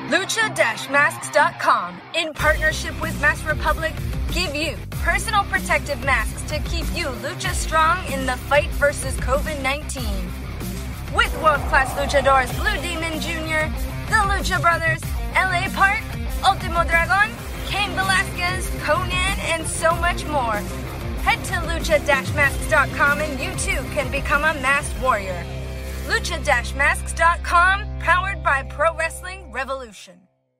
Lucha-Masks.com, in partnership with Mask Republic, give you personal protective masks to keep you lucha strong in the fight versus COVID-19. With world-class luchadors Blue Demon Jr., the Lucha Brothers, LA Park, Ultimo Dragon, Cain Velasquez, Conan, and so much more. Head to Lucha-Masks.com and you too can become a masked warrior. Lucha-Masks.com, powered by Pro Wrestling Revolution.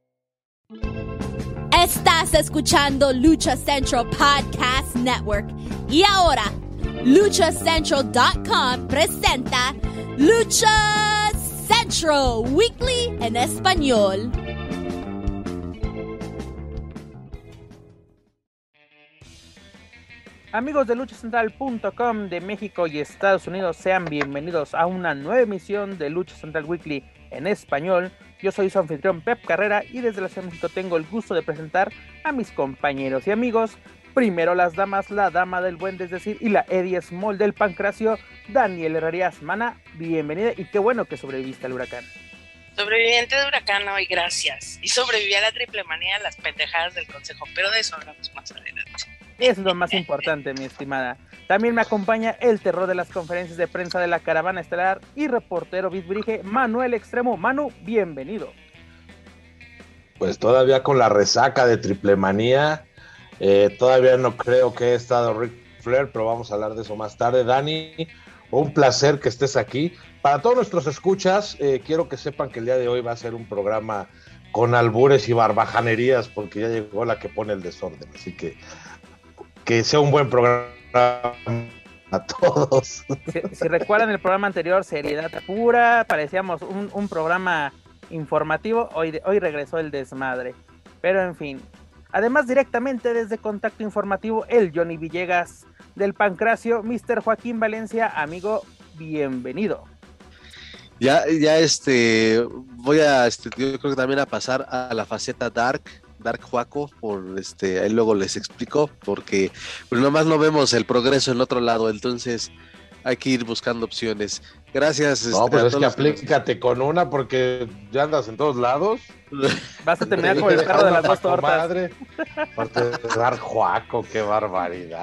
Estás escuchando Lucha Central Podcast Network. Y ahora, LuchaCentral.com presenta Lucha Central Weekly en español. Amigos de LuchaCentral.com de México y Estados Unidos, sean bienvenidos a una nueva emisión de Lucha Central Weekly en español. Yo soy su anfitrión Pep Carrera y desde la Ciudad de México tengo el gusto de presentar a mis compañeros y amigos. Primero las damas, la dama del buen desdecir y la Eddie Small del Pancracio, Daniel Herrerías. Mana, bienvenida y qué bueno que sobreviviste al huracán. Sobreviviente de huracán hoy, gracias. Y sobreviví a la triple manía, a las pendejadas del consejo, pero de eso hablamos más adelante. Eso es lo más importante, mi estimada. También me acompaña el terror de las conferencias de prensa de la Caravana Estelar y reportero Bisbrige, Manuel Extremo. Manu, bienvenido. Pues todavía con la resaca de triple manía, todavía no creo que he estado Ric Flair, pero vamos a hablar de eso más tarde. Dani, un placer que estés aquí. Para todos nuestros escuchas, quiero que sepan que el día de hoy va a ser un programa con albures y barbajanerías, porque ya llegó la que pone el desorden, así que sea un buen programa a todos. Si recuerdan el programa anterior, seriedad pura, parecíamos un programa informativo, hoy regresó el desmadre, pero en fin. Además, directamente desde Contacto Informativo, el Johnny Villegas del Pancracio, Mr. Joaquín Valencia, amigo, bienvenido. Ya, voy a, yo creo que también a pasar a la faceta Dark Juaco, ahí luego les explico, porque pues nomás no vemos el progreso en otro lado, entonces hay que ir buscando opciones. Gracias. No, pues es que aplícate con una, porque ya andas en todos lados. Vas a terminar con el carro de las dos tortas. Madre. Aparte de Dark Juaco, qué barbaridad.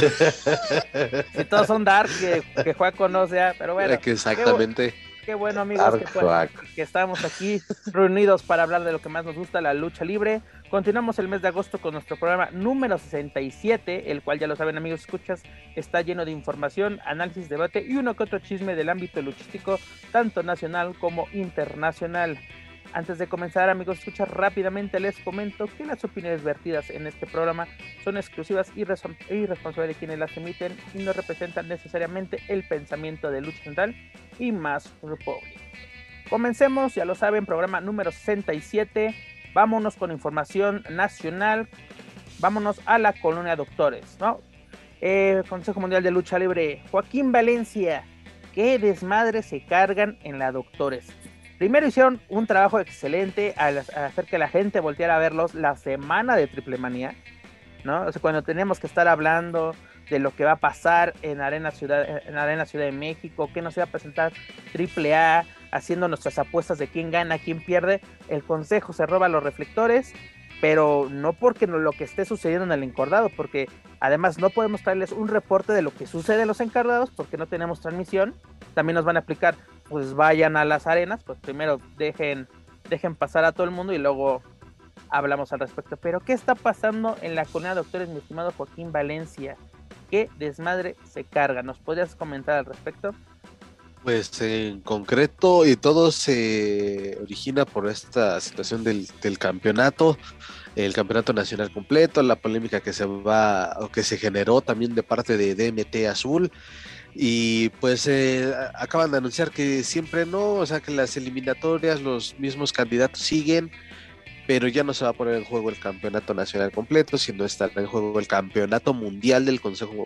Si todos son Dark, que Juaco no sea, pero bueno. Exactamente. Qué bueno, amigos, que estamos aquí reunidos para hablar de lo que más nos gusta, la lucha libre. Continuamos el mes de agosto con nuestro programa número 67, el cual, ya lo saben, amigos, escuchas, está lleno de información, análisis, debate y uno que otro chisme del ámbito luchístico, tanto nacional como internacional. Antes de comenzar, amigos, escuchas, rápidamente les comento que las opiniones vertidas en este programa son exclusivas y responsables de quienes las emiten y no representan necesariamente el pensamiento de Lucha Central y Mask Republic. Comencemos, ya lo saben, programa número 67. Vámonos con información nacional. Vámonos a la colonia Doctores, ¿no? Consejo Mundial de Lucha Libre. Joaquín Valencia, qué desmadre se cargan en la Doctores. Primero hicieron un trabajo excelente al hacer que la gente volteara a verlos la semana de Triple Manía, ¿no? O sea, cuando teníamos que estar hablando de lo que va a pasar en Arena Ciudad de México, que nos iba a presentar AAA, haciendo nuestras apuestas de quién gana, quién pierde, el consejo se roba los reflectores, pero no porque lo que esté sucediendo en el encordado, porque además no podemos traerles un reporte de lo que sucede en los encardados, porque no tenemos transmisión. También nos van a aplicar, pues vayan a las arenas, pues primero dejen pasar a todo el mundo y luego hablamos al respecto. Pero ¿qué está pasando en la colonia Doctores, mi estimado Joaquín Valencia? ¿Qué desmadre se carga? ¿Nos podrías comentar al respecto? Pues en concreto, y todo se origina por esta situación del campeonato, el campeonato nacional completo, la polémica que se generó también de parte de DMT Azul, y pues acaban de anunciar que siempre no, o sea que las eliminatorias, los mismos candidatos siguen, pero ya no se va a poner en juego el campeonato nacional completo, sino estará en juego el campeonato mundial del consejo,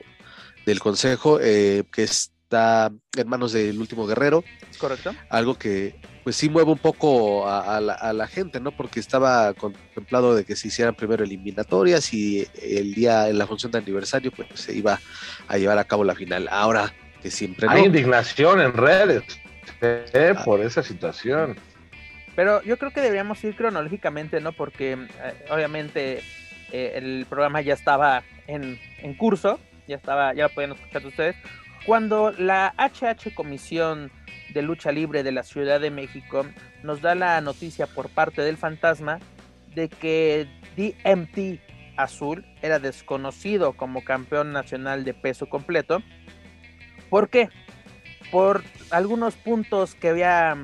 que está en manos del Último Guerrero. Correcto. Algo que pues sí mueve un poco a la gente, ¿no? Porque estaba contemplado de que se hicieran primero eliminatorias y el día, en la función de aniversario, pues se iba a llevar a cabo la final. Ahora que siempre hay indignación en redes por esa situación. Pero yo creo que deberíamos ir cronológicamente, ¿no? Porque obviamente el programa ya estaba en curso, ya lo podían escuchar ustedes. Cuando la HH Comisión de Lucha Libre de la Ciudad de México nos da la noticia por parte del Fantasma de que DMT Azul era desconocido como campeón nacional de peso completo. ¿Por qué? Por algunos puntos que había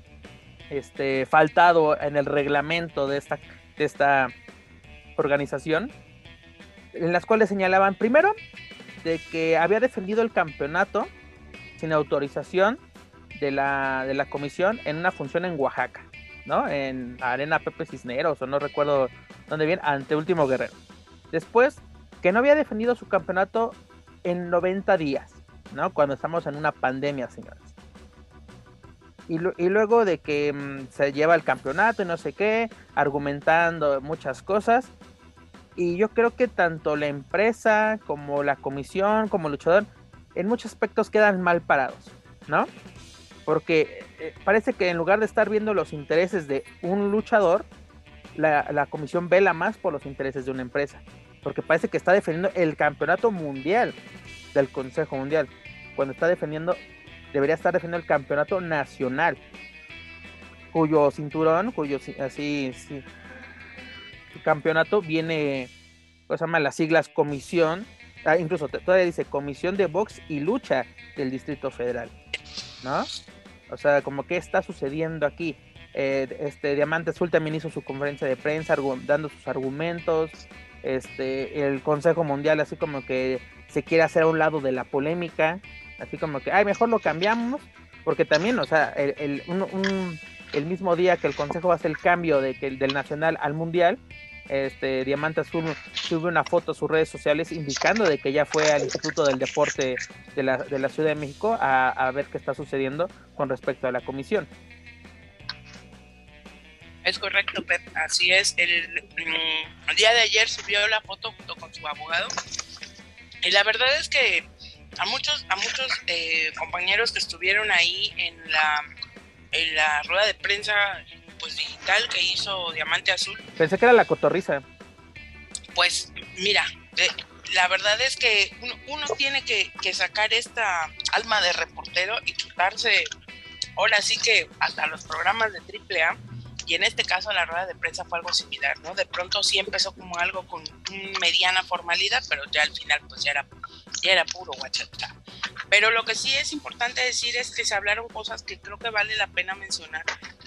faltado en el reglamento de esta organización, en las cuales señalaban primero de que había defendido el campeonato sin autorización de la comisión en una función en Oaxaca, ¿no? En Arena Pepe Cisneros, o no recuerdo dónde bien, ante Último Guerrero. Después, que no había defendido su campeonato en 90 días, ¿no? Cuando estamos en una pandemia, señores. Y luego de que se lleva el campeonato y no sé qué, argumentando muchas cosas. Y yo creo que tanto la empresa como la comisión, como el luchador, en muchos aspectos quedan mal parados, ¿no? Porque parece que en lugar de estar viendo los intereses de un luchador, la comisión vela más por los intereses de una empresa. Porque parece que está defendiendo el campeonato mundial del Consejo Mundial, cuando debería estar defendiendo el campeonato nacional, cuyo cinturón, campeonato viene, pues se llama las siglas comisión, incluso todavía dice Comisión de Box y Lucha del Distrito Federal, ¿no? O sea, como que está sucediendo aquí. Diamante Azul también hizo su conferencia de prensa dando sus argumentos. El Consejo Mundial así como que se quiere hacer a un lado de la polémica, así como que mejor lo cambiamos, porque también, o sea, el mismo día que el Consejo hace el cambio del Nacional al Mundial, Diamante Azul sube una foto a sus redes sociales indicando de que ya fue al Instituto del Deporte de la Ciudad de México a ver qué está sucediendo con respecto a la comisión. Es correcto, Pep, así es. El día de ayer subió la foto junto con su abogado, y la verdad es que a muchos compañeros que estuvieron ahí en la rueda de prensa pues digital que hizo Diamante Azul. Pensé que era la cotorriza. Pues mira, la verdad es que uno tiene que sacar esta alma de reportero y chutarse ahora sí que hasta los programas de AAA, y en este caso la rueda de prensa fue algo similar, ¿no? De pronto sí empezó como algo con mediana formalidad, pero ya al final pues ya era puro guachata. Pero lo que sí es importante decir es que se hablaron cosas que creo que vale la pena mencionar.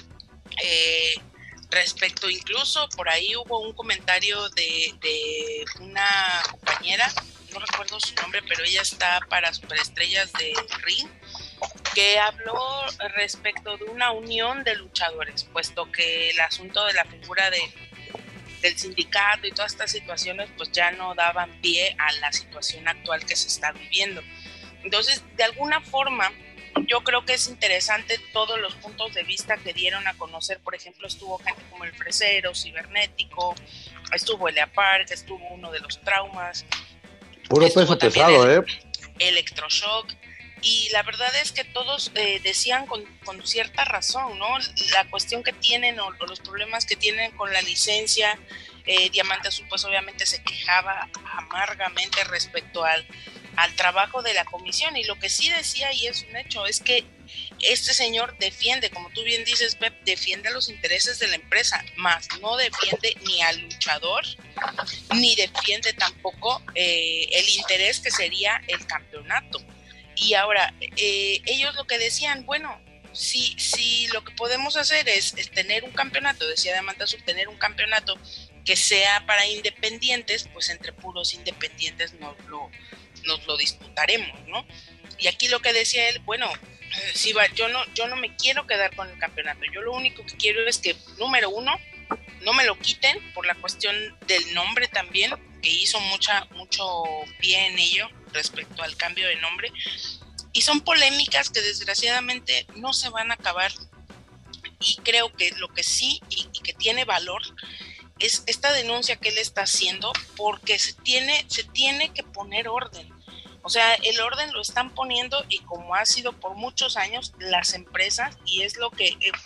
Respecto, incluso por ahí hubo un comentario de una compañera, no recuerdo su nombre, pero ella está para Superestrellas de Ring, que habló respecto de una unión de luchadores, puesto que el asunto de la figura del sindicato y todas estas situaciones pues ya no daban pie a la situación actual que se está viviendo. Entonces, de alguna forma, yo creo que es interesante todos los puntos de vista que dieron a conocer. Por ejemplo, estuvo gente como el Fresero, Cibernético, estuvo el Park, estuvo uno de los Traumas. Puro peso pesado, Electroshock. Y la verdad es que todos decían con cierta razón, ¿no? La cuestión que tienen o los problemas que tienen con la licencia. Diamante Azul pues obviamente se quejaba amargamente respecto al trabajo de la comisión, y lo que sí decía, y es un hecho, es que este señor defiende, como tú bien dices, Pep, defiende los intereses de la empresa, más no defiende ni al luchador, ni defiende tampoco el interés que sería el campeonato. Y ahora, ellos lo que decían, bueno, si lo que podemos hacer es tener un campeonato, decía Diamante Azul, tener un campeonato que sea para independientes, pues entre puros independientes nos lo disputaremos, ¿no? Y aquí lo que decía él, bueno, yo no me quiero quedar con el campeonato, yo lo único que quiero es que, número uno, no me lo quiten por la cuestión del nombre también, que hizo mucho pie en ello respecto al cambio de nombre, y son polémicas que desgraciadamente no se van a acabar. Y creo que lo que sí y que tiene valor es esta denuncia que él está haciendo, porque se tiene que poner orden. O sea, el orden lo están poniendo, y como ha sido por muchos años las empresas, y es lo que fue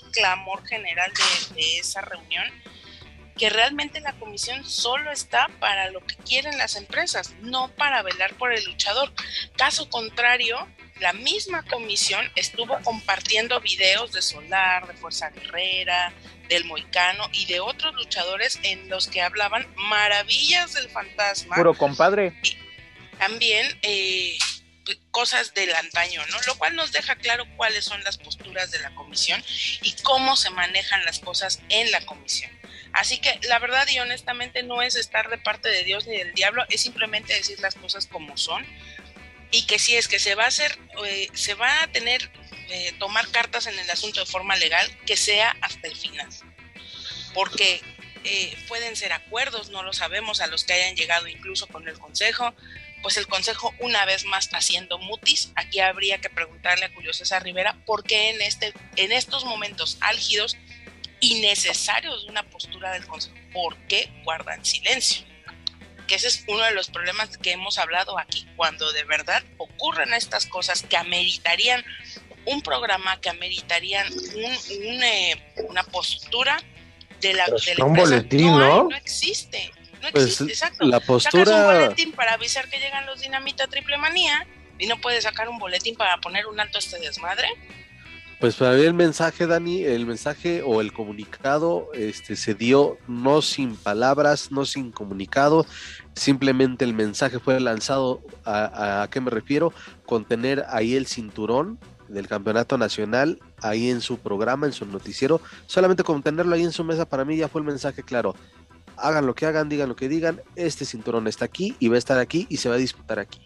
clamor general de esa reunión, que realmente la comisión solo está para lo que quieren las empresas, no para velar por el luchador. Caso contrario, la misma comisión estuvo compartiendo videos de Solar, de Fuerza Guerrera, del Moicano y de otros luchadores en los que hablaban maravillas del fantasma. Puro compadre. Y también cosas del antaño, ¿no? Lo cual nos deja claro cuáles son las posturas de la comisión y cómo se manejan las cosas en la comisión. Así que la verdad y honestamente no es estar de parte de Dios ni del diablo, es simplemente decir las cosas como son, y que si es que se va a hacer, se va a tener, tomar cartas en el asunto de forma legal, que sea hasta el final. Porque pueden ser acuerdos, no lo sabemos, a los que hayan llegado incluso con el Consejo. Pues el Consejo una vez más haciendo mutis. Aquí habría que preguntarle a Julio César Rivera por qué en estos momentos álgidos y necesarios de una postura del Consejo, ¿por qué guardan silencio? Que ese es uno de los problemas que hemos hablado aquí, cuando de verdad ocurren estas cosas que ameritarían un programa, que ameritarían una postura de la empresa. Un boletín, ¿no? No existe, pues exacto. La postura... Sacas un boletín para avisar que llegan los Dinamita Triple Manía y no puedes sacar un boletín para poner un alto a este desmadre. Pues para mí el mensaje, Dani, el mensaje o el comunicado se dio no sin palabras, no sin comunicado, simplemente el mensaje fue lanzado, ¿a qué me refiero? Con tener ahí el cinturón del campeonato nacional, ahí en su programa, en su noticiero, solamente con tenerlo ahí en su mesa, para mí ya fue el mensaje claro. Hagan lo que hagan, digan lo que digan, este cinturón está aquí y va a estar aquí y se va a disputar aquí.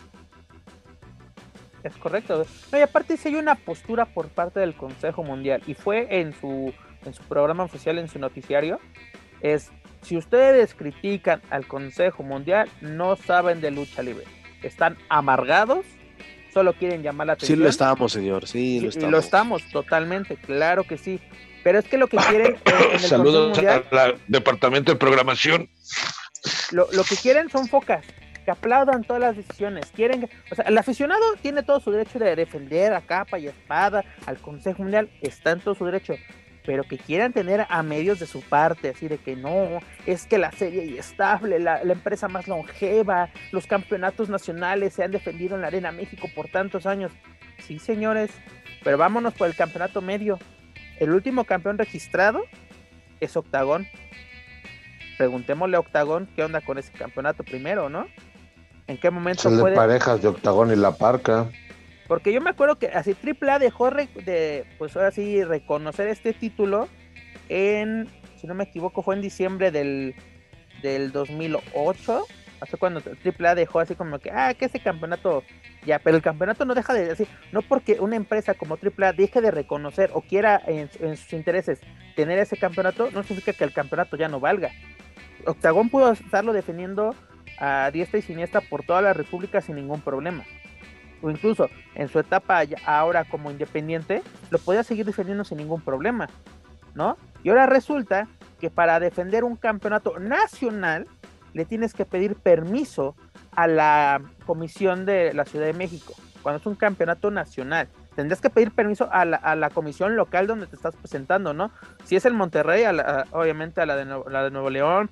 Es correcto. No, y aparte sí hay una postura por parte del Consejo Mundial, y fue en su programa oficial, en su noticiario, es: si ustedes critican al Consejo Mundial, no saben de lucha libre, están amargados, solo quieren llamar la atención. Sí lo estamos, señor, sí lo estamos. Y lo estamos, totalmente, claro que sí. Pero es que lo que quieren en el saludos Mundial, al departamento de programación. Lo que quieren son focas, que aplaudan todas las decisiones. Quieren, o sea, el aficionado tiene todo su derecho de defender a capa y espada al Consejo Mundial, está en todo su derecho, pero que quieran tener a medios de su parte, así de que no, es que la serie es estable, la empresa más longeva, los campeonatos nacionales se han defendido en la Arena México por tantos años. Sí, señores, pero vámonos por el campeonato medio. El último campeón registrado es Octagón. Preguntémosle a Octagón qué onda con ese campeonato primero, ¿no? ¿En qué momento el fue de parejas de Octagón y La Parca? Porque yo me acuerdo que así AAA dejó pues ahora sí reconocer este título en, si no me equivoco, fue en diciembre del 2008. Hace cuando AAA dejó así como que ese campeonato ya, pero el campeonato no deja de decir, no porque una empresa como AAA deje de reconocer o quiera en sus intereses tener ese campeonato, no significa que el campeonato ya no valga. Octagón pudo estarlo defendiendo a diestra y siniestra por toda la república sin ningún problema, o incluso en su etapa ahora como independiente lo podía seguir defendiendo sin ningún problema, ¿no? Y ahora resulta que para defender un campeonato nacional le tienes que pedir permiso a la comisión de la Ciudad de México. Cuando es un campeonato nacional, tendrías que pedir permiso a la comisión local donde te estás presentando, ¿no? Si es el Monterrey, obviamente a la de Nuevo León,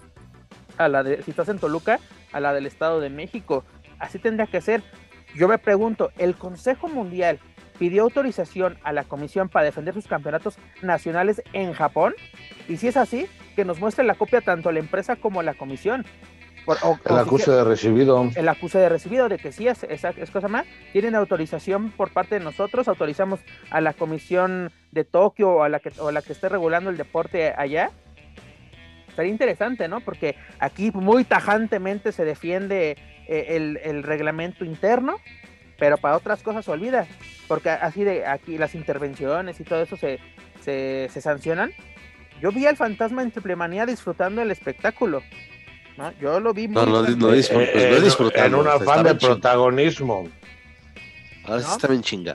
si estás en Toluca, a la del Estado de México. Así tendría que ser. Yo me pregunto, ¿el Consejo Mundial pidió autorización a la comisión para defender sus campeonatos nacionales en Japón? Y si es así, que nos muestre la copia tanto la empresa como la comisión. El acuse de recibido. El acuse de recibido de que sí es cosa más. Tienen autorización por parte de nosotros, autorizamos a la comisión de Tokio o a la que esté regulando el deporte allá. Sería interesante, ¿no? Porque aquí muy tajantemente se defiende el reglamento interno, pero para otras cosas se olvida, porque así de aquí las intervenciones y todo eso se sancionan. Yo vi al fantasma en Triple Manía disfrutando el espectáculo, ¿no? Yo lo vi muy no disfrutando. En un afán de protagonismo. Ahora sí está bien chinga.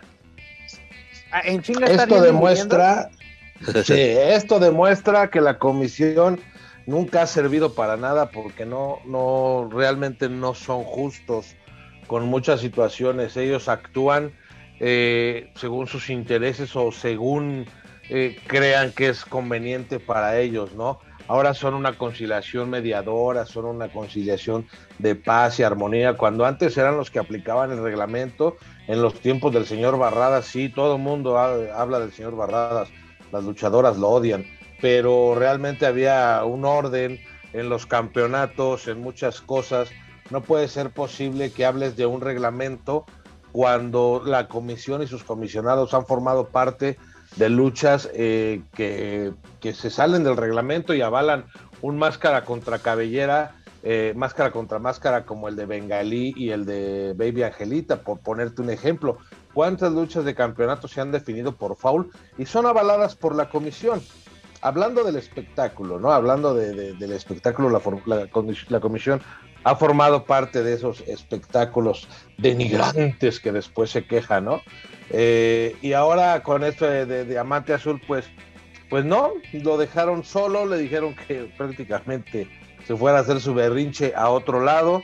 En chinga esto demuestra esto demuestra que la comisión nunca ha servido para nada, porque no realmente no son justos con muchas situaciones. Ellos actúan según sus intereses o según crean que es conveniente para ellos, ¿no? Ahora son una conciliación mediadora, son una conciliación de paz y armonía, cuando antes eran los que aplicaban el reglamento. En los tiempos del señor Barradas, sí, todo el mundo habla del señor Barradas, las luchadoras lo odian, pero realmente había un orden en los campeonatos, en muchas cosas. No puede ser posible que hables de un reglamento cuando la comisión y sus comisionados han formado parte de luchas que se salen del reglamento y avalan un máscara contra cabellera, máscara contra máscara, como el de Bengalí y el de Baby Angelita, por ponerte un ejemplo. ¿Cuántas luchas de campeonato se han definido por foul y son avaladas por la comisión? Hablando del espectáculo, ¿no? Hablando del espectáculo, la comisión ha formado parte de esos espectáculos denigrantes que después se quejan, ¿no? Y ahora con esto de Diamante Azul, pues no, lo dejaron solo, le dijeron que prácticamente se fuera a hacer su berrinche a otro lado.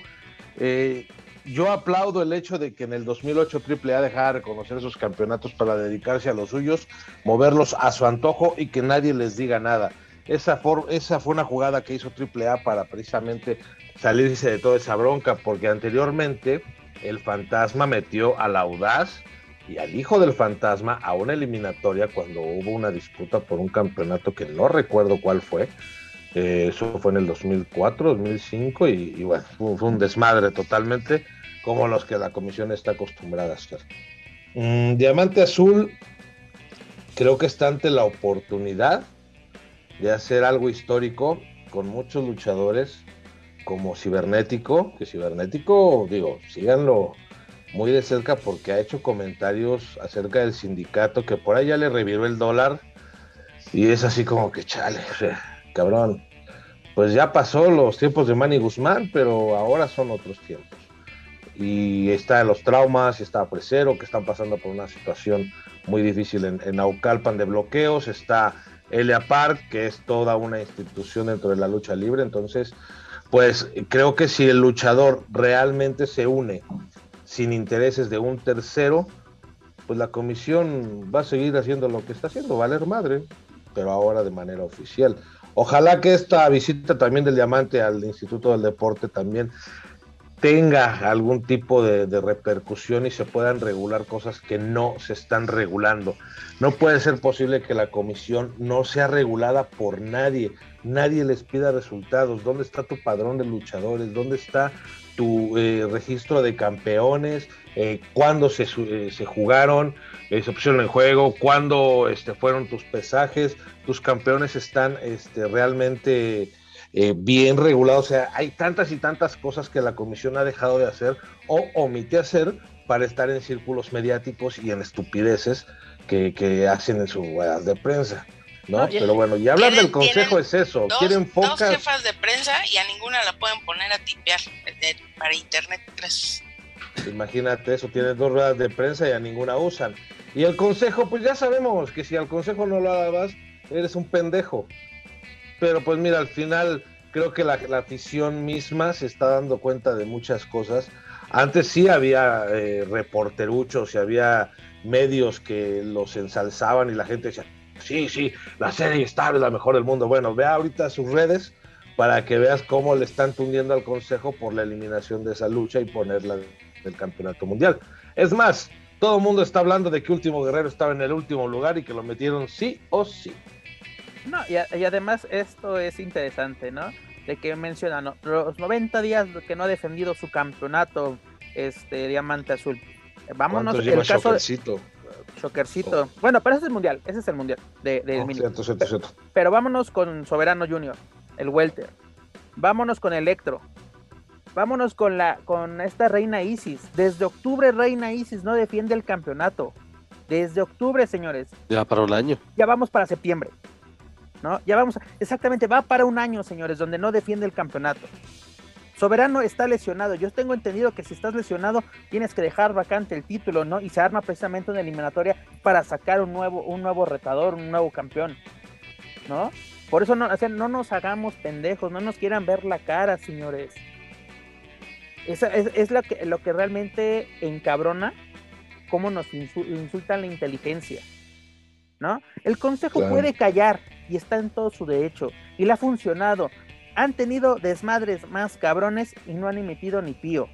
Yo aplaudo el hecho de que en el 2008 AAA dejara de reconocer esos campeonatos para dedicarse a los suyos, moverlos a su antojo y que nadie les diga nada. Esa fue una jugada que hizo AAA para precisamente salirse de toda esa bronca, porque anteriormente el Fantasma metió al Audaz y al hijo del Fantasma a una eliminatoria cuando hubo una disputa por un campeonato que no recuerdo cuál fue. Eso fue en el 2004, 2005 y bueno, fue un desmadre totalmente, como los que la comisión está acostumbrada a hacer. Diamante Azul creo que está ante la oportunidad de hacer algo histórico con muchos luchadores como Cibernético, que Cibernético, digo, síganlo muy de cerca porque ha hecho comentarios acerca del sindicato que por ahí ya le reviró el dólar y es así como que chale, o sea, cabrón, pues ya pasó los tiempos de Manny Guzmán, pero ahora son otros tiempos. Y está los traumas, y está Presero, que están pasando por una situación muy difícil en Naucalpan de bloqueos, está Elia Park, que es toda una institución dentro de la lucha libre. Entonces, pues creo que si el luchador realmente se une sin intereses de un tercero, pues la comisión va a seguir haciendo lo que está haciendo, valer madre, pero ahora de manera oficial. Ojalá que esta visita también del Diamante al Instituto del Deporte también tenga algún tipo de repercusión y se puedan regular cosas que no se están regulando. No puede ser posible que la comisión no sea regulada por nadie. Nadie les pida resultados. ¿Dónde está tu padrón de luchadores? ¿Dónde está tu registro de campeones? ¿Cuándo se jugaron? ¿Se pusieron en juego? ¿Cuándo fueron tus pesajes? ¿Tus campeones están realmente bien regulados? O sea, hay tantas y tantas cosas que la comisión ha dejado de hacer o omite hacer para estar en círculos mediáticos y en estupideces que hacen en sus ruedas de prensa, ¿no? Pero bueno, y hablar del consejo es eso. Quieren dos jefas de prensa y a ninguna la pueden poner a tipear para internet. Gracias. Imagínate eso, tienes 2 ruedas de prensa y a ninguna usan. Y el consejo, pues ya sabemos que si al consejo no lo dabas, eres un pendejo. Pero pues mira, al final creo que la afición misma se está dando cuenta de muchas cosas. Antes sí había reporteruchos y había medios que los ensalzaban y la gente decía, sí, la serie Star es la mejor del mundo. Bueno, ve ahorita sus redes para que veas cómo le están tundiendo al consejo por la eliminación de esa lucha y ponerla del campeonato mundial. Es más, todo el mundo está hablando de que Último Guerrero estaba en el último lugar y que lo metieron sí o sí. No, y además esto es interesante, ¿no? De que mencionan, ¿no?, los 90 días que no ha defendido su campeonato, Diamante Azul. Vámonos, el caso Shockercito. Shockercito. Bueno, pero ese es el mundial de mini. Cierto. Pero vámonos con Soberano Junior, el welter. Vámonos con Electro. Vámonos con esta Reina Isis. Desde octubre Reina Isis no defiende el campeonato. Desde octubre, señores. Ya para un año. Ya vamos para septiembre, ¿no? Ya vamos, exactamente, va para un año, señores, donde no defiende el campeonato. Soberano está lesionado. Yo tengo entendido que si estás lesionado tienes que dejar vacante el título, ¿no? Y se arma precisamente una eliminatoria para sacar un nuevo retador, un nuevo campeón, ¿no? Por eso no nos hagamos pendejos, no nos quieran ver la cara, señores. Es lo que realmente encabrona, cómo nos insultan la inteligencia. ¿no? El consejo puede callar y está en todo su derecho y le ha funcionado. Han tenido desmadres más cabrones y no han emitido ni pío.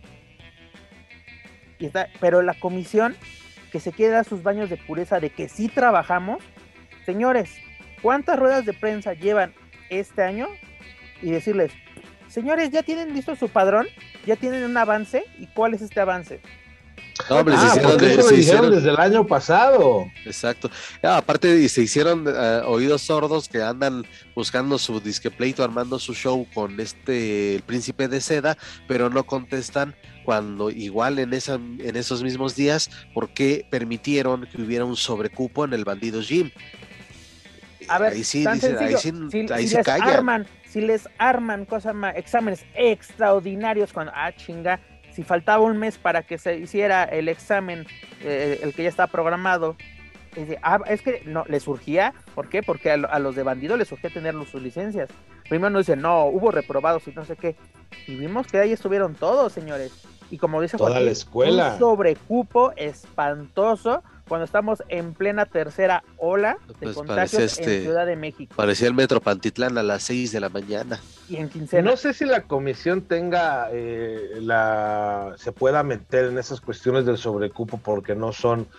Pero la comisión que se quiere dar sus baños de pureza de que sí trabajamos, señores, ¿cuántas ruedas de prensa llevan este año? Y decirles, señores, ¿ya tienen listo su padrón? ¿Ya tienen un avance? ¿Y cuál es este avance? No, hombre, se hicieron desde el año pasado. Exacto. Aparte, se hicieron oídos sordos que andan buscando su disque pleito, armando su show con el príncipe de seda, pero no contestan cuando igual en esos mismos días, ¿por qué permitieron que hubiera un sobrecupo en el Bandido Gym? A ver, ahí sí, tan dicen, sencillo, ahí se callan. Si les arman exámenes extraordinarios cuando, chinga, si faltaba un mes para que se hiciera el examen, el que ya estaba programado, es que no, les surgía, ¿por qué? Porque a los de Bandido les surgía tener sus licencias. Primero nos dicen, no, hubo reprobados y no sé qué, y vimos que ahí estuvieron todos, señores, y como dice toda Joaquín, la escuela, un sobrecupo espantoso, cuando estamos en plena tercera ola de contagios en Ciudad de México. Parecía el Metro Pantitlán a las 6 de la mañana. Y en quincena. No sé si la comisión tenga, se pueda meter en esas cuestiones del sobrecupo porque no son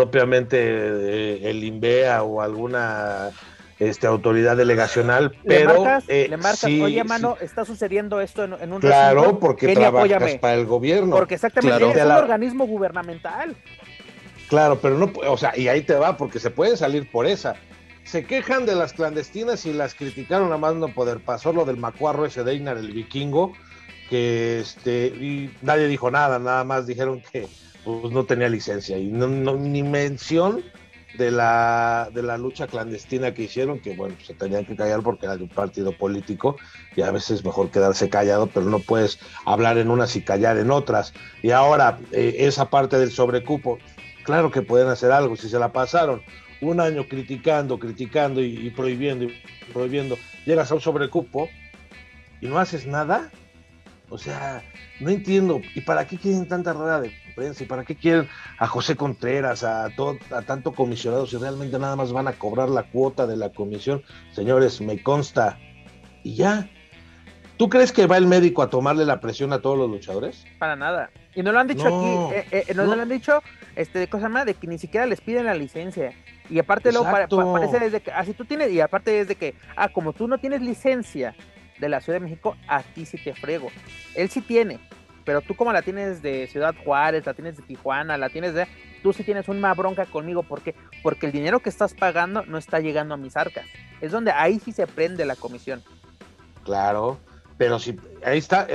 propiamente el INVEA o alguna autoridad delegacional, pero... Le marcas, sí, oye, mano, está sucediendo esto en un claro, recinto, porque trabajas para el gobierno. Porque exactamente, es un organismo gubernamental. Claro, pero no, o sea, y ahí te va, porque se puede salir por esa. Se quejan de las clandestinas y las criticaron a más no poder. Pasó lo del macuarro ese de Einar, el vikingo, que y nadie dijo nada más dijeron que pues no tenía licencia y no ni mención de la lucha clandestina que hicieron, que bueno, se tenían que callar porque era de un partido político y a veces es mejor quedarse callado, pero no puedes hablar en unas y callar en otras. Y ahora, esa parte del sobrecupo, claro que pueden hacer algo, si se la pasaron un año criticando y prohibiendo, llegas a un sobrecupo y no haces nada, o sea, no entiendo, ¿y para qué quieren tanta rueda de prensa? ¿Y para qué quieren a José Contreras, a tanto comisionado, si realmente nada más van a cobrar la cuota de la comisión? Señores, me consta, y ya. ¿Tú crees que va el médico a tomarle la presión a todos los luchadores? Para nada. Y no lo han dicho aquí, no lo han dicho, cosa más de que ni siquiera les piden la licencia. Y aparte luego parece desde que, así tú tienes, y aparte desde que, como tú no tienes licencia de la Ciudad de México, a ti sí te frego. Él sí tiene, pero tú como la tienes de Ciudad Juárez, la tienes de Tijuana, tú sí tienes una bronca conmigo, porque el dinero que estás pagando no está llegando a mis arcas. Es donde ahí sí se prende la comisión. Claro. Pero sí, ahí está,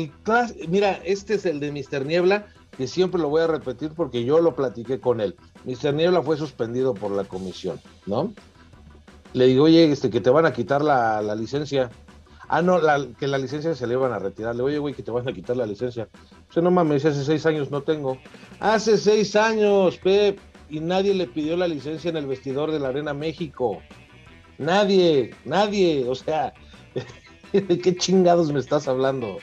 mira, este es el de Mr. Niebla, que siempre lo voy a repetir porque yo lo platiqué con él. Mr. Niebla fue suspendido por la comisión, ¿no? Le digo, oye, que te van a quitar la licencia. No, que la licencia se le iban a retirar. Le digo, oye, güey, que te van a quitar la licencia. Pues no mames, hace 6 años no tengo. Hace 6 años, Pep, y nadie le pidió la licencia en el vestidor de la Arena México. Nadie, o sea... ¿De qué chingados me estás hablando?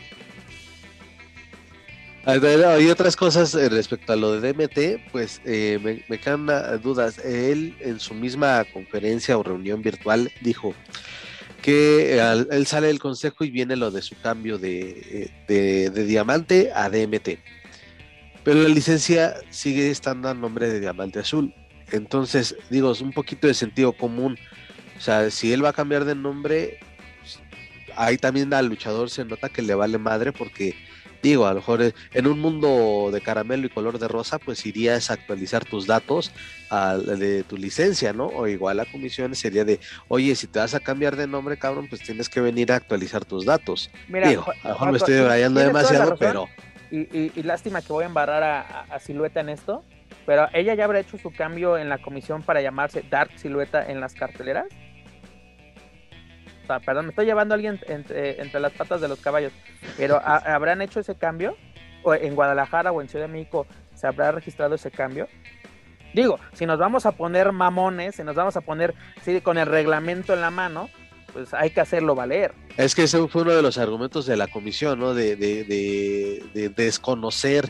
Hay otras cosas respecto a lo de DMT, pues me quedan dudas. Él en su misma conferencia o reunión virtual dijo que él sale del consejo y viene lo de su cambio de diamante a DMT, pero la licencia sigue estando a nombre de Diamante Azul. Entonces, digo, es un poquito de sentido común. O sea, si él va a cambiar de nombre, ahí también al luchador se nota que le vale madre, porque digo, a lo mejor en un mundo de caramelo y color de rosa, pues irías a actualizar tus datos de tu licencia, ¿no? O igual la comisión sería de, oye, si te vas a cambiar de nombre, cabrón, pues tienes que venir a actualizar tus datos. Mira, digo, a lo mejor me estoy debrayando demasiado, pero... Y lástima que voy a embarrar a Silueta en esto, pero ella ya habrá hecho su cambio en la comisión para llamarse Dark Silueta en las carteleras. Perdón, me estoy llevando a alguien entre las patas de los caballos, pero ¿habrán hecho ese cambio? ¿O en Guadalajara o en Ciudad de México se habrá registrado ese cambio? Digo, si nos vamos a poner mamones, si nos vamos a poner con el reglamento en la mano, pues hay que hacerlo valer. Es que ese fue uno de los argumentos de la comisión, ¿no? De desconocer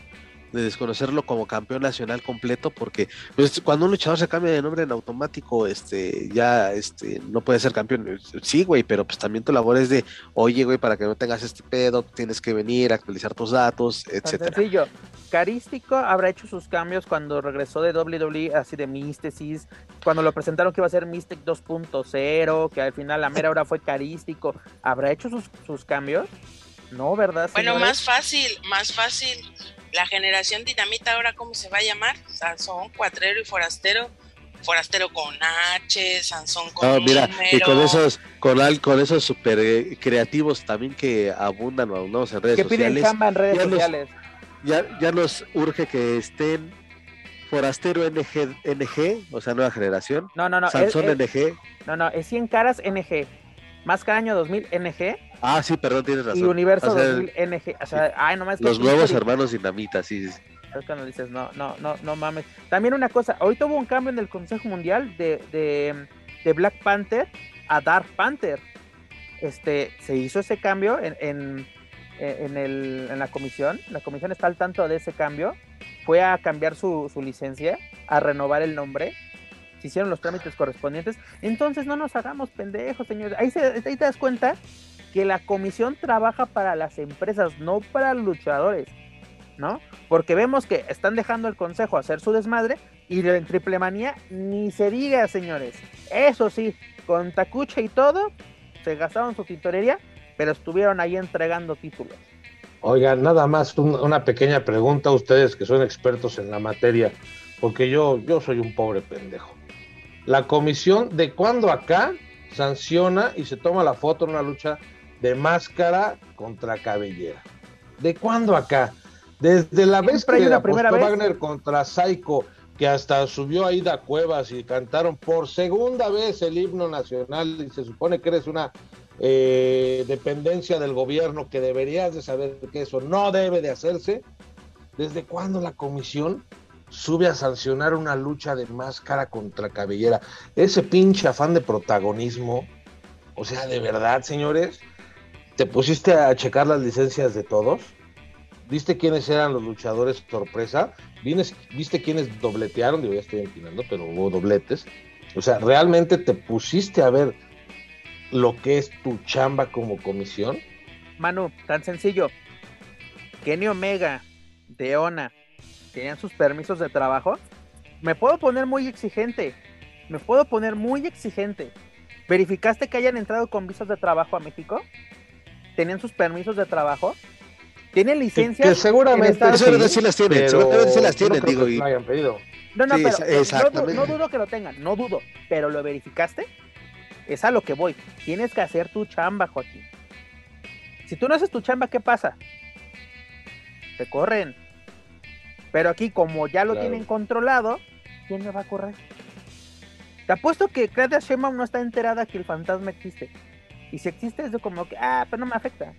de desconocerlo como campeón nacional completo, porque pues cuando un luchador se cambia de nombre en automático, ya no puede ser campeón. Sí, güey, pero pues también tu labor es de, oye, güey, para que no tengas este pedo, tienes que venir a actualizar tus datos, Tan etcétera. sencillo. Carístico habrá hecho sus cambios cuando regresó de WWE, así de Místesis, cuando lo presentaron que iba a ser Mystic 2.0, que al final la mera hora fue Carístico. ¿Habrá hecho sus cambios? No, ¿verdad, Bueno, señores? más fácil. La generación dinamita, ahora cómo se va a llamar, Sansón, Cuatrero y Forastero. Forastero con H, Sansón con No, mira, y número. con esos super creativos también que abundan o no en redes Que piden sociales, chamba en redes ya nos- sociales. ya nos urge que estén Forastero NG, o sea, nueva generación, No, Sansón NG. es 100 caras NG, Máscara Año 2000 NG Ah, sí, perdón, tienes razón. y Universo O sea, 2000 NG. O sea, ay, nomás que los pinche nuevos ori- hermanos Dinamita, sí. Es cuando dices, no mames. También una cosa, ahorita hubo un cambio en el Consejo Mundial de Black Panther a Dark Panther. Se hizo ese cambio en la comisión. La comisión está al tanto de ese cambio. Fue a cambiar su licencia, a renovar el nombre. Se hicieron los trámites correspondientes. Entonces no nos hagamos pendejos, señores. Ahí te das cuenta que la comisión trabaja para las empresas, no para los luchadores, ¿no? Porque vemos que están dejando el consejo hacer su desmadre y en Triple Manía ni se diga, señores. Eso sí, con Tacucha y todo, se gastaron su titorería, pero estuvieron ahí entregando títulos. Oigan, nada más una pequeña pregunta a ustedes que son expertos en la materia, porque yo soy un pobre pendejo. La comisión, ¿de cuándo acá sanciona y se toma la foto en una lucha de Máscara contra Cabellera? ¿De cuándo acá? Desde la vez Siempre hay que una apostó primera vez. Wagner contra Psycho, que hasta subió a Ida Cuevas y cantaron por segunda vez el himno nacional, y se supone que eres una dependencia del gobierno, que deberías de saber que eso no debe de hacerse. ¿Desde cuándo la comisión sube a sancionar una lucha de Máscara contra Cabellera? Ese pinche afán de protagonismo, o sea, de verdad, señores, ¿te pusiste a checar las licencias de todos? ¿Viste quiénes eran los luchadores sorpresa? ¿Viste quiénes dobletearon? Digo, ya estoy empinando, pero hubo dobletes. O sea, ¿realmente te pusiste a ver lo que es tu chamba como comisión? Manu, tan sencillo. Kenny Omega, Deonna, tenían sus permisos de trabajo. Me puedo poner muy exigente. ¿Verificaste que hayan entrado con visas de trabajo a México? ¿Tenían sus permisos de trabajo? ¿Tienen licencias? Que seguramente Seguramente sí las tienen, seguramente sí las tienen, no creo digo, que y lo hayan pedido. No, Sí, pero exactamente. no dudo que lo tengan, no dudo, pero ¿lo verificaste? Es a lo que voy. Tienes que hacer tu chamba, Joaquín. Si tú no haces tu chamba, ¿qué pasa? Te corren. Pero aquí, como ya lo Claro. tienen controlado, ¿quién me va a correr? Te apuesto que Claudia Sheinbaum no está enterada que el fantasma existe. Y si existe es de como que, pero no me afecta.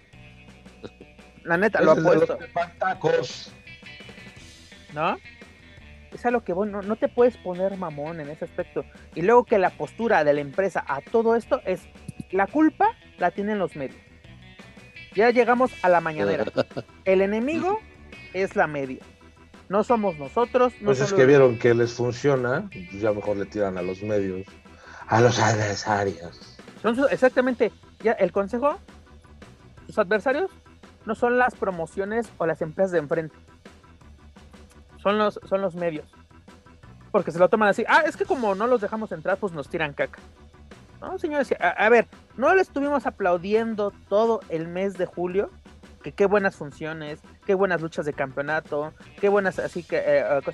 La neta, lo Es el de los apuesto, espantacos. ¿no? Es a lo que voy, no te puedes poner mamón en ese aspecto. Y luego que la postura de la empresa a todo esto es, la culpa la tienen los medios. Ya llegamos a la mañanera. El enemigo es la media. No somos nosotros. No Pues es solo- que vieron que les funciona, pues ya mejor le tiran a los medios, a los adversarios. Exactamente. Ya el consejo, sus adversarios no son las promociones o las empresas de enfrente. Son los medios. Porque se lo toman así. Es que como no los dejamos entrar, pues nos tiran caca. No, señores, a ver, no le estuvimos aplaudiendo todo el mes de julio. Que qué buenas funciones, qué buenas luchas de campeonato, qué buenas, así que,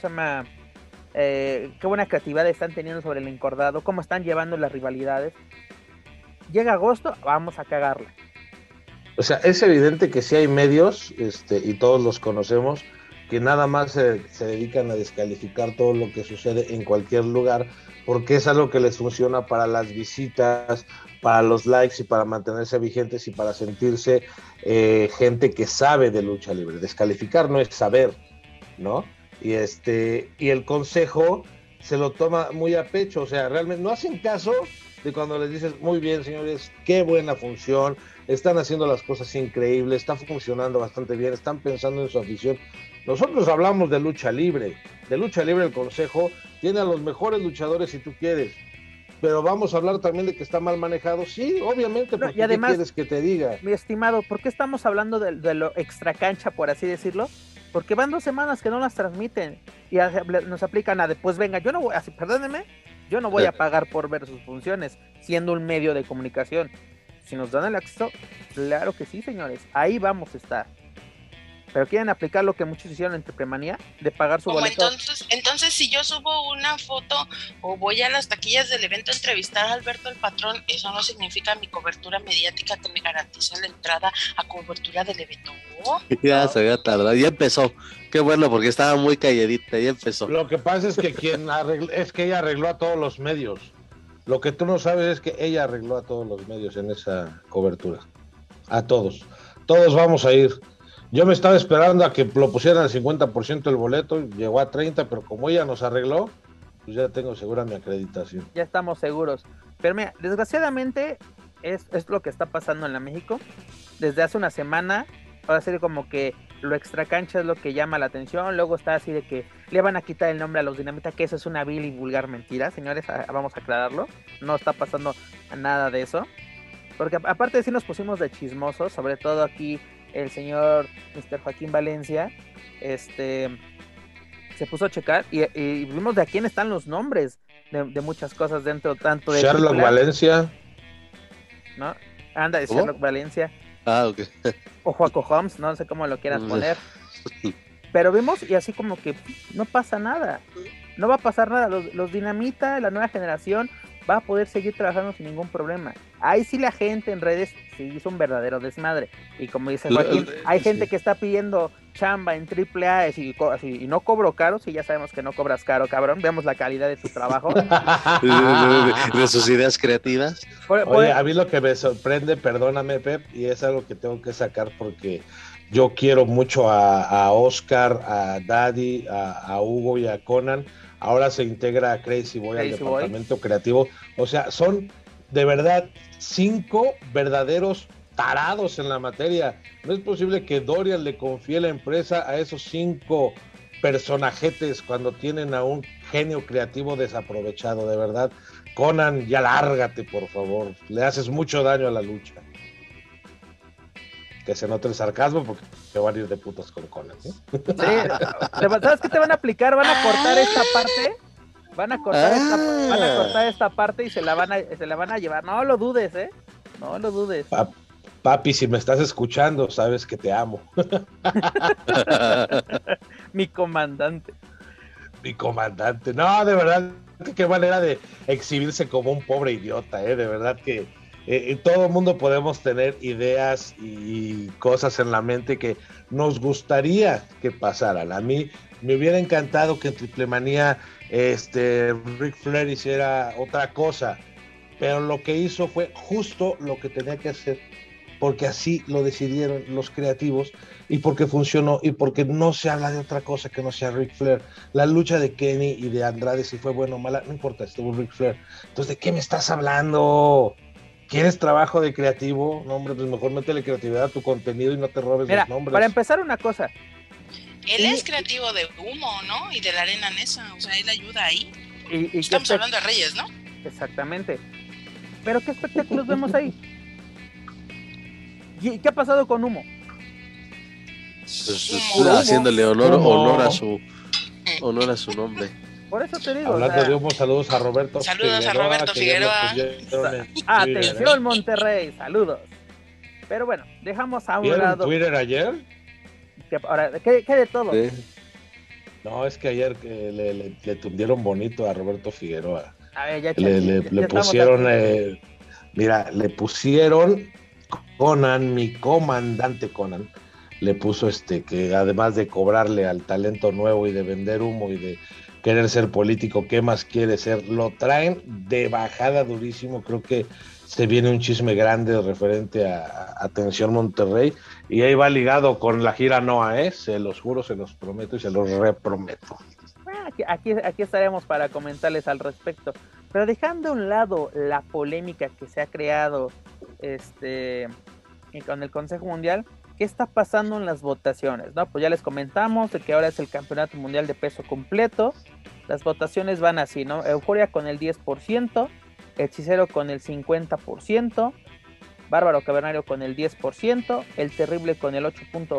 qué buena creatividad están teniendo sobre el encordado, cómo están llevando las rivalidades. Llega agosto, vamos a cagarla. O sea, es evidente que sí hay medios, y todos los conocemos, que nada más se dedican a descalificar todo lo que sucede en cualquier lugar, porque es algo que les funciona para las visitas, para los likes y para mantenerse vigentes y para sentirse gente que sabe de lucha libre. Descalificar no es saber, ¿no? Y el consejo se lo toma muy a pecho, o sea, realmente no hacen caso de cuando les dices, muy bien, señores, qué buena función, están haciendo las cosas increíbles, está funcionando bastante bien, están pensando en su afición. Nosotros hablamos de lucha libre. De lucha libre el Consejo tiene a los mejores luchadores si tú quieres. Pero vamos a hablar también de que está mal manejado. Sí, obviamente, porque y además, ¿qué quieres que te diga? Mi estimado, ¿por qué estamos hablando de lo extracancha, por así decirlo? Porque van 2 semanas que no las transmiten y nos aplican a después, venga, yo no voy, así, perdónenme, yo no voy a pagar por ver sus funciones, siendo un medio de comunicación. Si nos dan el acceso, claro que sí, señores, ahí vamos a estar. Pero quieren aplicar lo que muchos hicieron en Triplemanía, de pagar su boleto. Entonces, si yo subo una foto o voy a las taquillas del evento a entrevistar a Alberto el Patrón, eso no significa mi cobertura mediática que me garantiza la entrada a cobertura del evento. Ya se había tardado, ya empezó. Qué bueno, porque estaba muy calladita, ya empezó. Lo que pasa es que ella arregló a todos los medios. Lo que tú no sabes es que ella arregló a todos los medios en esa cobertura. A todos. Todos vamos a ir. Yo me estaba esperando a que lo pusieran al 50% el boleto, llegó a 30%, pero como ella nos arregló, pues ya tengo segura mi acreditación. Ya estamos seguros. Pero mira, desgraciadamente es lo que está pasando en la México. Desde hace una semana, ahora sí como que lo extracancha es lo que llama la atención. Luego está así de que le van a quitar el nombre a los Dinamita, que eso es una vil y vulgar mentira, señores, vamos a aclararlo. No está pasando nada de eso. Porque aparte de sí nos pusimos de chismosos, sobre todo aquí el señor Mr. Joaquín Valencia, se puso a checar y vimos de a quién están los nombres de muchas cosas dentro tanto de Sherlock Valencia, ¿no? Anda, de Sherlock Valencia. Ok. O Joaco Holmes, no sé cómo lo quieras poner. Pero vimos y así como que no pasa nada. No va a pasar nada. Los Dinamita, la nueva generación, va a poder seguir trabajando sin ningún problema. Ahí sí la gente en redes se hizo un verdadero desmadre. Y como dice Joaquín, hay gente que está pidiendo chamba en AAA y no cobro caro, si ya sabemos que no cobras caro, cabrón. Vemos la calidad de tu trabajo. de sus ideas creativas. Oye, a mí lo que me sorprende, perdóname, Pep, y es algo que tengo que sacar porque yo quiero mucho a Oscar, a Daddy, a Hugo y a Conan. Ahora se integra a Crazy Boy al departamento creativo. O sea, son de verdad 5 verdaderos tarados en la materia. No es posible que Dorian le confíe la empresa a esos 5 personajetes cuando tienen a un genio creativo desaprovechado, de verdad. Conan, ya lárgate, por favor. Le haces mucho daño a la lucha. Que se note el sarcasmo porque te van a ir de putas con Conan, ¿eh? Sí, ¿sabes qué te van a aplicar? Van a cortar esta parte. Van a cortar esta parte y se la van a llevar. No lo dudes, ¿eh? No lo dudes. Papi, si me estás escuchando, sabes que te amo. Mi comandante. Mi comandante. No, de verdad, qué manera de exhibirse como un pobre idiota, ¿eh? De verdad que todo el mundo podemos tener ideas y cosas en la mente que nos gustaría que pasaran. A mí me hubiera encantado que en Triplemanía Ric Flair hiciera otra cosa, pero lo que hizo fue justo lo que tenía que hacer, porque así lo decidieron los creativos y porque funcionó y porque no se habla de otra cosa que no sea Ric Flair. La lucha de Kenny y de Andrade, si fue buena o mala, no importa, estuvo Ric Flair. Entonces, ¿de qué me estás hablando? ¿Quieres trabajo de creativo? No, hombre, pues mejor métele creatividad a tu contenido y no te robes los nombres. Para empezar una cosa. Él es creativo de Humo, ¿no? Y de la Arena Nesa, o sea, él ayuda ahí. Y estamos hablando de Reyes, ¿no? Exactamente. Pero ¿qué espectáculos vemos ahí? ¿Y qué ha pasado con Humo? Haciéndole honor a su nombre. Por eso te digo. Hablando de Humo, saludos a Roberto Figueroa. Saludos a Roberto Figueroa. Atención, Monterrey, saludos. Pero bueno, dejamos a un lado. ¿Twitter ayer? ¿Qué de todo? Sí. No, es que ayer le tundieron bonito a Roberto Figueroa. A ver, le pusieron, le pusieron Conan, mi comandante Conan, le puso que además de cobrarle al talento nuevo y de vender humo y de querer ser político, ¿qué más quiere ser? Lo traen de bajada durísimo. Creo que se viene un chisme grande referente a Atención Monterrey, y ahí va ligado con la gira Noah, se los juro, se los prometo y se los reprometo. Aquí estaremos para comentarles al respecto, pero dejando a un lado la polémica que se ha creado con el Consejo Mundial, ¿qué está pasando en las votaciones? ¿No? Pues ya les comentamos de que ahora es el Campeonato Mundial de Peso Completo. Las votaciones van así, ¿no? Euforia con el 10%, Hechicero con el 50%, Bárbaro Cavernario con el 10%, El Terrible con el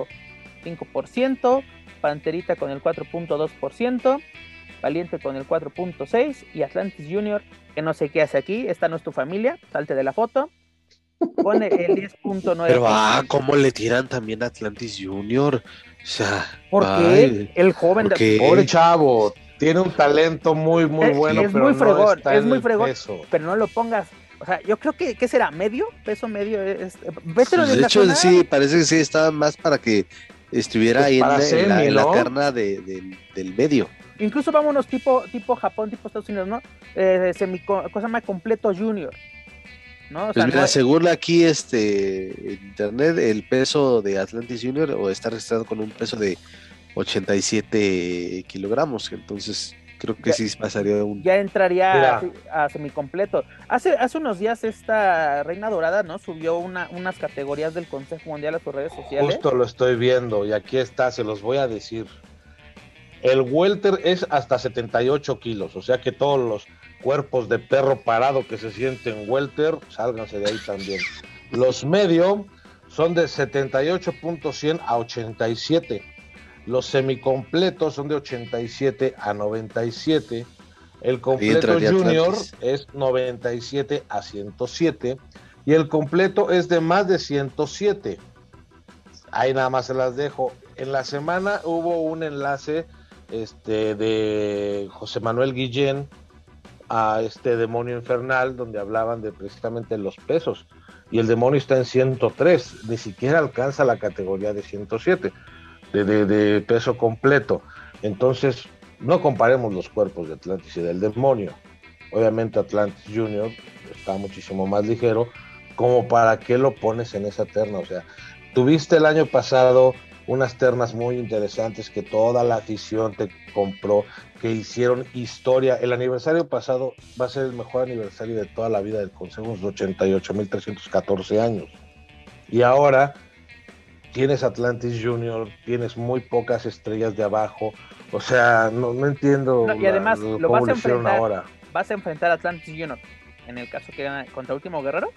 8.5%, Panterita con el 4.2%, Valiente con el 4.6% y Atlantis Junior, que no sé qué hace aquí, esta no es tu familia, salte de la foto, con el 10.9%. Pero ¿cómo le tiran también a Atlantis Junior? O sea, porque el joven pobre chavo, tiene un talento muy bueno, es pero muy fregón, no está es muy fregón, peso. Pero no lo pongas. O sea, yo creo que ¿qué será? ¿Medio? ¿Peso medio? De hecho, sí, parece que sí, estaba más para que estuviera ahí en la terna del medio. Incluso vámonos tipo Japón, tipo Estados Unidos, ¿no? Cosa más completo junior, ¿no? O sea, pues mira, según aquí en internet, el peso de Atlantis Junior está registrado con un peso de 87 kilogramos, entonces creo que sí pasaría ya entraría a semicompleto. Hace unos días esta Reina Dorada, ¿no? Subió unas categorías del Consejo Mundial a sus redes sociales. Justo lo estoy viendo y aquí está, se los voy a decir. El welter es hasta 78 kilos, o sea que todos los cuerpos de perro parado que se sienten welter, sálganse de ahí también. Los medio son de 78.100 a 87. Los semicompletos son de 87 a 97. El completo junior es 97 a 107. Y el completo es de más de 107. Ahí nada más se las dejo. En la semana hubo un enlace de José Manuel Guillén a Demonio Infernal, donde hablaban de precisamente los pesos. Y el demonio está en 103. Ni siquiera alcanza la categoría de 107. De peso completo. Entonces no comparemos los cuerpos de Atlantis y del demonio. Obviamente Atlantis Junior está muchísimo más ligero, como para qué lo pones en esa terna. O sea, tuviste el año pasado unas ternas muy interesantes que toda la afición te compró, que hicieron historia. El aniversario pasado va a ser el mejor aniversario de toda la vida del Consejo, 88.314 años. Y ahora tienes Atlantis Junior, tienes muy pocas estrellas de abajo, o sea, no entiendo. Y además lo vas a enfrentar ahora. Vas a enfrentar a Atlantis Junior en el caso que gana contra Último Guerrero.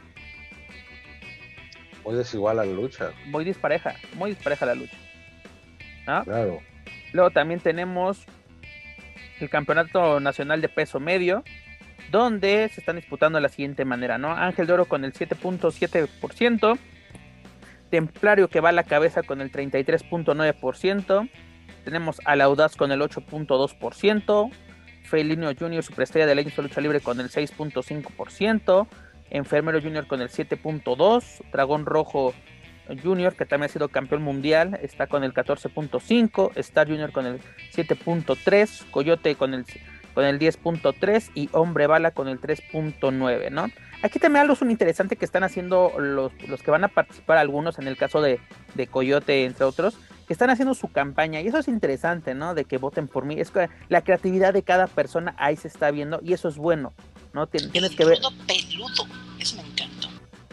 Muy desigual la lucha. Muy dispareja la lucha, ¿no? Claro. Luego también tenemos el Campeonato Nacional de Peso Medio, donde se están disputando de la siguiente manera, ¿no? Ángel de Oro con el 7.7%, Templario que va a la cabeza con el 33.9%, tenemos al Audaz con el 8.2%, Felino Junior, superestrella de la Lucha Libre, con el 6.5%, Enfermero Junior con el 7.2%, Dragón Rojo Junior, que también ha sido campeón mundial, está con el 14.5%, Star Junior con el 7.3%, Coyote con el 10.3% y Hombre Bala con el 3.9%, ¿no? Aquí también algo es un interesante que están haciendo los que van a participar, algunos en el caso de Coyote, entre otros, que están haciendo su campaña, y eso es interesante, ¿no? De que voten por mí, es que la creatividad de cada persona ahí se está viendo, y eso es bueno, ¿no? Tienes que ver. Peludo, eso me encantó.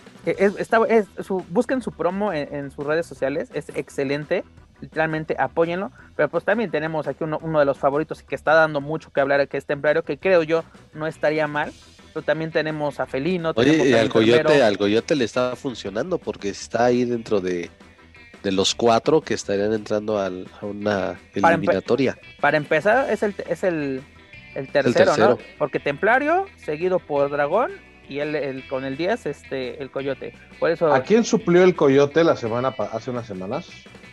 Busquen su promo en sus redes sociales, es excelente, literalmente apóyenlo, pero pues también tenemos aquí uno de los favoritos que está dando mucho que hablar, que es Templario, que creo yo no estaría mal, pero también tenemos a Felino. Oye, y al Coyote le está funcionando porque está ahí dentro de los 4 que estarían entrando a una eliminatoria. Para empezar es el tercero, ¿no? Porque Templario, seguido por Dragón, y él con el 10, el Coyote. Por eso. ¿A quién suplió el Coyote hace unas semanas?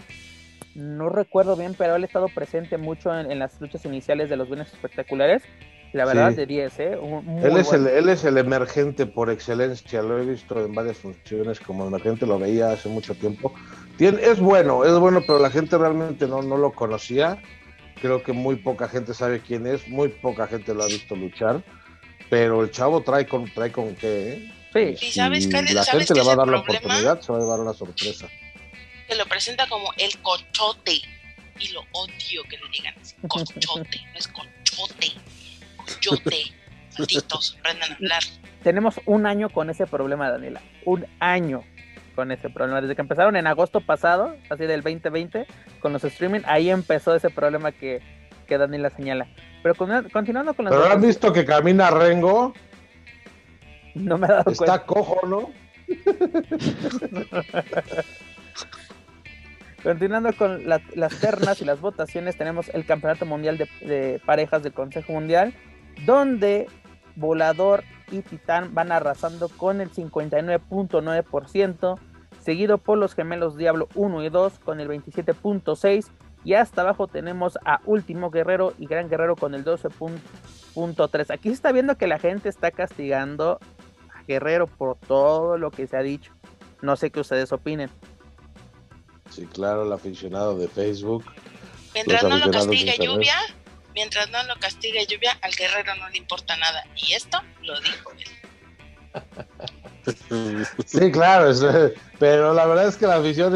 No recuerdo bien, pero él ha estado presente mucho en las luchas iniciales de los Viernes Espectaculares. La verdad, sí. De 10, Él es el emergente por excelencia. Lo he visto en varias funciones como emergente, lo veía hace mucho tiempo. Es bueno, pero la gente realmente no lo conocía. Creo que muy poca gente sabe quién es, muy poca gente lo ha visto luchar. Pero el chavo trae con qué, ¿eh? Sí. ¿Y sabes qué? La gente le va a dar la oportunidad, se va a llevar una sorpresa. Que lo presenta como el Cochote, y lo odio que le digan así, Cochote, no es Cochote, Coyote, malditos, aprendan a hablar. Tenemos un año con ese problema, Daniela, un año. con ese problema. Desde que empezaron en agosto pasado, así del 2020, con los streaming, ahí empezó ese problema que Daniela señala. Pero continuando con las... ¿Pero han visto que camina Rengo? No me he dado cuenta. Está cojo, ¿no? Continuando con las ternas y las votaciones, tenemos el Campeonato Mundial de Parejas del Consejo Mundial, donde Volador y Titán van arrasando con el 59.9%, seguido por los Gemelos Diablo 1 y 2 con el 27.6%, y hasta abajo tenemos a Último Guerrero y Gran Guerrero con el 12.3%. Aquí se está viendo que la gente está castigando a Guerrero por todo lo que se ha dicho. No sé qué ustedes opinen. Sí, claro, el aficionado de Facebook. Mientras no lo castigue lluvia, al Guerrero no le importa nada. Y esto lo dijo él. Sí, claro, pero la verdad es que la afición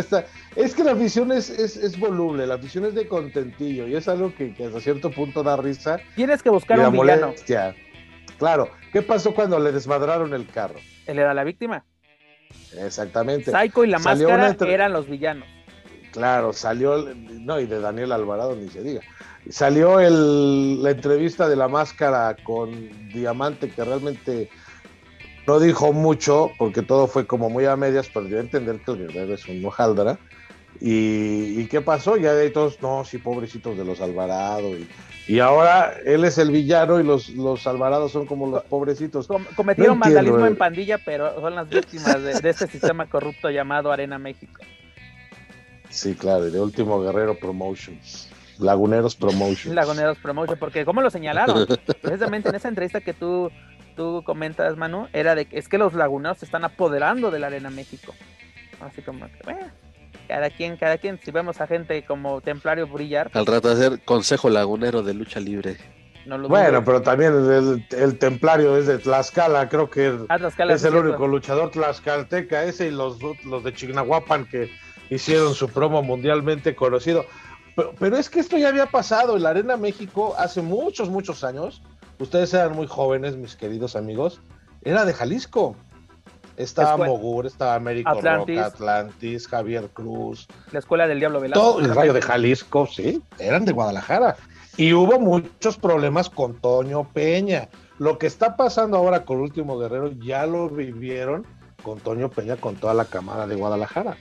es voluble, la afición es de contentillo y es algo que hasta cierto punto da risa. Tienes que buscar un villano. Molestia. Claro, ¿qué pasó cuando le desmadraron el carro? Él era la víctima. Exactamente. Psycho y la máscara eran los villanos. Claro, y de Daniel Alvarado ni se diga. Salió la entrevista de la máscara con Diamante, que realmente no dijo mucho, porque todo fue como muy a medias, pero dio a entender que el Guerrero es un hojaldra. ¿Y qué pasó? Ya de ahí todos, no, sí, pobrecitos de los Alvarado. Y ahora él es el villano y los Alvarados son como los pobrecitos. Cometieron vandalismo en pandilla, pero son las víctimas de este sistema corrupto llamado Arena México. Sí, claro, y de Último Guerrero Promotions. Laguneros Promotions. Porque como lo señalaron, precisamente en esa entrevista que tú comentas, Manu, era de que es que los laguneros se están apoderando de la Arena México. Así como que, bueno, cada quien, si vemos a gente como Templario brillar. Al rato hacer Consejo Lagunero de Lucha Libre. Bueno, pero también el Templario es de Tlaxcala, creo que Tlaxcala es el único luchador tlaxcalteca ese y los de Chignahuapan que hicieron su promo mundialmente conocido. Pero es que esto ya había pasado en la Arena México hace muchos años. Ustedes eran muy jóvenes, mis queridos amigos. Era de Jalisco. Estaba Mogur, estaba Américo Roca, Atlantis, Javier Cruz. La Escuela del Diablo Velasco. Todo el Rayo de Jalisco, sí, eran de Guadalajara. Y hubo muchos problemas con Toño Peña. Lo que está pasando ahora con Último Guerrero ya lo vivieron con Toño Peña, con toda la camada de Guadalajara.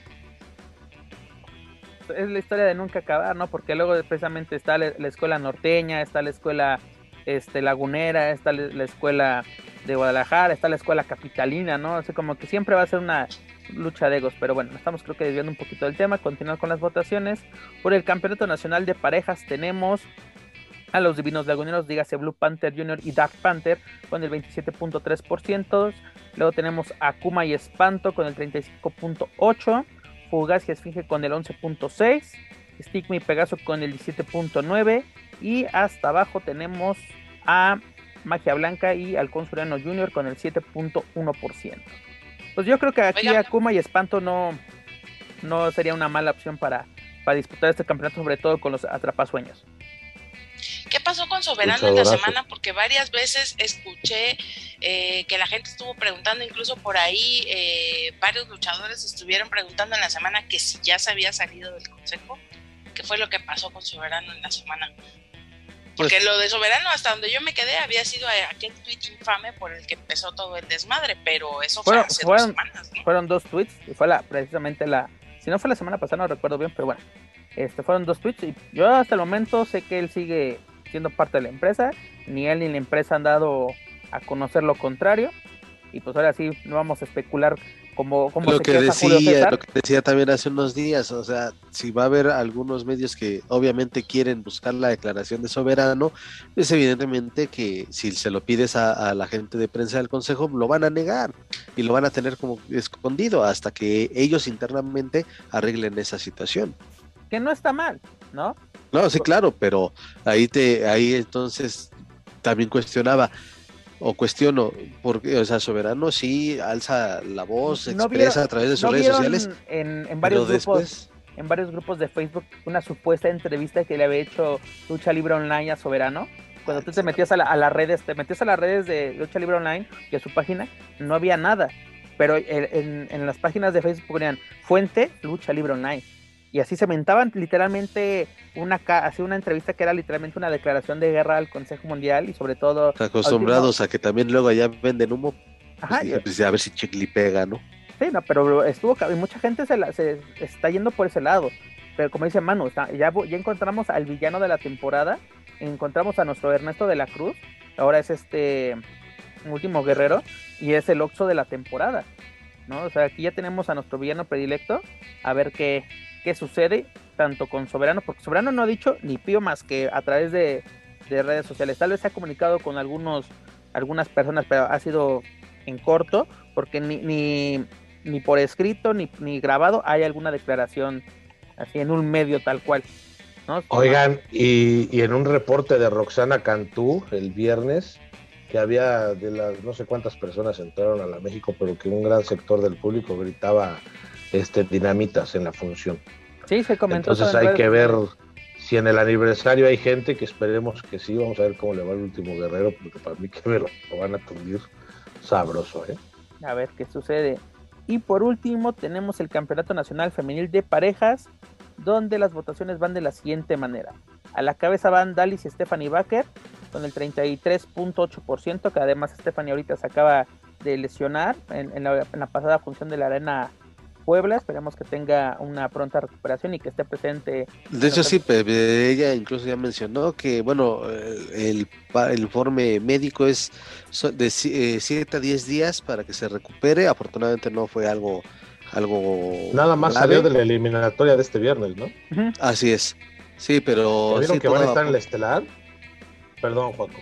Es la historia de nunca acabar, ¿no? Porque luego precisamente está la escuela norteña, está la escuela lagunera, está la escuela de Guadalajara, está la escuela capitalina, ¿no? O sea, como que siempre va a ser una lucha de egos, pero bueno, estamos creo que desviando un poquito del tema. Continuando con las votaciones. Por el Campeonato Nacional de Parejas tenemos a los Divinos Laguneros, dígase Blue Panther Jr. y Dark Panther con el 27.3%. Luego tenemos a Kuma y Espanto con el 35.8%. Fugaz y Esfinge con el 11.6%, Stigma y Pegaso con el 17.9%, y hasta abajo tenemos a Magia Blanca y Halcón Suriano Jr. con el 7.1%. Pues yo creo que aquí Akuma y Espanto no sería una mala opción para disputar este campeonato, sobre todo con los Atrapasueños. ¿Qué pasó con Soberano en la semana? Porque varias veces escuché que la gente estuvo preguntando, incluso por ahí varios luchadores estuvieron preguntando en la semana que si ya se había salido del consejo. ¿Qué fue lo que pasó con Soberano en la semana? Porque lo de Soberano, hasta donde yo me quedé, había sido aquel tweet infame por el que empezó todo el desmadre, pero eso fue hace 2 semanas, ¿no? Fueron 2 tweets, y fue precisamente si no fue la semana pasada, no recuerdo bien, pero bueno, fueron 2 tweets, y yo hasta el momento sé que él sigue siendo parte de la empresa, ni él ni la empresa han dado a conocer lo contrario, y pues ahora sí no vamos a especular cómo lo se que queja Julio César. Lo que decía también hace unos días, o sea, si va a haber algunos medios que obviamente quieren buscar la declaración de Soberano, es evidentemente que si se lo pides a la gente de prensa del consejo, lo van a negar y lo van a tener como escondido hasta que ellos internamente arreglen esa situación. Que no está mal, ¿no? No, sí, claro, pero ahí entonces también cuestiono, porque, o sea, Soberano sí alza la voz, expresa a través de sus redes sociales. En varios grupos de Facebook, una supuesta entrevista que le había hecho Lucha Libre Online a Soberano. Cuando tú te metías a las redes de Lucha Libre Online y a su página, no había nada. pero en las páginas de Facebook ponían fuente Lucha Libre Online, y así se mentaban literalmente así una entrevista que era literalmente una declaración de guerra al Consejo Mundial, y sobre todo acostumbrados a que también luego allá venden humo. Ajá, pues, a ver si Chicli pega, ¿no? Sí, no, pero y mucha gente se está yendo por ese lado. Pero como dice Manu, ya encontramos al villano de la temporada, encontramos a nuestro Ernesto de la Cruz, ahora es último guerrero, y es el Oxxo de la temporada, ¿no? O sea, aquí ya tenemos a nuestro villano predilecto, a ver qué sucede, tanto con Soberano, porque Soberano no ha dicho ni pío más que a través de redes sociales. Tal vez se ha comunicado con algunas personas, pero ha sido en corto, porque ni por escrito ni grabado hay alguna declaración así en un medio tal cual, ¿no? Oigan, y en un reporte de Roxana Cantú el viernes, que había de las no sé cuántas personas entraron a la México, pero que un gran sector del público gritaba dinamitas en la función. Sí, se comentó. Entonces hay que ver si en el aniversario hay gente, que esperemos que sí. Vamos a ver cómo le va el último guerrero, porque para mí que me lo van a tundir sabroso, A ver qué sucede. Y por último tenemos el Campeonato Nacional Femenil de Parejas, donde las votaciones van de la siguiente manera. A la cabeza van Dalis y Stephanie Baker con el 33.8%, que además Stephanie ahorita se acaba de lesionar en la pasada función de la Arena Puebla. Esperemos que tenga una pronta recuperación y que esté presente. De hecho, sí, ella incluso ya mencionó que, bueno, el informe médico es de 7 a 10 días para que se recupere. Afortunadamente no fue algo nada más grave. Salió de la eliminatoria de este viernes, ¿no? Uh-huh. Así es. Sí, pero ¿vieron sí, que van a estar en el estelar? Perdón, Juaco.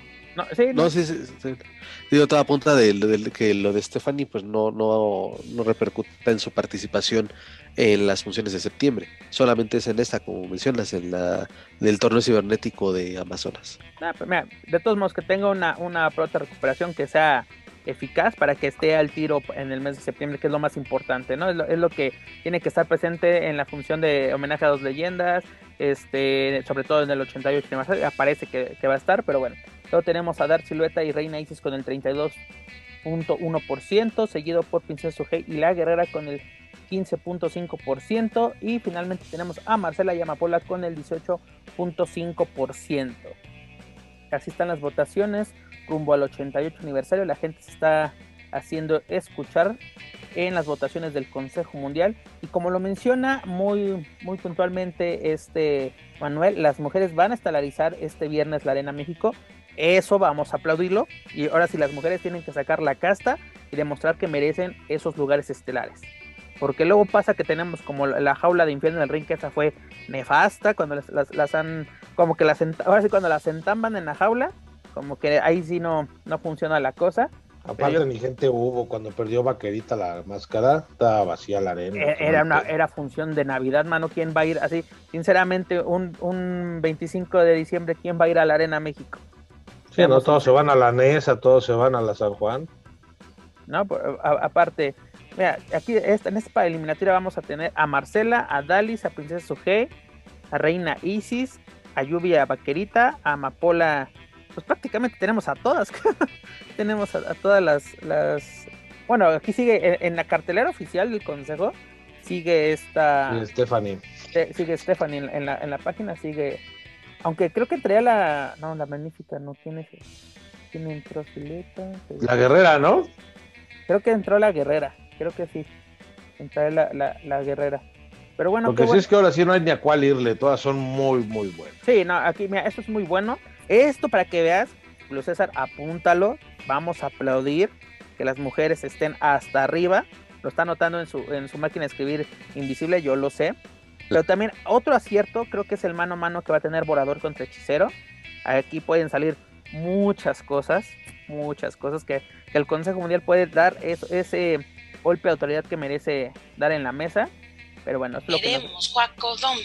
Sí. Digo, toda punta de que lo de Stephanie pues no repercuta en su participación en las funciones de septiembre. Solamente es en esta, como mencionas, en la del torneo cibernético de Amazonas. Pues mira, de todos modos, que tenga una pronta recuperación, que sea eficaz para que esté al tiro en el mes de septiembre, que es lo más importante, ¿no? Es lo que tiene que estar presente en la función de homenaje a dos leyendas, sobre todo en el 88 aniversario, aparece que va a estar, pero bueno. Luego tenemos a Dark Silueta y Reina Isis con el 32.1%, seguido por Princesa Sujei y La Guerrera con el 15.5%, y finalmente tenemos a Marcela y Amapola con el 18.5%. Así están las votaciones rumbo al 88 aniversario. La gente se está haciendo escuchar en las votaciones del Consejo Mundial, y como lo menciona muy, muy puntualmente Manuel, las mujeres van a estelarizar este viernes la Arena México. Eso vamos a aplaudirlo, y ahora sí las mujeres tienen que sacar la casta y demostrar que merecen esos lugares estelares, porque luego pasa que tenemos como la jaula de infierno del ring, que esa fue nefasta cuando las han, como que ahora sí cuando las entamban en la jaula, como que ahí sí no funciona la cosa. Aparte ni gente hubo, cuando perdió Vaquerita la máscara, estaba vacía la arena. Era función de Navidad, mano. ¿Quién va a ir así? Sinceramente, un 25 de diciembre, ¿quién va a ir a la Arena México? Sí, no, todos se van a la Nesa, todos se van a la San Juan. No, aparte, mira, aquí en esta eliminatoria vamos a tener a Marcela, a Dalis, a Princesa Sujei, a Reina Isis, a Lluvia Vaquerita, a Amapola. Pues prácticamente tenemos a todas. Tenemos a todas las. Bueno, aquí sigue en la cartelera oficial del Consejo, sigue Stephanie. Sigue Stephanie en la página, sigue. Aunque creo que entraría la Magnífica, no tiene entró Sileta. La Guerrera, ¿no? Creo que entró la Guerrera, creo que sí. Entró la Guerrera. Pero bueno, porque sí es que ahora sí no hay ni a cuál irle, todas son muy, muy buenas. Sí, no, aquí, mira, esto es muy bueno. Esto para que veas, Julio César, apúntalo. Vamos a aplaudir que las mujeres estén hasta arriba. Lo está anotando en su máquina de escribir invisible, yo lo sé. Pero también otro acierto, creo que es el mano a mano que va a tener Volador contra Hechicero. Aquí pueden salir muchas cosas que el Consejo Mundial puede dar ese golpe de autoridad que merece dar en la mesa. Pero bueno, es lo queremos Juacodón.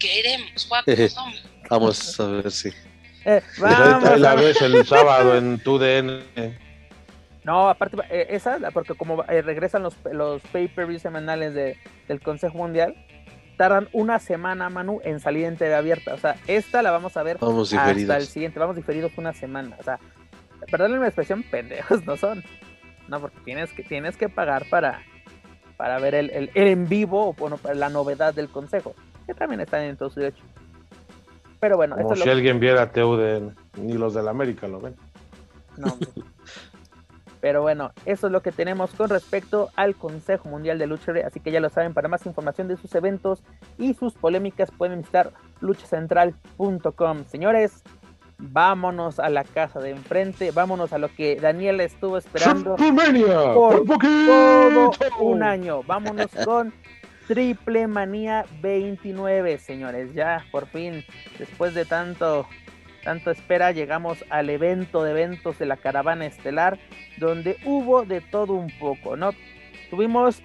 Vamos a ver si ahí la ves el sábado en tu DN. No, aparte porque como regresan los pay-per-views semanales del Consejo Mundial, tardan una semana, Manu, en salir en TV abierta. O sea, esta la vamos a ver hasta el siguiente. Vamos diferidos una semana. O sea, perdónenme la expresión, pendejos no son. ¿no? Porque tienes que pagar para ver el en vivo, o bueno, para la novedad del consejo, que también están en todo su derecho. Pero bueno, como si alguien viera TUDN, ni los del América lo ven. No. Pero bueno, eso es lo que tenemos con respecto al Consejo Mundial de Lucha Libre, así que ya lo saben, para más información de sus eventos y sus polémicas pueden visitar luchacentral.com. Señores, vámonos a la casa de enfrente, vámonos a lo que Daniel estuvo esperando por todo un año. Vámonos con Triple Manía 29, señores. Ya, por fin, después de tanto espera, llegamos al evento de eventos de la Caravana Estelar, donde hubo de todo un poco, ¿no? Tuvimos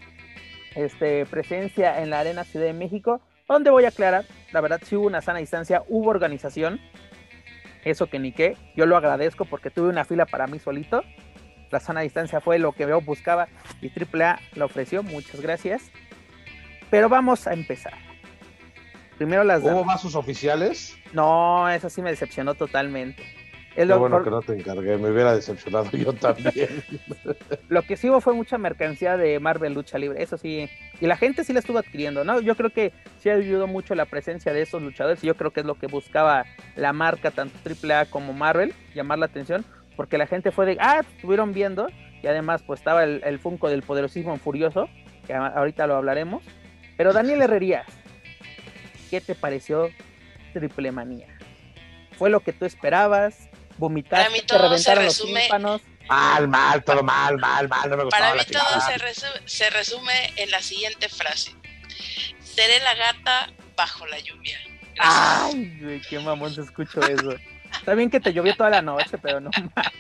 presencia en la Arena Ciudad de México, donde voy a aclarar, la verdad sí hubo una sana distancia, hubo organización, eso que ni qué, yo lo agradezco porque tuve una fila para mí solito, la sana distancia fue lo que yo buscaba y AAA la ofreció, muchas gracias, pero vamos a empezar. Primero ¿Hubo vasos oficiales? No, eso sí me decepcionó totalmente. Es lo bueno que no te encargué, me hubiera decepcionado yo también. Lo que sí hubo fue mucha mercancía de Marvel Lucha Libre, eso sí, y la gente sí la estuvo adquiriendo, ¿no? Yo creo que sí ayudó mucho la presencia de esos luchadores, y yo creo que es lo que buscaba la marca, tanto AAA como Marvel, llamar la atención, porque la gente fue de, estuvieron viendo, y además pues estaba el Funko del Poderosísimo Furioso, que ahorita lo hablaremos, pero Daniel Herrerías, ¿qué te pareció Triple Manía? ¿Fue lo que tú esperabas? ¿Vomitaste? Para mí todo ¿Te reventaron se resume... los tímpanos? Todo mal, no me gustaba. Para mí todo se resume en la siguiente frase: seré la gata bajo la lluvia. Gracias. Ay, güey, qué mamón se escuchó eso. Está bien que te llovió toda la noche, pero no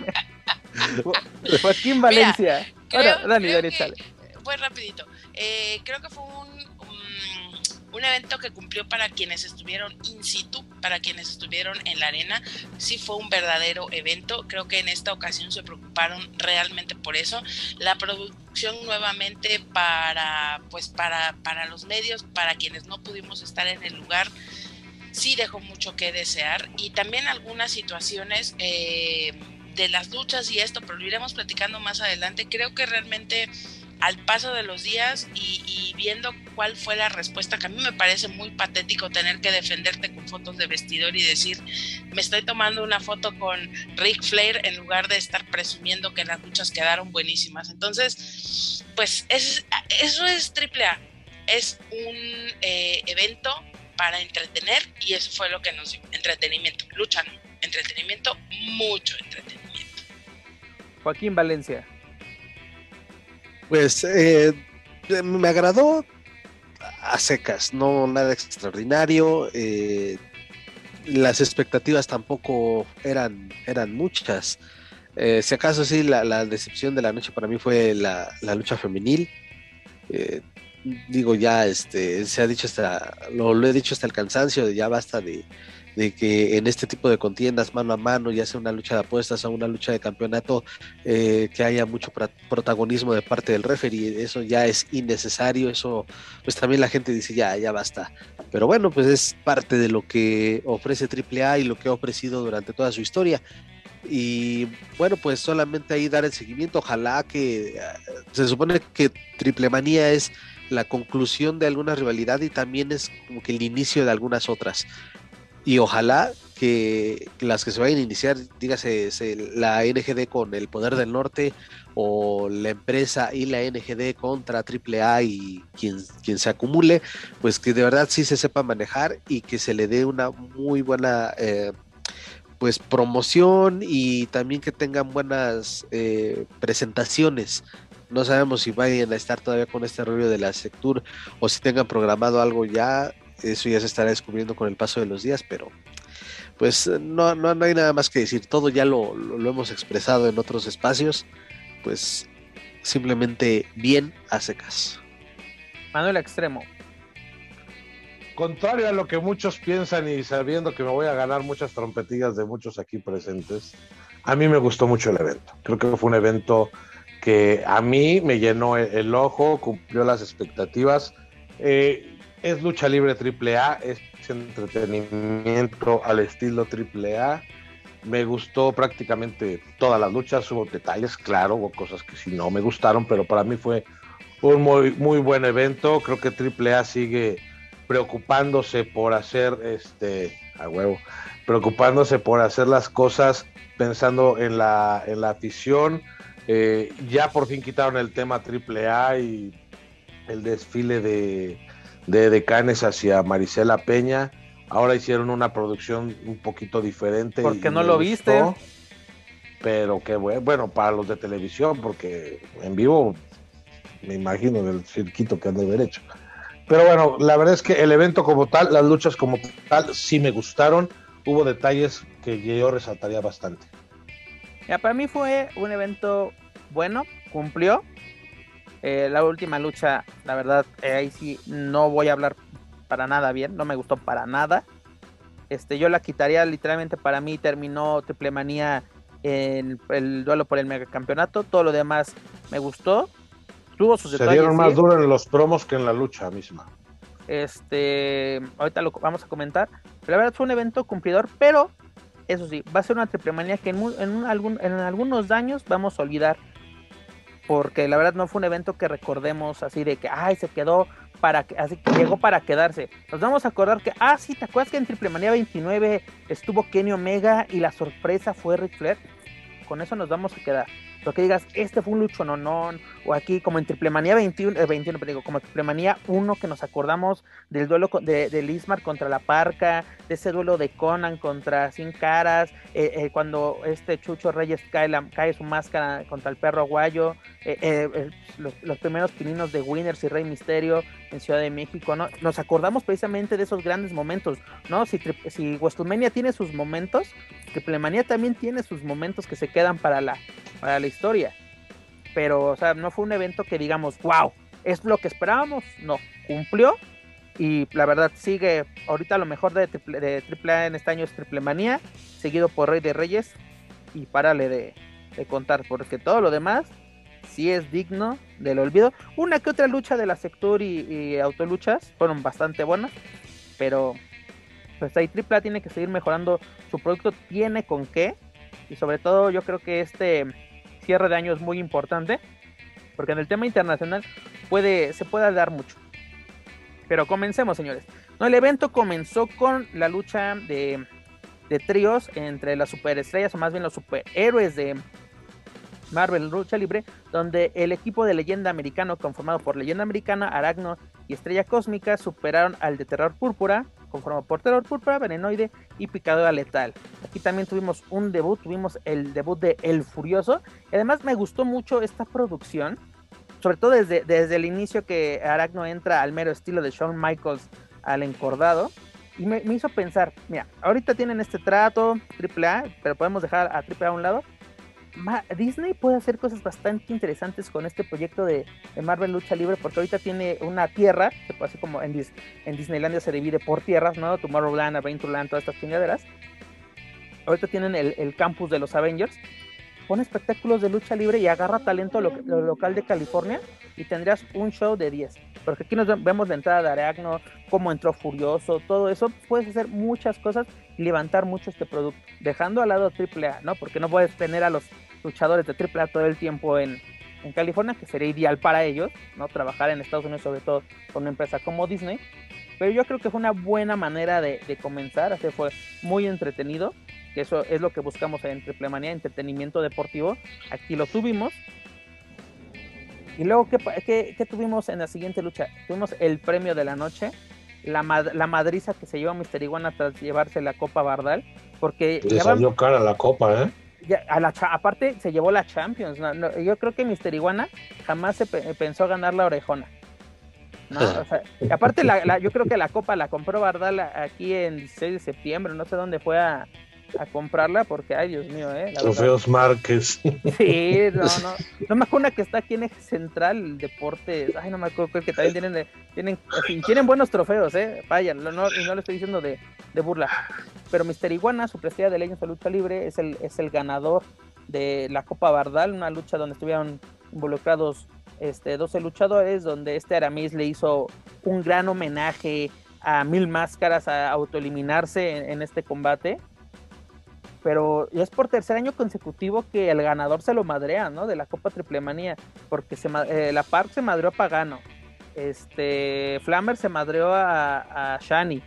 mames. Joaquín Valencia. Dani, échale. Voy rapidito. Creo que fue un evento que cumplió para quienes estuvieron in situ, para quienes estuvieron en la arena. Sí fue un verdadero evento. Creo que en esta ocasión se preocuparon realmente por eso. La producción nuevamente para los medios, para quienes no pudimos estar en el lugar, sí dejó mucho que desear, y también algunas situaciones de las luchas y esto, pero lo iremos platicando más adelante. Creo que realmente al paso de los días y viendo cuál fue la respuesta, que a mí me parece muy patético tener que defenderte con fotos de vestidor y decir, me estoy tomando una foto con Ric Flair en lugar de estar presumiendo que las luchas quedaron buenísimas. Entonces, pues eso es AAA, es un evento para entretener, y eso fue lo que nos dio. Entretenimiento, lucha no, entretenimiento, mucho entretenimiento. Joaquín Valencia. Pues me agradó a secas, no nada extraordinario. Las expectativas tampoco eran muchas. Si acaso sí, la decepción de la noche para mí fue la lucha femenil. Digo, ya se ha dicho lo he dicho hasta el cansancio, ya basta de que en este tipo de contiendas mano a mano, ya sea una lucha de apuestas o una lucha de campeonato, que haya mucho protagonismo de parte del referee. Eso ya es innecesario. Eso pues también la gente dice ya basta, pero bueno, pues es parte de lo que ofrece AAA y lo que ha ofrecido durante toda su historia. Y bueno, pues solamente ahí dar el seguimiento. Ojalá que se supone que Triple Manía es la conclusión de alguna rivalidad y también es como que el inicio de algunas otras, y ojalá que las que se vayan a iniciar, dígase la NGD con el Poder del Norte, o la empresa y la NGD contra AAA y quien se acumule, pues que de verdad sí se sepa manejar y que se le dé una muy buena pues promoción, y también que tengan buenas presentaciones. No sabemos si vayan a estar todavía con este rollo de la Sectur o si tengan programado algo ya. Eso ya se estará descubriendo con el paso de los días, pero pues no hay nada más que decir. Todo ya lo hemos expresado en otros espacios. Pues simplemente bien a secas. Manuel Extremo. Contrario a lo que muchos piensan, y sabiendo que me voy a ganar muchas trompetillas de muchos aquí presentes, a mí me gustó mucho el evento. Creo que fue un evento que a mí me llenó el ojo, cumplió las expectativas. Es lucha libre AAA, es entretenimiento al estilo AAA, Me gustó prácticamente todas las luchas, hubo detalles, claro, hubo cosas que sí no me gustaron, pero para mí fue un muy, muy buen evento. Creo que AAA sigue preocupándose por hacer preocupándose por hacer las cosas pensando en la afición. Ya por fin quitaron el tema AAA y el desfile de decanes hacia Marisela Peña. Ahora hicieron una producción un poquito diferente. ¿Por qué no lo viste? Pero que bueno, para los de televisión, porque en vivo me imagino del circuito que han de haber hecho. Pero bueno, la verdad es que el evento como tal, las luchas como tal, sí me gustaron. Hubo detalles que yo resaltaría bastante. Ya, para mí fue un evento bueno, cumplió. La última lucha, la verdad, ahí sí no voy a hablar para nada bien, no me gustó para nada. Yo la quitaría, literalmente para mí terminó Triple Manía en el duelo por el megacampeonato. Todo lo demás me gustó. Tuvo sus detalles. Se dieron más duro en los promos que en la lucha misma. Ahorita lo vamos a comentar. Pero la verdad fue un evento cumplidor, pero eso sí, va a ser una Triple Manía que en algunos años vamos a olvidar. Porque la verdad no fue un evento que recordemos así de que se quedó así que llegó para quedarse. Nos vamos a acordar que sí, ¿te acuerdas que en Triple Manía 29 estuvo Kenny Omega y la sorpresa fue Ric Flair? Con eso nos vamos a quedar. Lo que digas, fue un luchononón, o aquí como en Triple Manía 21, como Triple Manía 1, que nos acordamos del duelo de Lismar contra La Parca, de ese duelo de Conan contra Sin Caras, cuando Chucho Reyes cae su máscara contra el perro aguayo, los primeros pininos de Winners y Rey Misterio en Ciudad de México, ¿no? Nos acordamos precisamente de esos grandes momentos, ¿no? Si WrestleMania tiene sus momentos, Triple Manía también tiene sus momentos que se quedan para la historia, pero o sea, no fue un evento que digamos, wow, es lo que esperábamos, no, cumplió, y la verdad sigue, ahorita lo mejor de AAA en este año es Triple Manía, seguido por Rey de Reyes, y párale de contar, porque todo lo demás sí es digno del olvido. Una que otra lucha de la Sector y Autoluchas fueron bastante buenas, pero pues ahí AAA tiene que seguir mejorando su producto, tiene con qué, y sobre todo yo creo que cierre de año es muy importante, porque en el tema internacional se puede dar mucho. Pero comencemos, señores. El evento comenzó con la lucha de tríos entre las superestrellas, o más bien los superhéroes de Marvel Lucha Libre, donde el equipo de Leyenda Americano, conformado por Leyenda Americana, Aragno y Estrella Cósmica, superaron al de Terror Púrpura, conformado por Terror Púrpura, Venenoide y Picadora Letal. Aquí también tuvimos un debut, tuvimos el debut de El Furioso, y además me gustó mucho esta producción, sobre todo desde el inicio que Aragno entra al mero estilo de Shawn Michaels al encordado, y me hizo pensar, mira, ahorita tienen este trato AAA, pero podemos dejar a AAA a un lado. Disney puede hacer cosas bastante interesantes con este proyecto de Marvel Lucha Libre, porque ahorita tiene una tierra, así como en Disneylandia se divide por tierras, ¿no? Tomorrowland, Adventureland, todas estas chingaderas. Ahorita tienen el campus de los Avengers, pone espectáculos de lucha libre y agarra talento lo local de California, y tendrías un show de 10, porque aquí nos vemos la entrada de Aragno, cómo entró Furioso, todo eso. Puedes hacer muchas cosas y levantar mucho este producto, dejando al lado AAA, ¿no? Porque no puedes tener a los luchadores de AAA todo el tiempo en California, que sería ideal para ellos, ¿no? Trabajar en Estados Unidos, sobre todo con una empresa como Disney. Pero yo creo que fue una buena manera de comenzar, así fue muy entretenido, que eso es lo que buscamos en Triple Manía, entretenimiento deportivo. Aquí lo tuvimos. Y luego, ¿qué tuvimos en la siguiente lucha? Tuvimos el premio de la noche, la madriza que se llevó Mister Iguana tras llevarse la Copa Bardal, porque le salió cara la Copa, ¿eh? Aparte se llevó la Champions, ¿no? Yo creo que Mister Iguana jamás se pensó ganar la orejona, ¿no? O sea, aparte yo creo que la Copa la compró Bardal aquí en 16 de septiembre, no sé dónde fue a comprarla, porque ay Dios mío, Trofeos Márquez. Sí, no me acuerdo que está aquí en Eje Central Deportes, ay no me acuerdo, que también tienen buenos trofeos, vayan, y no le estoy diciendo de burla, pero Mister Iguana, su prestigio de Legends de Lucha Libre, es el ganador de la Copa Bardal, una lucha donde estuvieron involucrados 12 luchadores, donde Aramis le hizo un gran homenaje a Mil Máscaras, a autoeliminarse en este combate. pero es por tercer año consecutivo que el ganador se lo madrea, ¿no? De la Copa Triplemanía, porque la Park se madreó a Pagano, Flammer se madreó a Shani,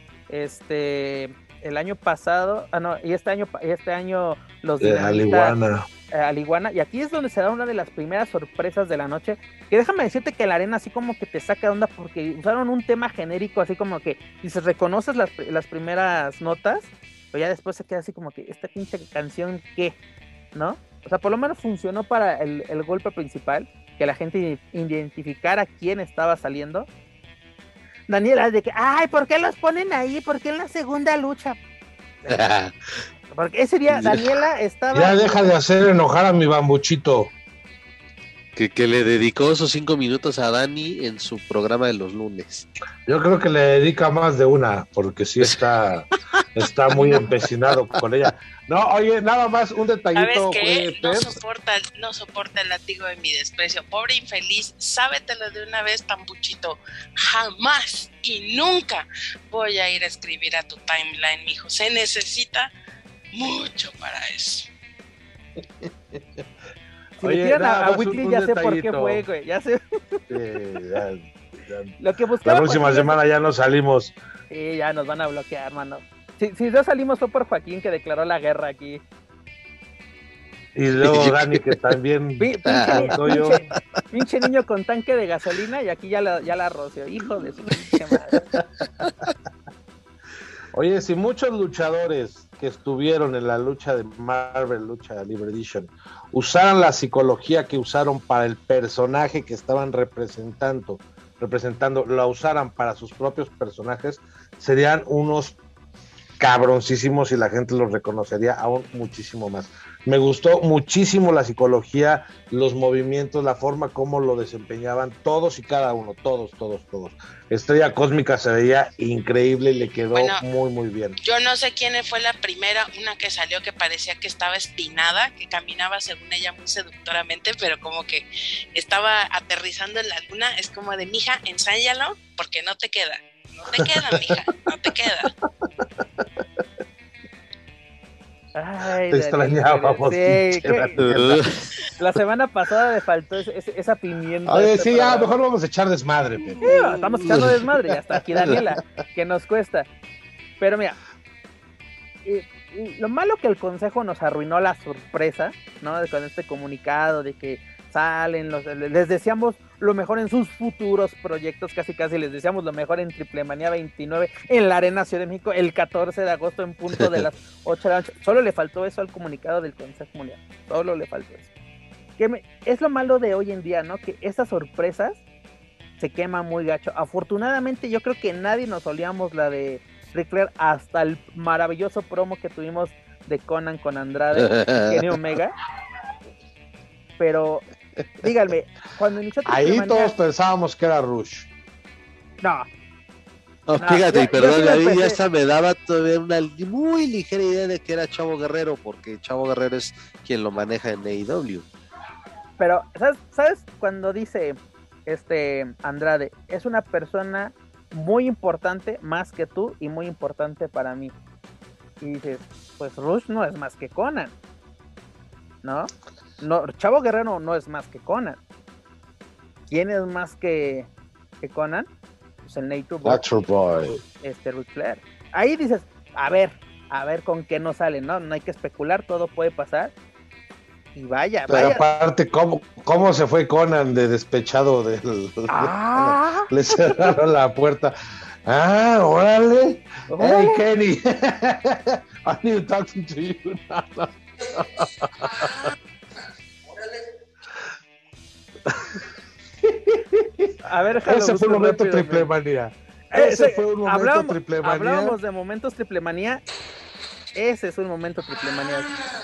el año pasado, y este año los Aliguana. Aliguana, y aquí es donde se da una de las primeras sorpresas de la noche, que déjame decirte que la arena así como que te saca de onda porque usaron un tema genérico, así como que si se reconoces las primeras notas, pero ya después se queda así como que esta pinche canción, ¿qué? ¿No? O sea, por lo menos funcionó para el golpe principal, que la gente identificara quién estaba saliendo. Daniela, de que, ay, ¿por qué los ponen ahí? ¿Por qué en la segunda lucha? Porque ese día Daniela estaba... Ya deja de hacer enojar a mi bambuchito. Que le dedicó esos 5 minutos a Dani en su programa de los lunes. Yo creo que le dedica más de una, porque sí está muy empecinado con ella. No, oye, nada más un detallito. ¿Sabes qué? No soporta el látigo de mi desprecio. Pobre infeliz, sábetelo de una vez, Tambuchito. Jamás y nunca voy a ir a escribir a tu timeline, mijo. Se necesita mucho para eso. Si le tiran a Weekly, ya sé por qué fue, güey. Ya sé. Lo que buscaba, la próxima semana ya no salimos. Sí, ya nos van a bloquear, mano. Si no salimos fue por Joaquín, que declaró la guerra aquí. Y luego Dani, que también pinche niño con tanque de gasolina, y aquí ya la roció. Hijo de su pinche madre. Oye, si muchos luchadores que estuvieron en la lucha de Marvel Lucha Libre Edition usaran la psicología que usaron para el personaje que estaban representando, la usaran para sus propios personajes, serían unos cabroncísimos y la gente los reconocería aún muchísimo más. Me gustó muchísimo la psicología, los movimientos, la forma como lo desempeñaban todos y cada uno, todos. Estrella Cósmica se veía increíble y le quedó muy, muy bien. Yo no sé quién fue la primera, una que salió que parecía que estaba espinada, que caminaba según ella muy seductoramente, pero como que estaba aterrizando en la luna. Es como de, mija, ensáyalo porque no te queda, mija, no te queda. Ay, te extrañábamos. Sí, la semana pasada me faltó esa pimienta. Oye, sí, ya, mejor vamos a echar desmadre. Estamos echando desmadre, ya está aquí Daniela, que nos cuesta. Pero mira, lo malo que el consejo nos arruinó la sorpresa, ¿no? Con este comunicado de que salen, les deseamos lo mejor en sus futuros proyectos, casi les deseamos lo mejor en Triplemanía 29 en la Arena Ciudad de México el 14 de agosto en punto de las 8 de la noche. Solo le faltó eso al comunicado del Consejo Mundial, solo le faltó eso. Es lo malo de hoy en día, ¿no? Que esas sorpresas se queman muy gacho. Afortunadamente yo creo que nadie nos olíamos la de Ric Flair hasta el maravilloso promo que tuvimos de Conan con Andrade, Kenny Omega, pero díganme, cuando inició ahí todos pensábamos que era Rush. No, fíjate, y perdón, a mí ya hasta me daba todavía una muy ligera idea de que era Chavo Guerrero, porque Chavo Guerrero es quien lo maneja en AEW. Pero, ¿sabes cuando dice Andrade, es una persona muy importante, más que tú, y muy importante para mí? Y dices, pues Rush no es más que Conan, ¿no? No, Chavo Guerrero no es más que Conan. ¿Quién es más que Conan? Pues el Nature Boy. Ric Flair. Ahí dices, a ver con qué nos sale, ¿no? No hay que especular, todo puede pasar. Y vaya. Aparte, ¿cómo se fue Conan de despechado le cerraron la puerta? Órale. Hey, Kenny. I need to talk to you. A ver, ese fue un momento Triplemanía. Ese fue un momento Triplemanía. Hablábamos de momentos Triplemanía. Ese es un momento Triplemanía.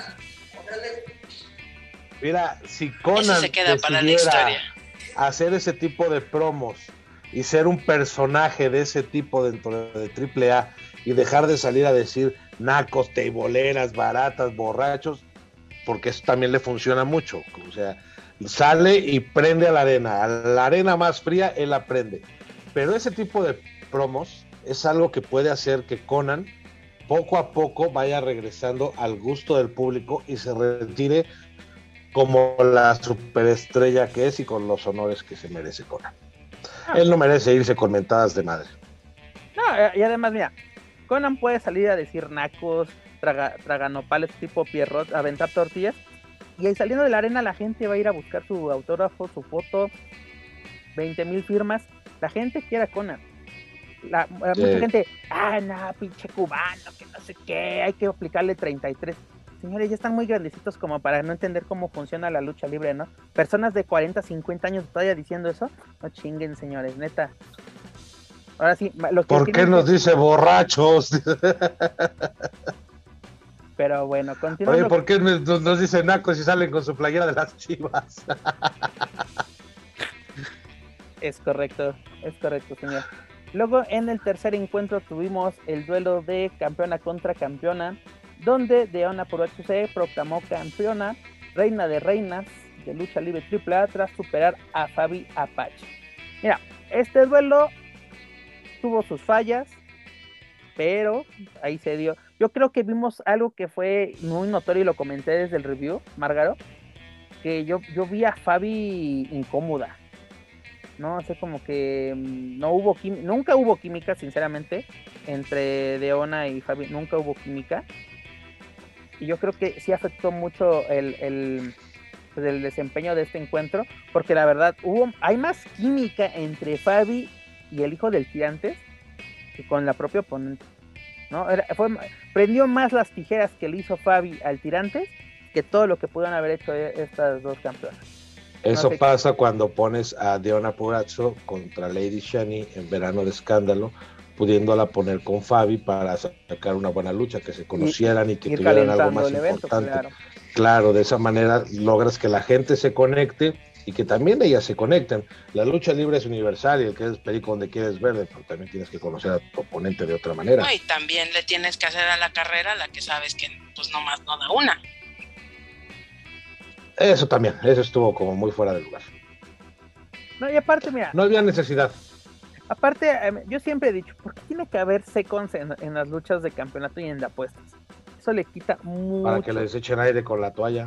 Mira, si Conan decidiera hacer ese tipo de promos y ser un personaje de ese tipo dentro de AAA y dejar de salir a decir nacos, teiboleras, baratas, borrachos, porque eso también le funciona mucho. O sea, sale y prende a la arena más fría, él la prende. Pero ese tipo de promos es algo que puede hacer que Conan poco a poco vaya regresando al gusto del público y se retire como la superestrella que es y con los honores que se merece Conan. Él no merece irse con mentadas de madre. No, y además, mira, Conan puede salir a decir nacos, traganopales tipo Pierrot, aventar tortillas, y ahí saliendo de la arena la gente va a ir a buscar su autógrafo, su foto, 20,000 firmas. La gente quiere a Conan. Mucha gente, no, pinche cubano, que no sé qué, hay que aplicarle 33. Señores, ya están muy grandecitos como para no entender cómo funciona la lucha libre, ¿no? Personas de 40, 50 años todavía diciendo eso, no chinguen, señores, neta. Ahora sí, los que ¿por qué nos dice borrachos? Pero bueno, continuando. Oye, ¿por qué nos dicen nacos si salen con su playera de las Chivas? Es correcto, señor. Luego, en el tercer encuentro tuvimos el duelo de campeona contra campeona, donde Deonna Purrazzo se proclamó campeona, reina de reinas de lucha libre AAA tras superar a Fabi Apache. Mira, este duelo tuvo sus fallas, pero ahí se dio. Yo creo que vimos algo que fue muy notorio y lo comenté desde el review, Márgaro, que yo vi a Fabi incómoda. No sé, como que nunca hubo química, sinceramente, entre Deonna y Fabi, nunca hubo química. Y yo creo que sí afectó mucho el desempeño de este encuentro, porque la verdad hay más química entre Fabi y el hijo del Tirantes que con la propia oponente, ¿no? Prendió más las tijeras que le hizo Fabi al Tirantes que todo lo que pudieron haber hecho estas dos campeonas. Eso pasa cuando pones a Deonna Purrazzo contra Lady Shani en Verano de Escándalo, pudiéndola poner con Fabi para sacar una buena lucha, que se conocieran y que tuvieran algo más importante. Claro, de esa manera logras que la gente se conecte y que también ellas se conecten. La lucha libre es universal y el que es perico donde quieres verde, pero también tienes que conocer a tu oponente de otra manera. No, y también le tienes que hacer a la carrera la que sabes que pues nomás no da una. Eso también, eso estuvo como muy fuera de lugar. No, y aparte, mira, no había necesidad. Aparte, yo siempre he dicho, ¿por qué tiene que haber seconds en las luchas de campeonato y en de apuestas? Eso le quita mucho. Para que les echen aire con la toalla.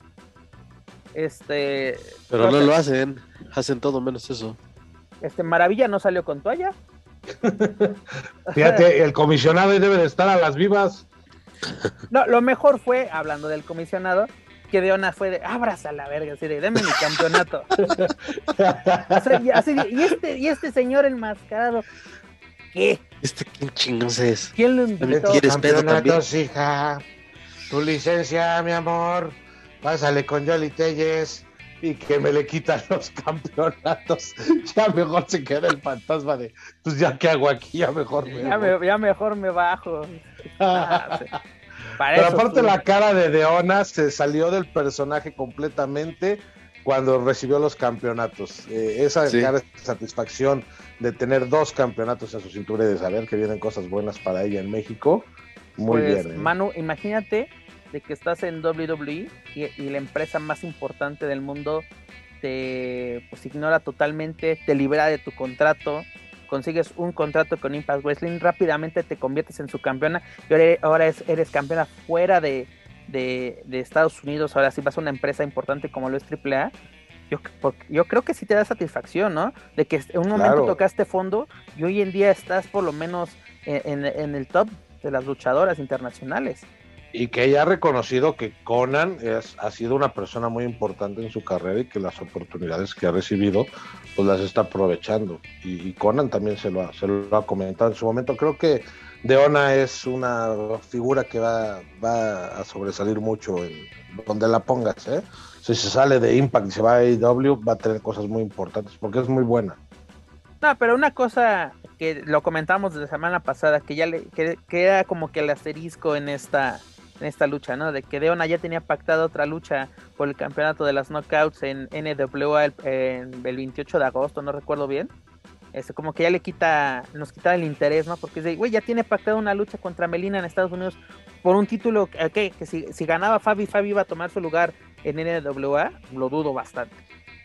Pero no lo hacen todo menos eso. Maravilla no salió con toalla. Fíjate, el comisionado debe de estar a las vivas. No, lo mejor fue, hablando del comisionado, que Deonna fue de, abraza la verga, así de, dame mi campeonato. O sea, y este señor enmascarado, ¿qué? ¿Quién chingados es? ¿Quién lo invitó? ¿Quieres pedo también? Hija, tu licencia, mi amor, pásale con Yoli Telles y que me le quitan los campeonatos. Ya mejor se queda el fantasma de, pues ya qué hago aquí, ya mejor me bajo. Pero aparte la cara de Deonna se salió del personaje completamente cuando recibió los campeonatos. Esa cara de satisfacción de tener 2 campeonatos en su cintura y de saber que vienen cosas buenas para ella en México, muy bien. Manu, imagínate de que estás en WWE y la empresa más importante del mundo te ignora totalmente, te libera de tu contrato, consigues un contrato con Impact Wrestling, rápidamente te conviertes en su campeona y ahora eres campeona fuera de Estados Unidos. Ahora sí vas a una empresa importante como lo es AAA. Yo creo que sí te da satisfacción, ¿no? De que en un momento tocaste fondo y hoy en día estás por lo menos en el top de las luchadoras internacionales. Y que ella ha reconocido que Conan ha sido una persona muy importante en su carrera y que las oportunidades que ha recibido pues las está aprovechando. Y Conan también se lo ha comentado en su momento. Creo que Deonna es una figura que va a sobresalir mucho en donde la pongas, ¿eh? Si se sale de Impact y se va a AEW, va a tener cosas muy importantes porque es muy buena. No, pero una cosa que lo comentamos la semana pasada, que era como que el asterisco en esta lucha, ¿no? De que Deonna ya tenía pactada otra lucha por el campeonato de las knockouts en NWA el 28 de agosto, no recuerdo bien. Como que ya nos quita el interés, ¿no? Porque güey, ya tiene pactada una lucha contra Melina en Estados Unidos por un título que si ganaba Fabi iba a tomar su lugar en NWA, lo dudo bastante.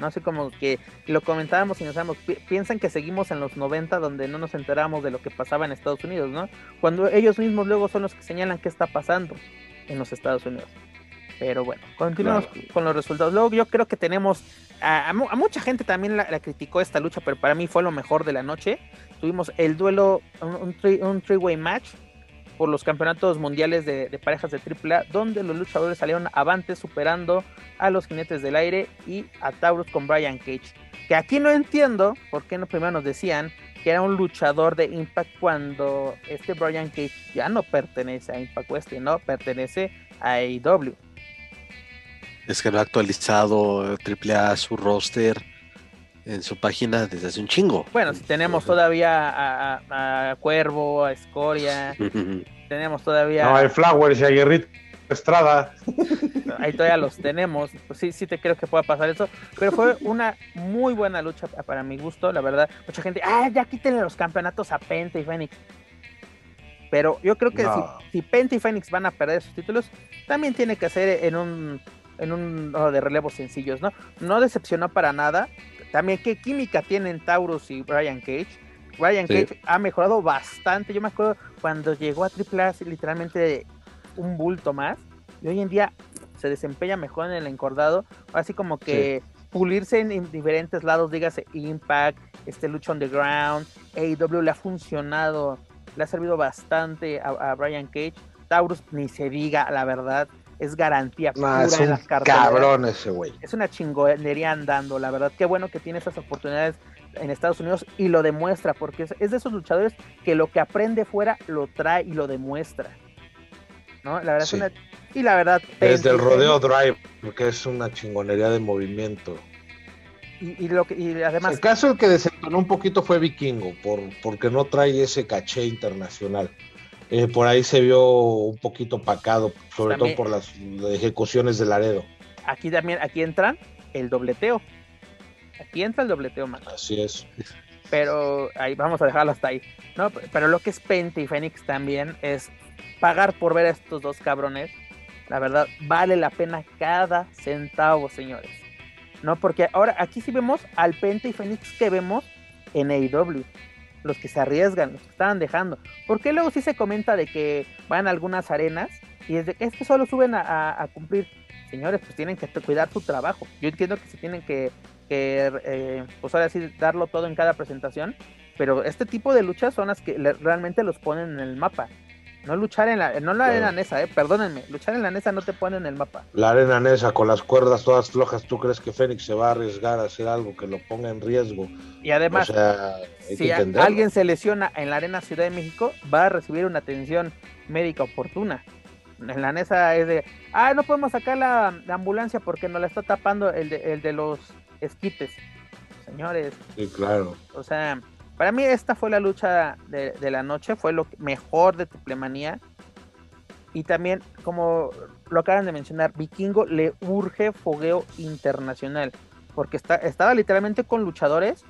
¿no? Así como que lo comentábamos y nos damos, piensan que seguimos en los 90 donde no nos enteramos de lo que pasaba en Estados Unidos, ¿no? Cuando ellos mismos luego son los que señalan qué está pasando en los Estados Unidos. Pero bueno, continuamos con los resultados. Luego yo creo que tenemos, a mucha gente también la criticó esta lucha, pero para mí fue lo mejor de la noche. Tuvimos el duelo, un three-way match por los campeonatos mundiales de parejas de AAA, donde los luchadores salieron avantes superando a los Jinetes del Aire y a Taurus con Brian Cage, que aquí no entiendo por qué no primero nos decían que era un luchador de Impact cuando este Brian Cage ya no pertenece a Impact West, no pertenece a AEW. Es que no ha actualizado AAA su roster en su página desde hace un chingo. Bueno, si tenemos todavía a Cuervo, a Escoria, tenemos todavía... No, hay Flowers y a Guerrito Estrada. Ahí todavía los tenemos, pues sí te creo que pueda pasar eso, pero fue una muy buena lucha para mi gusto, la verdad. Mucha gente, ya quítenle los campeonatos a Penta y Fénix. Pero yo creo que si Penta y Fénix van a perder sus títulos, también tiene que ser en un de relevos sencillos, ¿no? No decepcionó para nada. También qué química tienen Taurus y Brian Cage. Brian Cage ha mejorado bastante. Yo me acuerdo cuando llegó a AAA literalmente un bulto más, y hoy en día se desempeña mejor en el encordado, así como que pulirse en diferentes lados, dígase Impact, Lucha Underground, AEW le ha funcionado, le ha servido bastante a Brian Cage. Taurus ni se diga, la verdad, es garantía pura en las carteleras. Cabrón ese güey. Es una chingonería andando, la verdad. Qué bueno que tiene esas oportunidades en Estados Unidos y lo demuestra, porque es de esos luchadores que lo que aprende fuera lo trae y lo demuestra, ¿no? La verdad y la verdad es del Rodeo Drive, porque es una chingonería de movimiento. Y además el caso el que desentonó un poquito fue Vikingo, porque no trae ese caché internacional. Por ahí se vio un poquito opacado, sobre todo por las ejecuciones de Laredo. Aquí entra el dobleteo. Aquí entra el dobleteo, man. Así es. Pero ahí vamos a dejarlo hasta ahí, ¿no? Pero lo que es Penta y Fénix también es pagar por ver a estos dos cabrones. La verdad, vale la pena cada centavo, señores. ¿No? Porque ahora aquí sí vemos al Penta y Fénix que vemos en AEW. Los que se arriesgan, los que estaban dejando. Porque luego sí se comenta de que van a algunas arenas y es que solo suben a cumplir. Señores, pues tienen que cuidar su trabajo. Yo entiendo que se tienen que pues ahora sí darlo todo en cada presentación, pero este tipo de luchas son las que realmente los ponen en el mapa. No luchar en la arena Nesa, perdónenme, luchar en la Nesa no te pone en el mapa. La arena Nesa con las cuerdas todas flojas, ¿tú crees que Fénix se va a arriesgar a hacer algo que lo ponga en riesgo? Y además, o sea, si alguien se lesiona en la arena Ciudad de México, va a recibir una atención médica oportuna. En la Nesa es de, no podemos sacar la ambulancia porque nos la está tapando el de los esquites. Señores. Sí, claro. O sea, para mí esta fue la lucha de la noche, fue lo mejor de Triplemanía. Y también, como lo acaban de mencionar, Vikingo le urge fogueo internacional, porque estaba literalmente con luchadores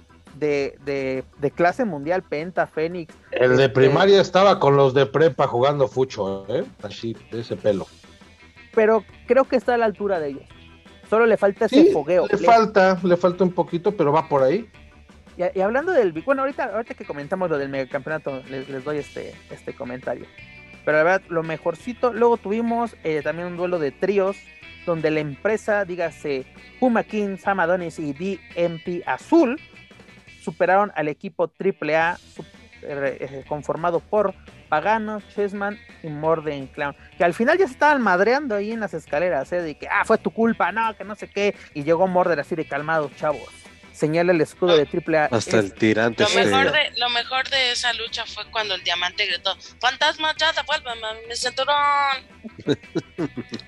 de clase mundial, Penta, Fénix. El de primaria estaba con los de prepa jugando fucho, así, de ese pelo. Pero creo que está a la altura de ellos. Solo le falta ese fogueo. Le falta un poquito, pero va por ahí. Y hablando del... Bueno, ahorita que comentamos lo del megacampeonato, les doy este comentario. Pero la verdad, lo mejorcito. Luego tuvimos también un duelo de tríos, donde la empresa, dígase Puma King, Sam Adonis y DMP Azul, superaron al equipo AAA conformado por Pagano, Chessman y Morden Clown, que al final ya se estaban madreando ahí en las escaleras, de que fue tu culpa, no, que no sé qué, y llegó Morden así de calmados, chavos. Señala el escudo de AAA. Hasta el tirante. Lo mejor de esa lucha fue cuando el Diamante gritó: ¡Fantasma, ya devuélveme mi cinturón!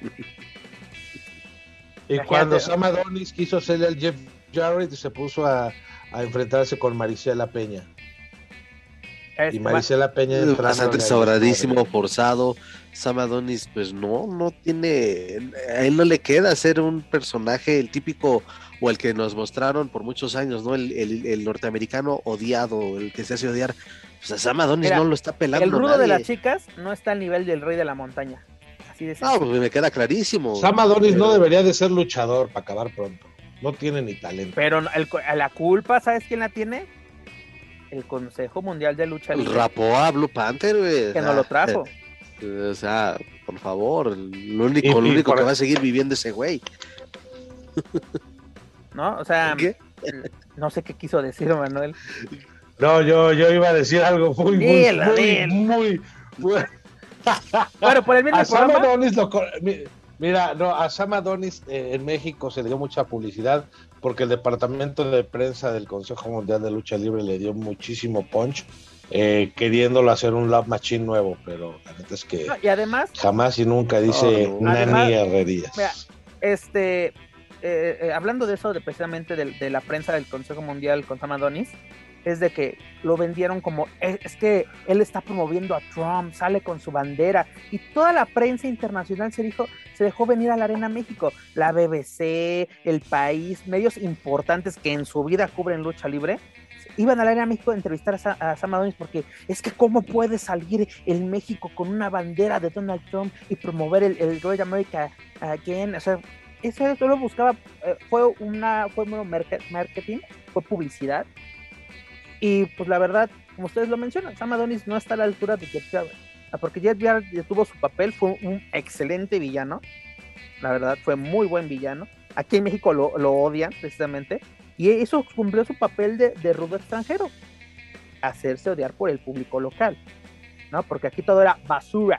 Y cuando Sam Adonis quiso hacerle al Jeff Jarrett, se puso a enfrentarse con Marisela Peña. Y Marisela Peña bastante sobradísimo, forzado. Sam Adonis, pues no tiene, a él no le queda ser un personaje, el típico, o el que nos mostraron por muchos años, ¿no? El norteamericano odiado, el que se hace odiar. Pues a Sam Adonis no lo está pelando. El rudo de las chicas no está al nivel del Rey de la Montaña. Así de no, pues me queda clarísimo. Sam Adonis no debería de ser luchador para acabar pronto. no tiene ni talento. Pero la culpa, ¿sabes quién la tiene? El Consejo Mundial de Lucha Libre. Rapó a Blue Panther, güey. Que no lo trajo. O sea, por favor, lo único que va a seguir viviendo ese güey. ¿No? O sea, ¿qué? No sé qué quiso decir Manuel. No, yo iba a decir algo muy Bueno, por el bien del programa. Adonis mira, no, a Sam Adonis en México se le dio mucha publicidad porque el departamento de prensa del Consejo Mundial de Lucha Libre le dio muchísimo punch, queriéndolo hacer un love machine nuevo, pero la neta es que y además, jamás y nunca dice Nani Herrerías. Mira, hablando de eso, precisamente de la prensa del Consejo Mundial con Sam Adonis, es de que lo vendieron como, es que él está promoviendo a Trump, sale con su bandera, y toda la prensa internacional se dejó venir a la Arena México, la BBC, El País, medios importantes que en su vida cubren lucha libre, iban a la Arena México a entrevistar a Sam Adonis porque es que cómo puede salir el México con una bandera de Donald Trump y promover el Great America Again, o sea, eso lo buscaba, fue marketing, fue publicidad. Y pues la verdad, como ustedes lo mencionan, Sam Adonis no está a la altura de Jeff Jarrett, porque Jeff Jarrett tuvo su papel, fue un excelente villano, la verdad, fue muy buen villano. Aquí en México lo odian precisamente, y eso cumplió su papel de rudo extranjero, hacerse odiar por el público local, ¿no? Porque aquí todo era basura,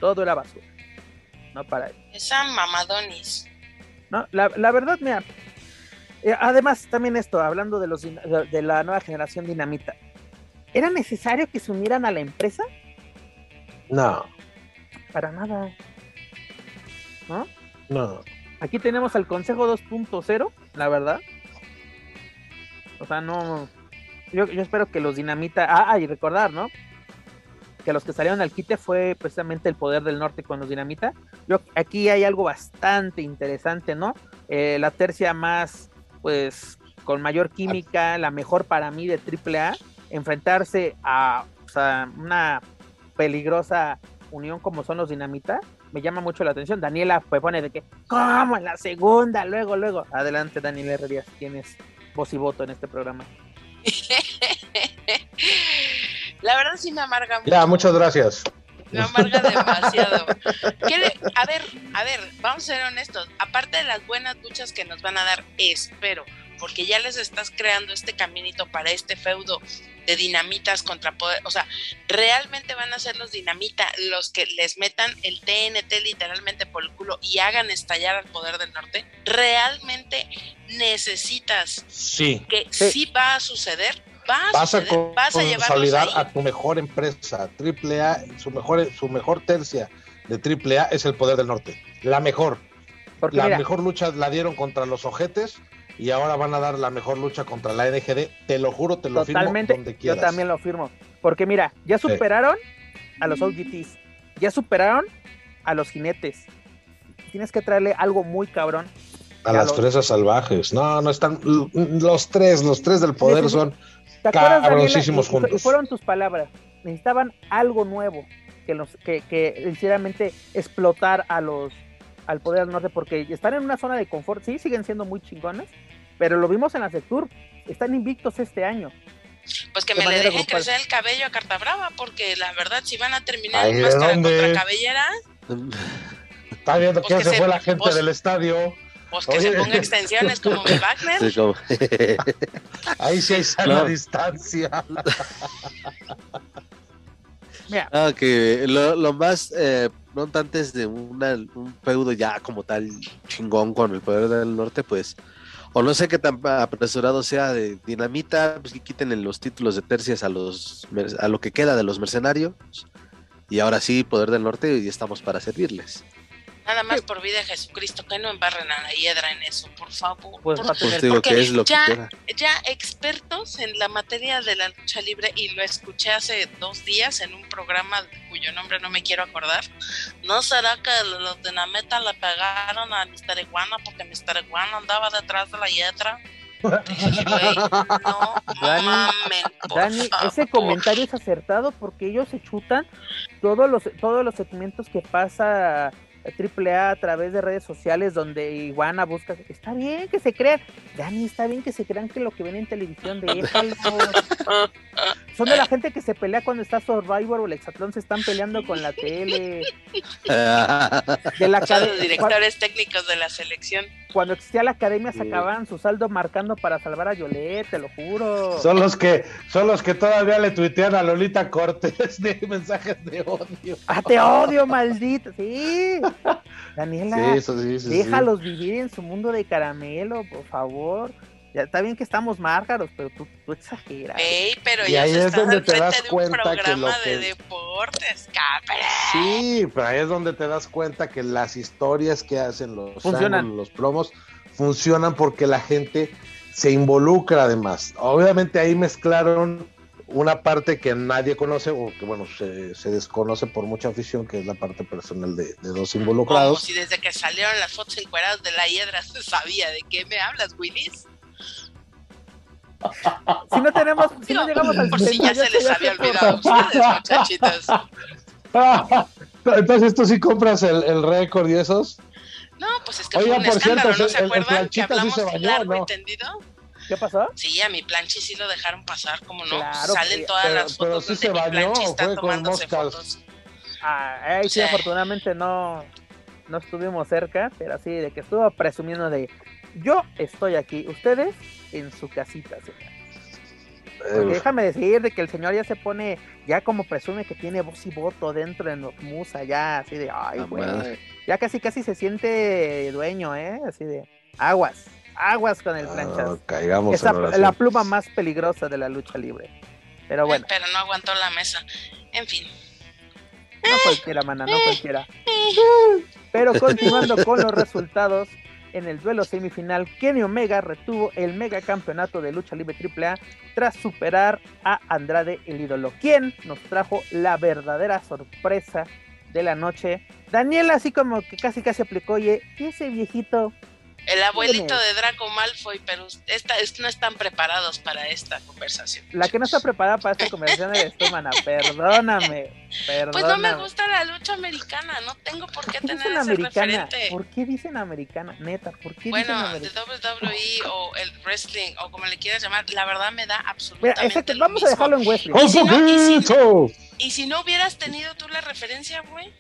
¿no? Para él. Esa Mamadonis. No, la verdad, mira. Además, también esto, hablando de la nueva generación Dinamita, ¿era necesario que se unieran a la empresa? No. Para nada. ¿No? No. Aquí tenemos al Consejo 2.0, la verdad. O sea, no. Yo espero que los Dinamita. Y recordar, ¿no? Que los que salieron al quite fue precisamente el Poder del Norte con los Dinamita. Aquí hay algo bastante interesante, ¿no? La tercia más, pues, con mayor química, la mejor para mí de AAA, enfrentarse a, o sea, una peligrosa unión como son los Dinamita, me llama mucho la atención. Daniela pues pone de que, ¿cómo? En la segunda, luego. Adelante, Daniela Herrerías, tienes voz y voto en este programa. La verdad sí me amarga mucho. Ya, muchas gracias. Me amarga demasiado. A ver, vamos a ser honestos. Aparte de las buenas luchas que nos van a dar, espero, porque ya les estás creando este caminito para este feudo de Dinamitas contra Poder. O sea, realmente van a ser los Dinamita los que les metan el TNT literalmente por el culo y hagan estallar al Poder del Norte. ¿Realmente necesitas que sí va a suceder? Vas a consolidar a tu mejor empresa, AAA, su mejor tercia de AAA es el Poder del Norte, la mejor. Porque mejor lucha la dieron contra los Ojetes y ahora van a dar la mejor lucha contra la NGD, te lo juro, te lo firmo donde quieras. Yo también lo firmo, porque mira, ya superaron a los OGTs, ya superaron a los Jinetes, tienes que traerle algo muy cabrón. A las Fresas Salvajes, no están, los tres del Poder son cabrosísimos juntos. Y fueron tus palabras, necesitaban algo nuevo que sinceramente explotar al Poder del Norte, porque están en una zona de confort, sí, siguen siendo muy chingones, pero lo vimos en la Sectur, están invictos este año. Pues que me le dejen crecer el cabello a Carta Brava, porque la verdad, si van a terminar en máscara contra cabellera. Está viendo quién se fue la gente del estadio. Pues que se ponga extensiones como mi Wagner. Sí, como... Ahí sí hay sana distancia. Mira. Que lo más pronto antes de un feudo ya como tal chingón con el Poder del Norte, pues, o no sé qué tan apresurado sea de Dinamita, pues que quiten los títulos de tercias a lo que queda de los mercenarios, y ahora sí, Poder del Norte, y estamos para servirles. Nada más por vida de Jesucristo, que no embarren a la hiedra en eso, por favor. Pues digo que es lo que quiera. Ya expertos en la materia de la lucha libre, y lo escuché hace 2 días en un programa cuyo nombre no me quiero acordar. ¿No será que los Dinamita le pegaron a Mr. Iguana porque Mr. Iguana andaba detrás de la hiedra? No mamen, Dani, ese comentario es acertado porque ellos se chutan todos los segmentos que pasa AAA a través de redes sociales donde Iguana busca, está bien que se crean, Dani, está bien que se crean que lo que ven en televisión, déjalo. Son de la gente que se pelea cuando está Survivor o el Hexatlón, se están peleando con la tele. De la Son los directores técnicos de la selección. Cuando existía la academia sacaban su saldo marcando para salvar a Yolette, te lo juro. Son los que todavía le tuitean a Lolita Cortés de mensajes de odio. ¡Ah, te odio, maldito! Sí. Daniela, déjalos vivir en su mundo de caramelo, por favor. Ya está bien que estamos márgaros, pero tú exageras. Ey, pero y ya ahí se es está donde al te das frente de un cuenta programa que de deportes, cabrón. Sí, pero ahí es donde te das cuenta que las historias que hacen los funcionan, los promos funcionan porque la gente se involucra además. Obviamente ahí mezclaron una parte que nadie conoce o que bueno se desconoce por mucha afición, que es la parte personal de dos involucrados. Como si desde que salieron las fotos encueradas de la hiedra se sabía de qué me hablas, Willis. Si no llegamos al por si ya se les había olvidado a ustedes, muchachitos. Entonces tú sí compras el récord y esos. No, pues es que fue un escándalo, ¿no se acuerdan? Que hablamos sí se bañó, largo ¿no? y tendido. ¿Qué pasó? Sí, a mi Planchi sí lo dejaron pasar, como no. Claro, salen todas las fotos sí donde se mi bañó, Planchi está fue con tomándose moscas. fotos. Ahí sí, afortunadamente no estuvimos cerca, pero así de que estuvo presumiendo de yo estoy aquí, ustedes en su casita, señor. Porque déjame decir de que el señor ya se pone, ya como presume que tiene voz y voto dentro de Musa, ya así de, ay, güey, ya casi se siente dueño, así de, aguas con el Planchas. Caigamos esa la pluma más peligrosa de la lucha libre. Pero bueno. Pero no aguantó la mesa. En fin. No cualquiera, mana, no cualquiera. Pero continuando con los resultados, en el duelo semifinal, Kenny Omega retuvo el megacampeonato de lucha libre AAA tras superar a Andrade el ídolo, quien nos trajo la verdadera sorpresa de la noche. Daniela así como que casi aplicó, oye, ¿y ese viejito? El abuelito de Draco Malfoy, pero no están preparados para esta conversación. La que no está preparada para esta conversación eres tú, mana. Perdóname. Pues no me gusta la lucha americana, no tengo por qué tener ese americana? referente. ¿Por qué dicen americana? Neta, ¿por qué bueno, dicen americana? de WWE o el wrestling, o como le quieras llamar, la verdad me da absolutamente exacto, lo vamos mismo. a dejarlo en wrestling. Y si no hubieras tenido tú la referencia, güey.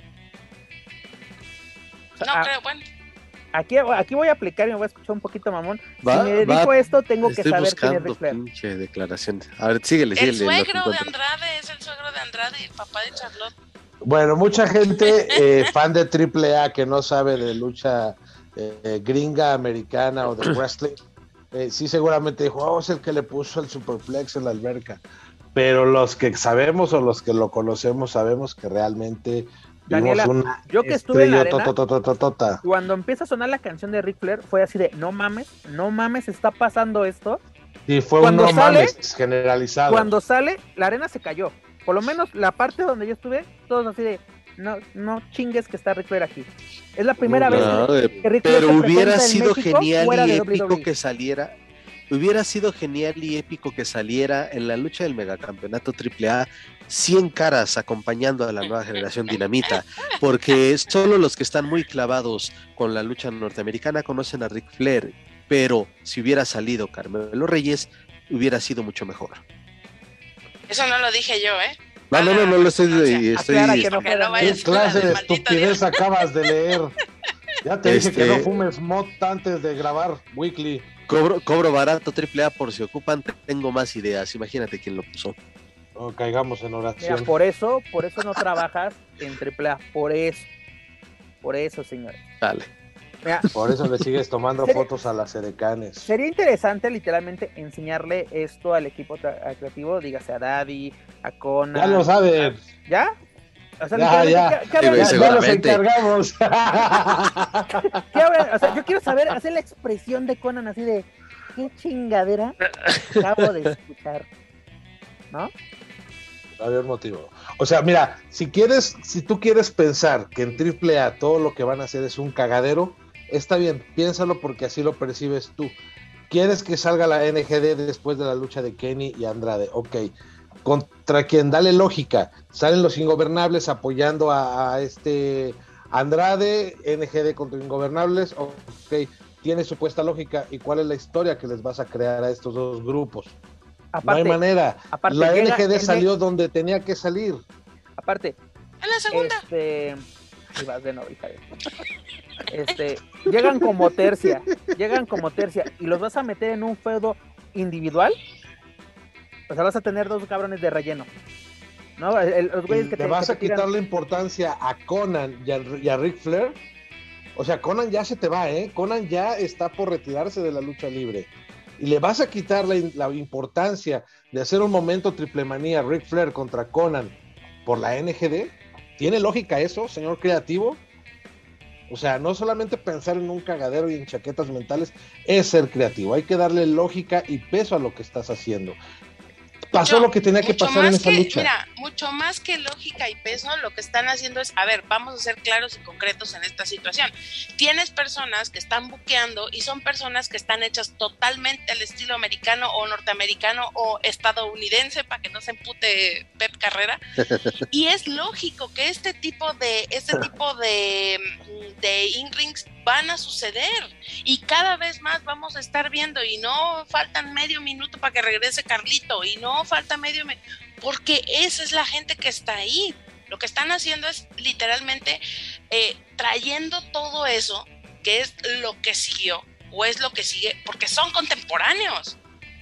No creo, bueno. Aquí voy a aplicar y me voy a escuchar un poquito mamón. Si me dedico a esto, tengo que saber quién es Ric Flair. Pinche declaración. A ver, síguele. El suegro de Andrade, es el suegro de Andrade, el papá de Charlotte. Bueno, mucha gente fan de AAA que no sabe de lucha gringa, americana o de wrestling, sí seguramente dijo, es el que le puso el superplex en la alberca. Pero los que sabemos o los que lo conocemos sabemos que realmente... Daniela, yo que estuve en la arena, cuando empieza a sonar la canción de Ric Flair, fue así de, no mames, está pasando esto. Sí, fue cuando un no mames generalizado. Cuando sale, la arena se cayó. Por lo menos la parte donde yo estuve, todos así de, no chingues que está Ric Flair aquí. Es la primera vez que Ric Flair pero se hubiera presenta sido en México, genial fuera y de épico WWE. que saliera. Hubiera sido genial y épico que saliera en la lucha del megacampeonato AAA 100 caras acompañando a la nueva generación Dinamita, porque solo los que están muy clavados con la lucha norteamericana conocen a Ric Flair, pero si hubiera salido Carmelo Reyes, hubiera sido mucho mejor. Eso no lo dije yo, No lo estoy ¿Qué clase de estupidez acabas de leer? Ya te dije que no fumes mota antes de grabar Weekly. Cobro barato AAA por si ocupan, tengo más ideas, imagínate quién lo puso. No caigamos en oración. Mira, por eso no trabajas en AAA, por eso, señores. Dale. Mira, por eso le sigues tomando fotos a las edecanes. Sería interesante literalmente enseñarle esto al equipo creativo, dígase a Daddy, a Conan. Ya lo saben. ¿Ya? O sea, ya los encargamos. O sea, yo quiero saber, hacer la expresión de Conan así de, ¿qué chingadera acabo de escuchar? ¿No? No había un motivo. O sea, mira, si tú quieres pensar que en AAA todo lo que van a hacer es un cagadero, está bien, piénsalo porque así lo percibes tú. ¿Quieres que salga la NGD después de la lucha de Kenny y Andrade? Ok. ¿Contra quien? Dale lógica. Salen los ingobernables apoyando a Andrade, NGD contra Ingobernables, ok, tiene supuesta lógica. ¿Y cuál es la historia que les vas a crear a estos dos grupos? Aparte, no hay manera. La NGD salió donde tenía que salir. Aparte, en la segunda. Ahí vas de nuevo, hija de... llegan como tercia y los vas a meter en un feudo individual. O sea, vas a tener dos cabrones de relleno. ¿No? Los güeyes que te vas a quitar la importancia a Conan y a Ric Flair. O sea, Conan ya se te va, Conan ya está por retirarse de la lucha libre. Y le vas a quitar la importancia de hacer un momento triple manía Ric Flair contra Conan por la NGD. ¿Tiene lógica eso, señor creativo? O sea, no solamente pensar en un cagadero y en chaquetas mentales es ser creativo. Hay que darle lógica y peso a lo que estás haciendo. Pasó lo que tenía que pasar en esa lucha. Mira, mucho más que lógica y peso, lo que están haciendo es, a ver, vamos a ser claros y concretos en esta situación. Tienes personas que están buqueando y son personas que están hechas totalmente al estilo americano o norteamericano o estadounidense, para que no se empute Pep Carrera. Y es lógico que este tipo de in-rings van a suceder y cada vez más vamos a estar viendo, y no faltan medio minuto para que regrese Carlito, y no falta medio minuto, porque esa es la gente que está ahí. Lo que están haciendo es literalmente trayendo todo eso, que es lo que siguió o es lo que sigue, porque son contemporáneos.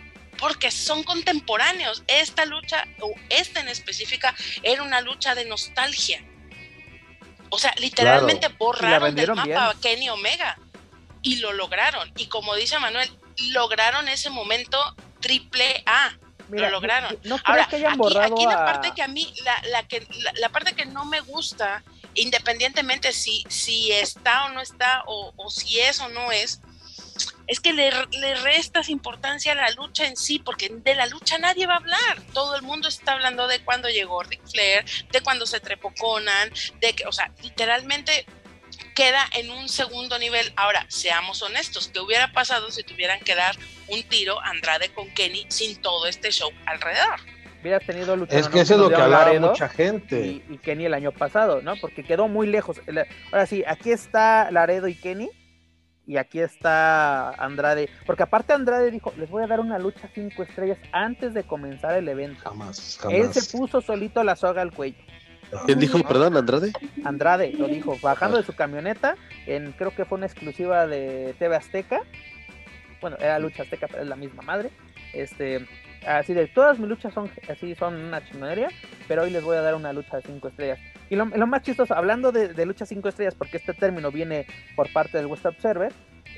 Esta lucha, o esta en específica, era una lucha de nostalgia. O sea, literalmente borraron del mapa a Kenny Omega y lo lograron. Y como dice Manuel, lograron ese momento triple A. Mira, lo lograron. No creo que hayan borrado aquí la parte que a mí, la parte que no me gusta, independientemente si está o no está, o si es o no es que le restas importancia a la lucha en sí, porque de la lucha nadie va a hablar. Todo el mundo está hablando de cuando llegó Ric Flair, de cuando se trepó Conan, de que, o sea, literalmente queda en un segundo nivel. Ahora, seamos honestos, ¿qué hubiera pasado si tuvieran que dar un tiro Andrade con Kenny sin todo este show alrededor? Hubieras tenido lucha. Es que eso es lo que hablaba mucha gente. Y Kenny el año pasado, ¿no? Porque quedó muy lejos. Ahora sí, aquí está Laredo y Kenny. Y aquí está Andrade, porque aparte Andrade dijo, les voy a dar una lucha 5 estrellas antes de comenzar el evento. Jamás. Él se puso solito la soga al cuello. ¿Quién dijo, perdón, Andrade? Andrade lo dijo, bajando de su camioneta, creo que fue una exclusiva de TV Azteca. Bueno, era lucha Azteca, pero es la misma madre. Así de, todas mis luchas son una chingonería, pero hoy les voy a dar una lucha de 5 estrellas. Y lo más chistoso, hablando de lucha 5 estrellas, porque este término viene por parte del West Observer,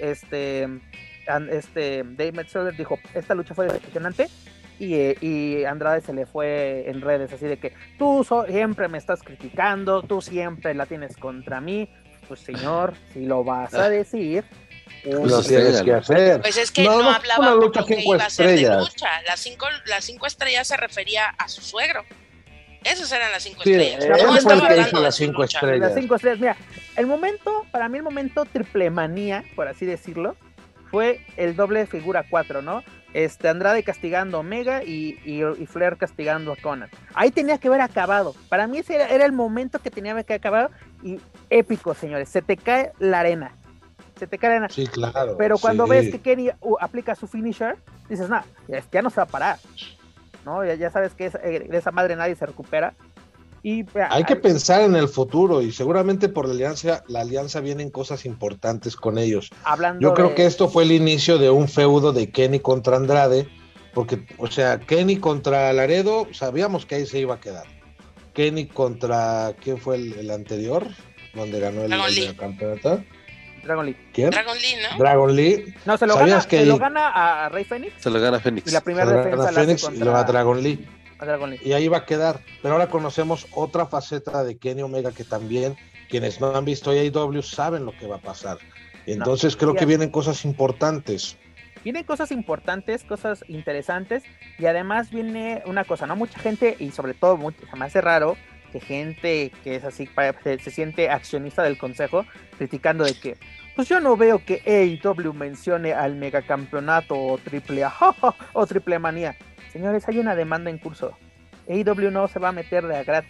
Dave Metzeler dijo, esta lucha fue decepcionante, y Andrade se le fue en redes, así de que tú siempre me estás criticando, tú siempre la tienes contra mí. Pues señor, si lo vas a decir, lo tienes que hacer. Pues es que no hablaba como que iba a ser de lucha. Las cinco estrellas se refería a su suegro. Esas eran las 5 estrellas. Él fue el que hizo las 5 estrellas. Las 5 estrellas, mira, para mí el momento triple manía, por así decirlo, fue el doble figura 4, ¿no? Andrade castigando a Omega y Flair castigando a Conan. Ahí tenía que haber acabado. Para mí ese era el momento que tenía que haber acabado, y épico, señores. Se te cae la arena. Sí, claro. Pero cuando ves que Kenny aplica su finisher, dices, no, ya no se va a parar. ¿No? Ya sabes que de esa madre nadie se recupera. Y hay que pensar en el futuro, y seguramente por la alianza vienen cosas importantes con ellos. Yo creo que esto fue el inicio de un feudo de Kenny contra Andrade, porque, o sea, Kenny contra Laredo, sabíamos que ahí se iba a quedar. Kenny contra, ¿quién fue el anterior? Donde ganó el campeonato. Dragon Lee. ¿Quién? Dragon Lee, ¿no? Dragon Lee. No, se lo gana a Rey Fénix. Se lo gana a Fénix. Y la primera defensa la hace contra... y luego a Dragon Lee. Y ahí va a quedar. Pero ahora conocemos otra faceta de Kenny Omega, que también quienes no han visto AEW saben lo que va a pasar. Entonces creo que vienen cosas importantes. Vienen cosas importantes, cosas interesantes, y además viene una cosa, ¿no? Mucha gente, y sobre todo se me hace raro que gente que es así, se siente accionista del consejo, criticando de que, pues yo no veo que AEW mencione al megacampeonato o triple A o triple manía. Señores, hay una demanda en curso. AEW no se va a meter de a gratis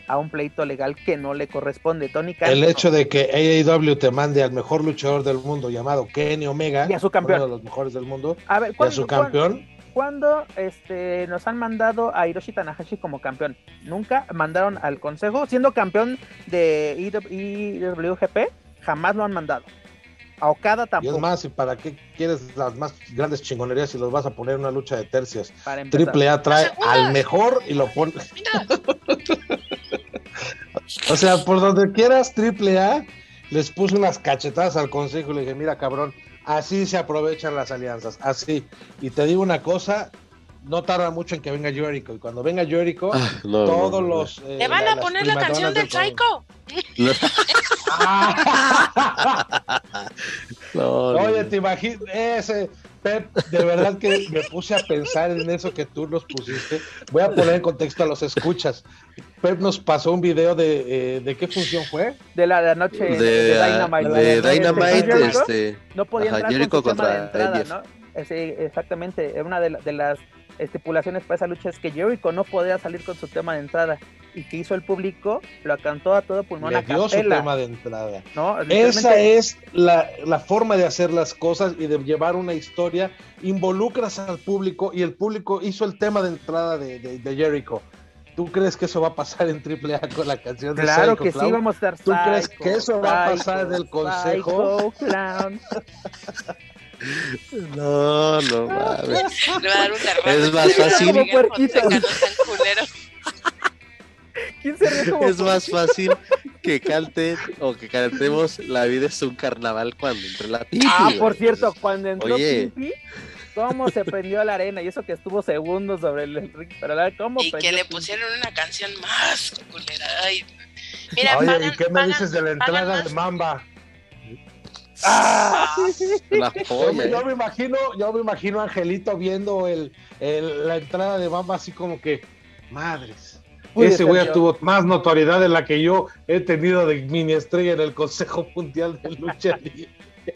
a un pleito legal que no le corresponde. Tony Khan, el hecho de que AEW te mande al mejor luchador del mundo llamado Kenny Omega, y a su campeón, uno de los mejores del mundo, a ver, y a su campeón. ¿Cuándo nos han mandado a Hiroshi Tanahashi como campeón? Nunca mandaron al consejo, siendo campeón de IWGP, jamás lo han mandado. A Okada tampoco. Y es más, ¿y para qué quieres las más grandes chingonerías si los vas a poner en una lucha de tercias? Triple A trae al mejor y lo pone. O sea, por donde quieras, Triple A les puso unas cachetadas al consejo y le dije, mira, cabrón, así se aprovechan las alianzas, así. Y te digo una cosa, no tarda mucho en que venga Jericho. Y cuando venga Jericho, todos los... ¿Le van a poner la canción del Psycho? Oye, te imaginas, ese Pep, de verdad que me puse a pensar en eso que tú nos pusiste. Voy a poner en contexto a los escuchas. Pep nos pasó un video de ¿qué función fue? De la noche de Dynamite. De Dynamite, no podía entrar Jericho con su tema de contra entrada, ¿no? Sí, exactamente, una de las estipulaciones para esa lucha es que Jericho no podía salir con su tema de entrada, y que hizo el público, lo cantó a todo pulmón, le a dio capela, su tema de entrada, ¿no? Esa es la forma de hacer las cosas y de llevar una historia. Involucras al público y el público hizo el tema de entrada de Jericho. ¿Tú crees que eso va a pasar en AAA con la canción de Claro Psycho que Clown? sí, vamos a estar. ¿Tú crees que eso va a pasar del consejo? Clown. No mames. Le va a dar un derrame. Es más fácil. Como puerquito. ¿Quién se ríe como Es más fácil que canten o que cantemos La vida es un carnaval cuando entre la Pimpi. Por cierto, cuando entró Pimpi, cómo se prendió la arena, y eso que estuvo segundos sobre el ring, pero cómo y que le pusieron una canción más culera. Ay, mira, oye, ¿y qué me dices de la entrada de Mamba? La joya, yo me imagino a Angelito viendo la entrada de Mamba así como que, madres, ese güey tuvo más notoriedad de la que yo he tenido de mini estrella en el Consejo Mundial de Lucha Libre.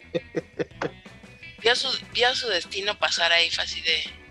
Vio su destino pasar ahí fácil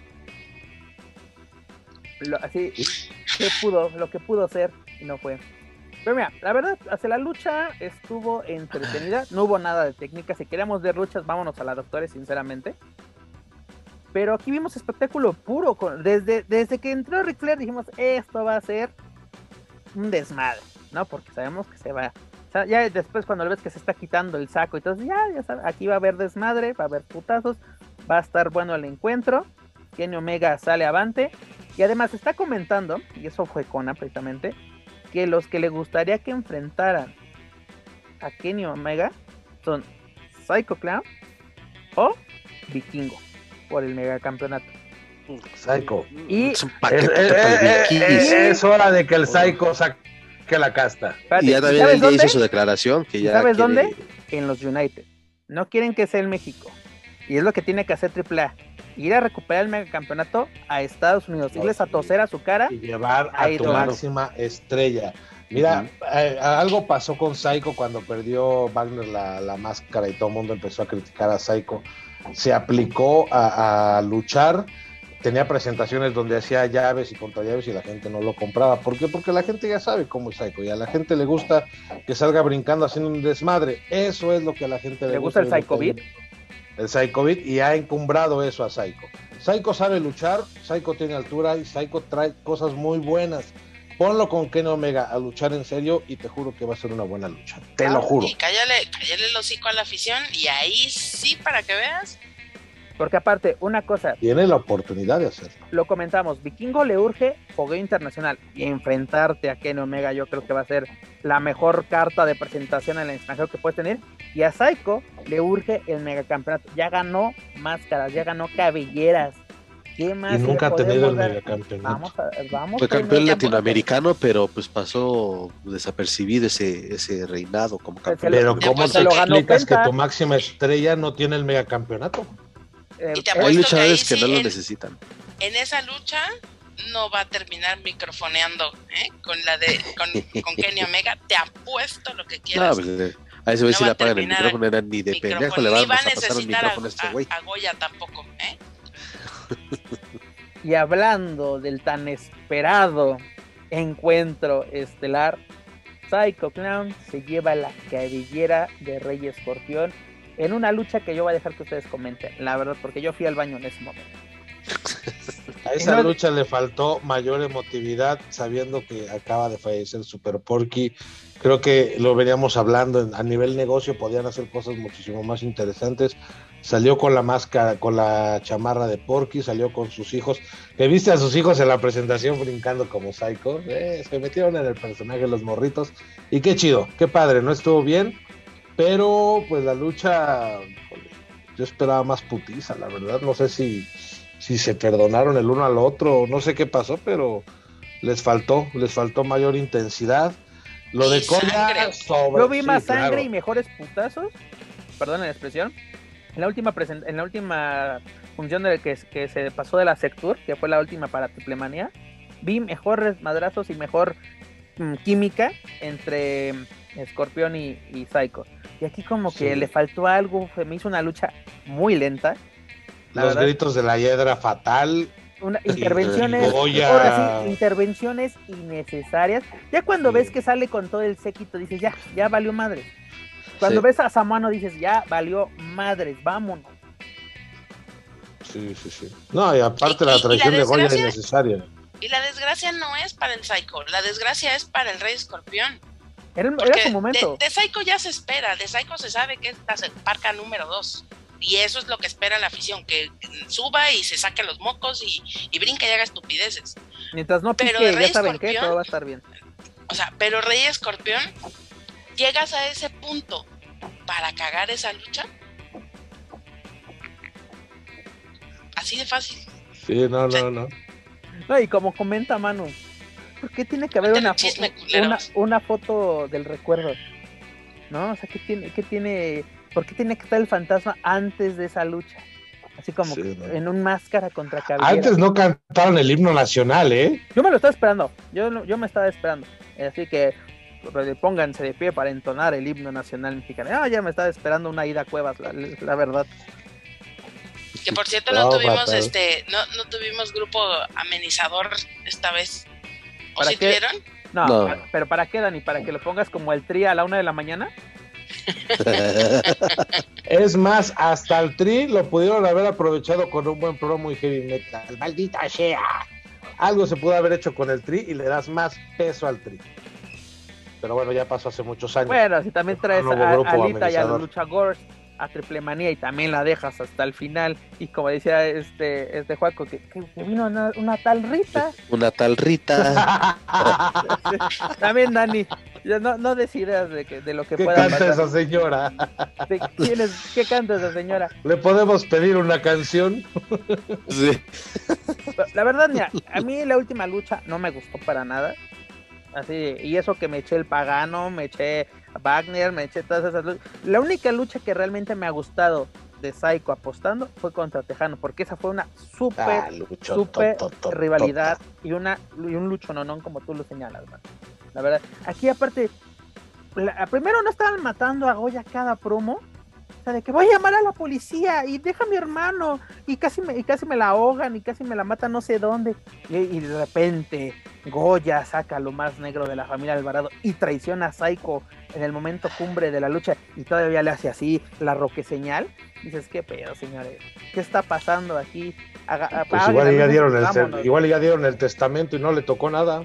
de... Así, lo que pudo ser y no fue. Pero mira, la verdad, hacia la lucha estuvo entretenida, no hubo nada de técnica. Si queremos ver luchas, vámonos a la Doctores, sinceramente. Pero aquí vimos espectáculo puro. Desde que entró Ric Flair dijimos, esto va a ser un desmadre, ¿no? Porque sabemos que se va. O sea, ya después cuando ves que se está quitando el saco y todo, ya sabes, aquí va a haber desmadre, va a haber putazos, va a estar bueno el encuentro. Kenny Omega sale avante. Y además está comentando, y eso fue Conan precisamente, que los que le gustaría que enfrentaran a Kenny Omega son Psycho Clown o Vikingo por el megacampeonato. Psycho. Y es hora de que el Psycho saque la casta. Espérate, y ya también hizo su declaración que ya ¿sabes quiere... dónde? En los United. No quieren que sea el México. Y es lo que tiene que hacer AAA. Ir a recuperar el megacampeonato a Estados Unidos, irles a toser a su cara y llevar a tu máxima estrella. Mira, algo pasó con Psycho cuando perdió Wagner la máscara y todo el mundo empezó a criticar a Psycho. Se aplicó a luchar, tenía presentaciones donde hacía llaves y contra llaves y la gente no lo compraba. ¿Por qué? Porque la gente ya sabe cómo es Psycho y a la gente le gusta que salga brincando haciendo un desmadre. Eso es lo que a la gente le gusta. ¿Le gusta el Psycho Beat? El Psycho Beat, y ha encumbrado eso a Psycho. Psycho sabe luchar, Psycho tiene altura y Psycho trae cosas muy buenas. Ponlo con Kenny Omega a luchar en serio y te juro que va a ser una buena lucha. Te lo juro. Y cállale el hocico a la afición y ahí sí, para que veas. Porque aparte, una cosa... Tiene la oportunidad de hacerlo. Lo comentamos, Vikingo le urge fogueo internacional y enfrentarte a Kenny Omega yo creo que va a ser la mejor carta de presentación en el extranjero que puedes tener. Y a Psycho le urge el megacampeonato. Ya ganó máscaras, ya ganó cabelleras. ¿Qué más? Y nunca ha tenido el megacampeonato. Vamos fue campeón latinoamericano, pero pues pasó desapercibido ese reinado como campeón. Pero ¿cómo te explicas que tu máxima estrella no tiene el megacampeonato? Y te hay luchadores que no lo necesitan. En esa lucha no va a terminar microfoneando con Kenny Omega. Te apuesto lo que quieras. No, pues, a ese güey si le apagan el micrófono, era ni de pendejo le van a pasar un micrófono a este güey. A Goya tampoco, Y hablando del tan esperado encuentro estelar, Psycho Clown se lleva la cabellera de Rey Escorpión en una lucha que yo voy a dejar que ustedes comenten, la verdad, porque yo fui al baño en ese momento. A esa lucha le faltó mayor emotividad, sabiendo que acaba de fallecer Super Porky. Creo que lo veníamos hablando, a nivel negocio podían hacer cosas muchísimo más interesantes. Salió con la máscara, con la chamarra de Porky, salió con sus hijos. ¿Le viste a sus hijos en la presentación brincando como Psycho? Se metieron en el personaje los morritos. Y qué chido, qué padre, no estuvo bien, pero pues la lucha, yo esperaba más putiza, la verdad. No sé si se perdonaron el uno al otro, no sé qué pasó, pero les faltó mayor intensidad. Lo de Koya yo vi más sangre y mejores putazos, perdón la expresión, en la última función de que se pasó de la Sectur, que fue la última para Triplemanía. Vi mejores madrazos y mejor química entre Escorpión y Psycho. Y aquí como que le faltó algo, me hizo una lucha muy lenta. Los gritos de la hiedra fatal. Intervenciones innecesarias. Ya cuando ves que sale con todo el séquito, dices, ya valió madre. Cuando ves a Samuano, dices, ya valió madres, vámonos. Sí. No, y aparte la traición de Goya es innecesaria. Y la desgracia no es para el Psycho, la desgracia es para el Rey Escorpión. Era su momento. De Psycho ya se espera, de Psycho se sabe que es la parca número 2. Y eso es lo que espera la afición, que suba y se saque los mocos y brinque y haga estupideces. Mientras no pique, ya saben que todo va a estar bien. O sea, pero Rey Escorpión, llegas a ese punto para cagar esa lucha. Así de fácil. Sí, no. No, y como comenta Manu, ¿por qué tiene que haber una foto del recuerdo? ¿No? O sea, ¿qué tiene? ¿Por qué tiene que estar el fantasma antes de esa lucha? Así como en un máscara contra cabellera. Antes no cantaron el himno nacional, ¿eh? Yo me lo estaba esperando. Yo me estaba esperando. Así que pónganse de pie para entonar el himno nacional mexicano. Ya me estaba esperando una ida a Cuevas, la verdad. Que por cierto no tuvimos no tuvimos grupo amenizador esta vez. ¿O sí tuvieron? No. Pero ¿para qué, Dani? ¿Para que lo pongas como el tri a la 1 de la mañana? Es más, hasta el tri lo pudieron haber aprovechado con un buen promo y heavy metal. ¡Maldita sea! Algo se pudo haber hecho con el tri y le das más peso al tri. Pero bueno, ya pasó hace muchos años. Bueno, si también traes a Alita y a los Luchagors a Triplemanía y también la dejas hasta el final, y como decía este Juaco, que vino una tal Rita. Una tal Rita. También, Dani, no decidas de lo que ¿Qué pueda canta pasar. esa señora? ¿Qué canta esa señora? ¿Le podemos pedir una canción? Sí. La verdad, mira, a mí la última lucha no me gustó para nada. Así, y eso que me eché el Pagano, me eché a Wagner, me eché todas esas luchas. La única lucha que realmente me ha gustado de Psycho apostando fue contra Tejano, porque esa fue una súper rivalidad y un luchononón, como tú lo señalas, man. La verdad, aquí aparte, primero no estaban matando a Goya cada promo. O sea, de que voy a llamar a la policía y deja a mi hermano y casi me la ahogan y casi me la matan no sé dónde, y de repente Goya saca lo más negro de la familia Alvarado y traiciona a Psycho en el momento cumbre de la lucha y todavía le hace así la roque señal. Dices, qué pedo, señores, ¿qué está pasando aquí? Pues igual ya dieron el testamento y no le tocó nada.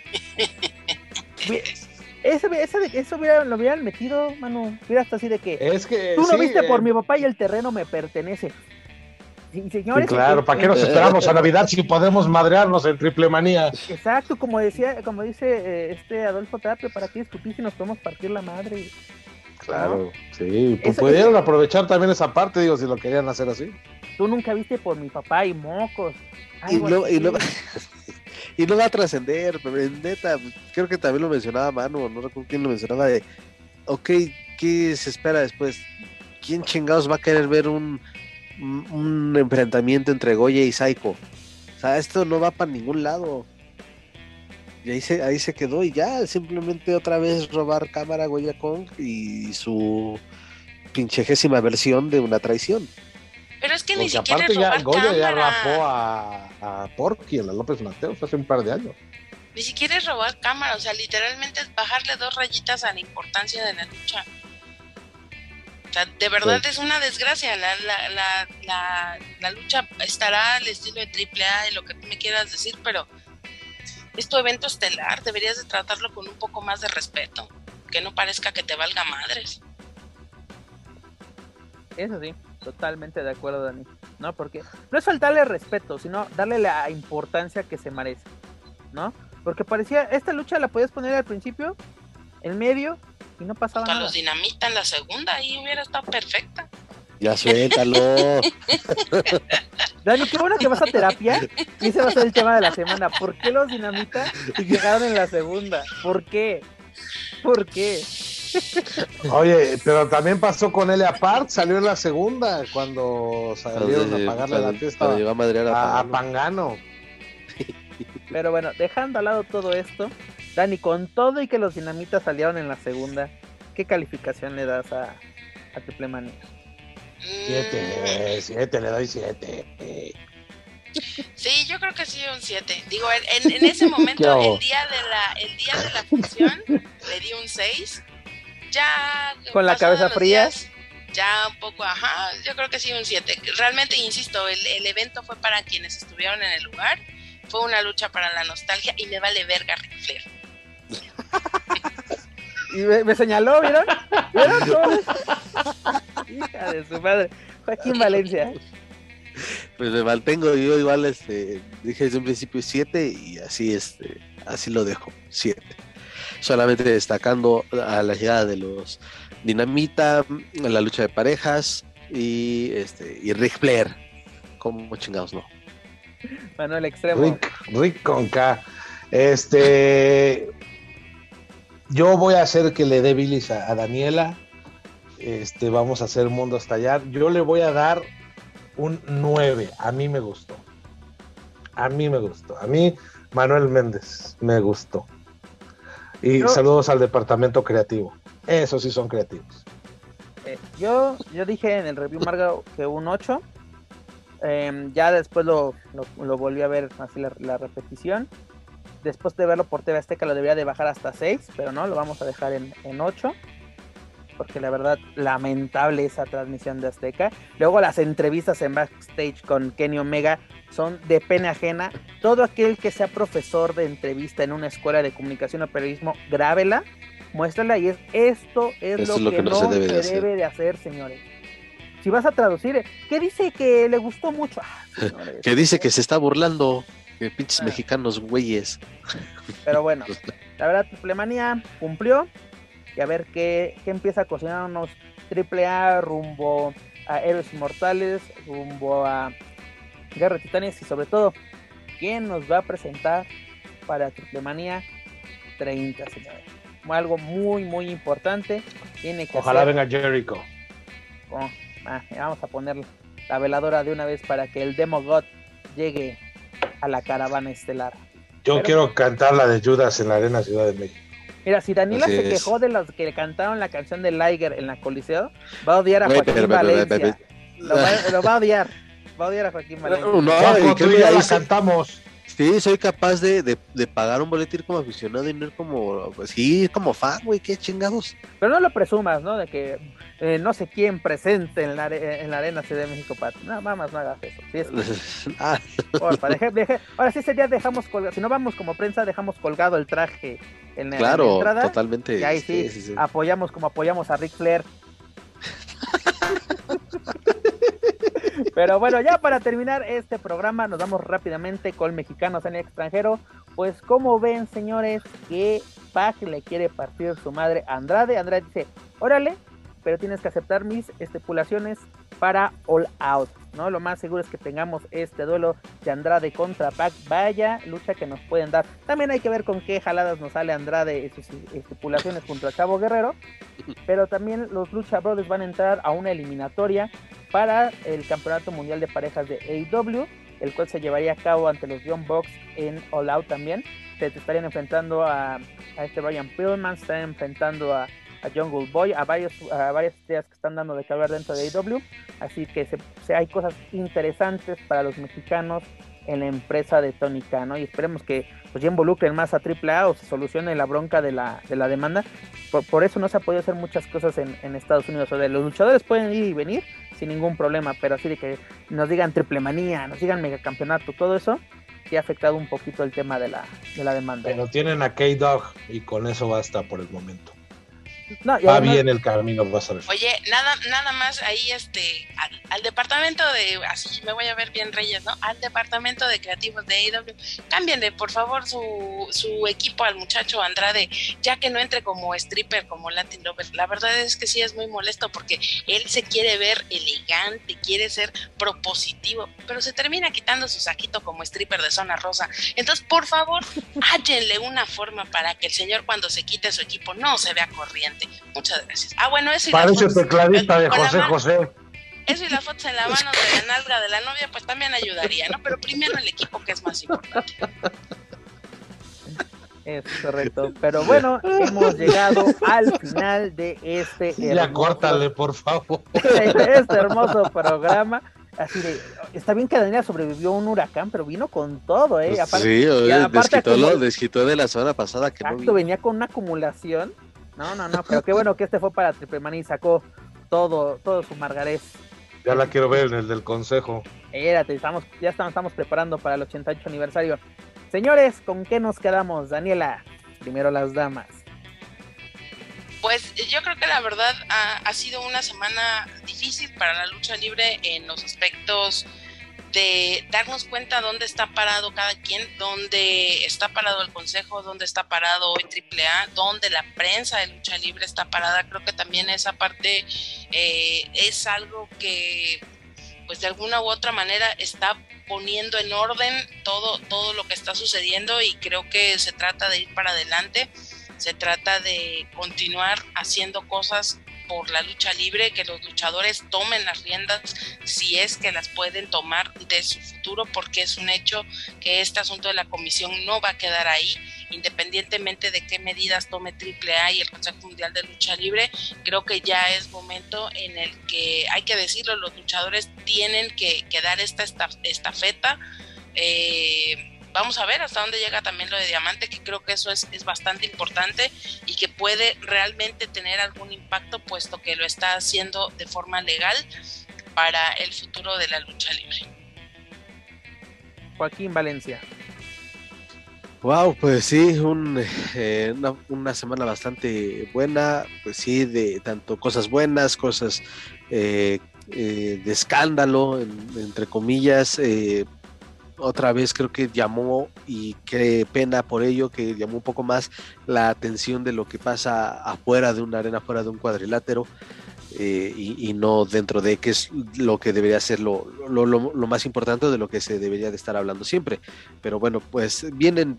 Eso lo hubieran metido, mano. Hubiera hasta así de que tú no sí, viste por mi papá y el terreno me pertenece. Sí, señores, sí, claro, ¿para qué nos esperamos a Navidad si podemos madrearnos en Triplemanía? Exacto, como dice Adolfo Tapio, ¿para qué discutir si nos podemos partir la madre? Claro, ¿no? Sí, pues pudieron aprovechar también esa parte, digo, si lo querían hacer así. Tú nunca viste por mi papá y mocos. Y no va a trascender, pero neta, creo que también lo mencionaba Manu, no recuerdo quién lo mencionaba de, ok, ¿qué se espera después? ¿Quién chingados va a querer ver un enfrentamiento entre Goya y Psycho? O sea, esto no va para ningún lado. Y ahí se quedó y ya, simplemente otra vez robar cámara Goya Kong y su pinchegésima versión de una traición. Pero es que porque ni siquiera aparte es robar ya Goya cámara. ya rapó a Porky en la López Mateos hace un par de años. Ni siquiera es robar cámara, o sea, literalmente es bajarle 2 rayitas a la importancia de la lucha. O sea, de verdad es una desgracia. La lucha estará al estilo de AAA y lo que tú me quieras decir, pero es tu evento estelar, deberías de tratarlo con un poco más de respeto, que no parezca que te valga madres. Eso sí, totalmente de acuerdo, Dani. No, porque no es faltarle respeto, sino darle la importancia que se merece, ¿no? Porque parecía, esta lucha la podías poner al principio, en medio, y no pasaba Hasta nada. los Dinamita en la segunda, ahí hubiera estado perfecta. Ya suéltalo. Dani, qué bueno que vas a terapia. Y ese va a ser el tema de la semana. ¿Por qué los Dinamita llegaron en la segunda? ¿Por qué? ¿Por qué? Oye, pero también pasó con Elia Park, salió en la segunda cuando salieron a pagarle la fiesta Cuando llegó a madrear a Pangano. Pero bueno, dejando al lado todo esto, Dani, con todo y que los Dinamitas salieron en la segunda, ¿qué calificación le das a Triple Manía? 7, le doy 7. Sí, yo creo que sí, un 7. Digo, en ese momento, el día de la función, le di un 6. Ya con la cabeza fría. Días, ya un poco, yo creo que sí, un 7. Realmente, insisto, el evento fue para quienes estuvieron en el lugar. Fue una lucha para la nostalgia y me vale verga Ric Flair. Y me señaló, ¿vieron? ¿Vieron? Hija de su madre. Joaquín Valencia. Pues me mantengo, yo igual dije desde un principio 7 y así así lo dejo, 7. Solamente destacando a la llegada de los Dinamita, la lucha de parejas y Ric Flair. Como chingados, ¿no? Manuel Extremo. Rick con K. Yo voy a hacer que le dé bilis a Daniela. Vamos a hacer mundo estallar. Yo le voy a dar un 9. A mí me gustó. A mí, Manuel Méndez, me gustó. Y saludos al departamento creativo. Esos sí son creativos. Yo dije en el review Margo que un 8. Ya después lo volví a ver así la repetición. Después de verlo por TV Azteca lo debería de bajar hasta 6, pero no, lo vamos a dejar en 8. Porque la verdad, lamentable esa transmisión de Azteca. Luego las entrevistas en backstage con Kenny Omega son de pena ajena. Todo aquel que sea profesor de entrevista en una escuela de comunicación o periodismo, grábela, muéstrala y esto es lo que no se debe de hacer, señores. Si vas a traducir, ¿qué dice que le gustó mucho? Señores, que dice que se está burlando de pinches mexicanos güeyes. Pero bueno, la verdad, Triple Manía cumplió. Y a ver qué empieza a cocinarnos AAA rumbo a Héroes Inmortales, rumbo a Guerra de Titanes y sobre todo, ¿quién nos va a presentar para Triple Manía 30, señores? Algo muy, muy importante. Tiene que Ojalá venga Jericho. Vamos a poner la veladora de una vez para que el Demo God llegue a la caravana estelar. Yo quiero cantar la de Judas en la Arena Ciudad de México. Mira, si Daniela se quejó de los que le cantaron la canción de Liger en la Coliseo, va a odiar a Joaquín Valencia. Lo va a odiar. Va a odiar a Joaquín Valencia. No, tú y yo la cantamos. Sí, soy capaz de pagar un boleto, ir como aficionado y no ir como, pues sí, como fan, güey, qué chingados. Pero no lo presumas, ¿no? De que no sé quién presente en la Arena Ciudad de México, Pat. No, mamas, no hagas eso. Sí, porfa, ahora sí ese día dejamos colgado, si no vamos como prensa, dejamos colgado el traje en la entrada. Totalmente. Y ahí sí. Apoyamos como apoyamos a Ric Flair. Pero bueno, ya para terminar este programa, nos vamos rápidamente con mexicanos en el extranjero. Pues como ven, señores, que Pac le quiere partir su madre a Andrade. Andrade dice, órale, pero tienes que aceptar mis estipulaciones para All Out, ¿no? Lo más seguro es que tengamos este duelo de Andrade contra Pac. Vaya lucha que nos pueden dar. También hay que ver con qué jaladas nos sale Andrade sus estipulaciones junto a Chavo Guerrero. Pero también los Lucha Brothers van a entrar a una eliminatoria para el Campeonato Mundial de Parejas de AEW, el cual se llevaría a cabo ante los Young Bucks en All Out también. Se estarían enfrentando a Brian Pillman, se estarían enfrentando a Jungle Boy, a varias estrellas que están dando de que hablar dentro de AEW, así que hay cosas interesantes para los mexicanos en la empresa de Tony Khan, ¿no? Y esperemos que pues ya involucren más a AAA o se solucione la bronca de la demanda. Por eso no se ha podido hacer muchas cosas en Estados Unidos. O sea, los luchadores pueden ir y venir sin ningún problema, pero así de que nos digan triple manía, nos digan megacampeonato, todo eso sí ha afectado un poquito el tema de la demanda. Pero tienen a K-Dog y con eso basta por el momento. No, va bien el camino, vas a ver. Oye, nada más ahí al departamento de, así me voy a ver bien Reyes, ¿no? Al departamento de creativos de AEW, cámbienle por favor su equipo al muchacho Andrade, ya que no entre como stripper, como Latin Lover. La verdad es que sí es muy molesto porque él se quiere ver elegante, quiere ser propositivo, pero se termina quitando su saquito como stripper de zona rosa. Entonces, por favor, hállenle una forma para que el señor cuando se quite su equipo no se vea corriente. Muchas gracias. Bueno, eso y parece tecladista de José. Eso y la foto en la mano de la nalga de la novia, pues también ayudaría, ¿no? Pero primero el equipo, que es más importante. Es correcto. Pero bueno, hemos llegado al final de este ya córtale, por favor. Este hermoso programa. Así de, está bien que Daniela sobrevivió a un huracán, pero vino con todo, Aparte, sí, desquitó de la semana pasada que exacto, no venía con una acumulación. No, pero qué bueno que este fue para Triple Manía y sacó todo su margarés. Ya la quiero ver en el del consejo. Espérate, estamos preparando para el 88 aniversario. Señores, ¿con qué nos quedamos? Daniela, primero las damas. Pues yo creo que la verdad ha sido una semana difícil para la lucha libre en los aspectos de darnos cuenta dónde está parado cada quien, dónde está parado el consejo, dónde está parado hoy AAA, dónde la prensa de lucha libre está parada. Creo que también esa parte es algo que pues de alguna u otra manera está poniendo en orden todo lo que está sucediendo, y creo que se trata de ir para adelante, se trata de continuar haciendo cosas por la lucha libre, que los luchadores tomen las riendas si es que las pueden tomar de su futuro, porque es un hecho que este asunto de la comisión no va a quedar ahí, independientemente de qué medidas tome AAA y el Consejo Mundial de Lucha Libre. Creo que ya es momento en el que, hay que decirlo, los luchadores tienen que dar esta estafeta. Vamos a ver hasta dónde llega también lo de Diamante, que creo que eso es bastante importante y que puede realmente tener algún impacto, puesto que lo está haciendo de forma legal para el futuro de la lucha libre. Joaquín Valencia. Wow, pues sí, una semana bastante buena, pues sí, de tanto cosas buenas, cosas de escándalo, entre comillas. Otra vez creo que llamó, y qué pena por ello, que llamó un poco más la atención de lo que pasa afuera de una arena, afuera de un cuadrilátero, y no dentro de, que es lo que debería ser lo más importante, de lo que se debería de estar hablando siempre. Pero bueno, pues vienen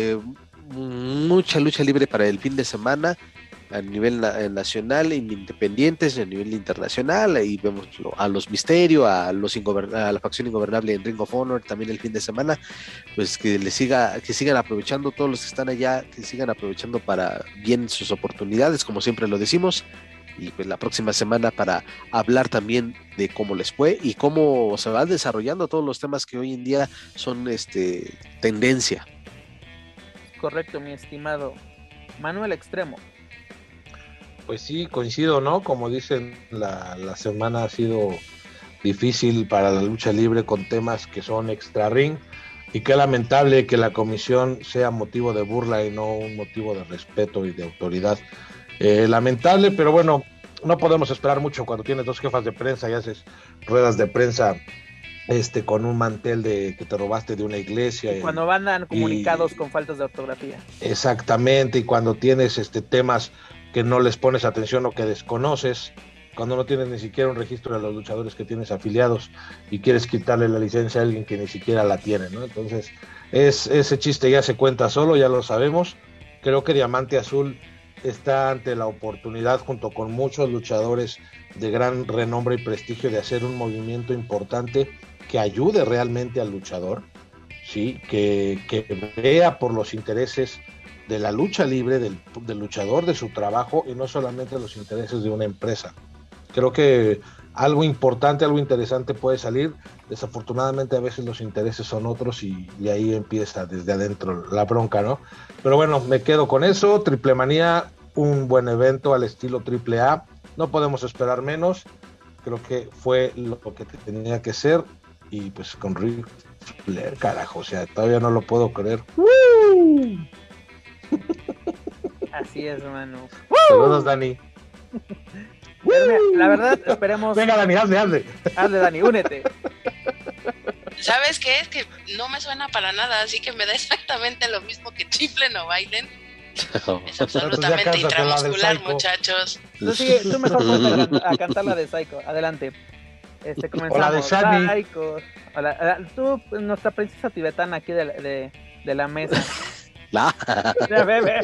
mucha lucha libre para el fin de semana a nivel nacional, independientes, a nivel internacional. Ahí vemos a los Misterio, a la facción ingobernable en Ring of Honor también el fin de semana. Pues que sigan aprovechando, todos los que están allá, que sigan aprovechando para bien sus oportunidades, como siempre lo decimos. Y pues la próxima semana para hablar también de cómo les fue y cómo se van desarrollando todos los temas que hoy en día son tendencia. Correcto, mi estimado Manuel Extremo. Pues sí, coincido, ¿no? Como dicen, la semana ha sido difícil para la lucha libre, con temas que son extra ring, y qué lamentable que la comisión sea motivo de burla y no un motivo de respeto y de autoridad. Lamentable, pero bueno, no podemos esperar mucho cuando tienes dos jefas de prensa y haces ruedas de prensa con un mantel de que te robaste de una iglesia. Cuando mandan comunicados con faltas de ortografía. Exactamente, y cuando tienes temas que no les pones atención o que desconoces, cuando no tienes ni siquiera un registro de los luchadores que tienes afiliados y quieres quitarle la licencia a alguien que ni siquiera la tiene, ¿no? Entonces, ese chiste ya se cuenta solo, ya lo sabemos. Creo que Diamante Azul está ante la oportunidad, junto con muchos luchadores de gran renombre y prestigio, de hacer un movimiento importante que ayude realmente al luchador, ¿sí? Que vea por los intereses de la lucha libre, del luchador, de su trabajo, y no solamente los intereses de una empresa. Creo que algo importante, algo interesante puede salir. Desafortunadamente a veces los intereses son otros y ahí empieza desde adentro la bronca, ¿no? Pero bueno, me quedo con eso. Triplemanía, un buen evento al estilo AAA, no podemos esperar menos, creo que fue lo que tenía que ser, y pues con Ric Flair, carajo, o sea, todavía no lo puedo creer. Así es, hermano. Saludos, Dani. La verdad, esperemos. Venga, Dani, hazle. Hazle, Dani, únete. ¿Sabes qué? Es que no me suena para nada, así que me da exactamente lo mismo que chiflen o bailen. Es absolutamente intramuscular, muchachos. Tú mejor ponte a cantar la de Psycho. Adelante. Comenzamos. O la de Shani. Psycho. Tú, nuestra princesa tibetana aquí de la mesa. Ya, bebé.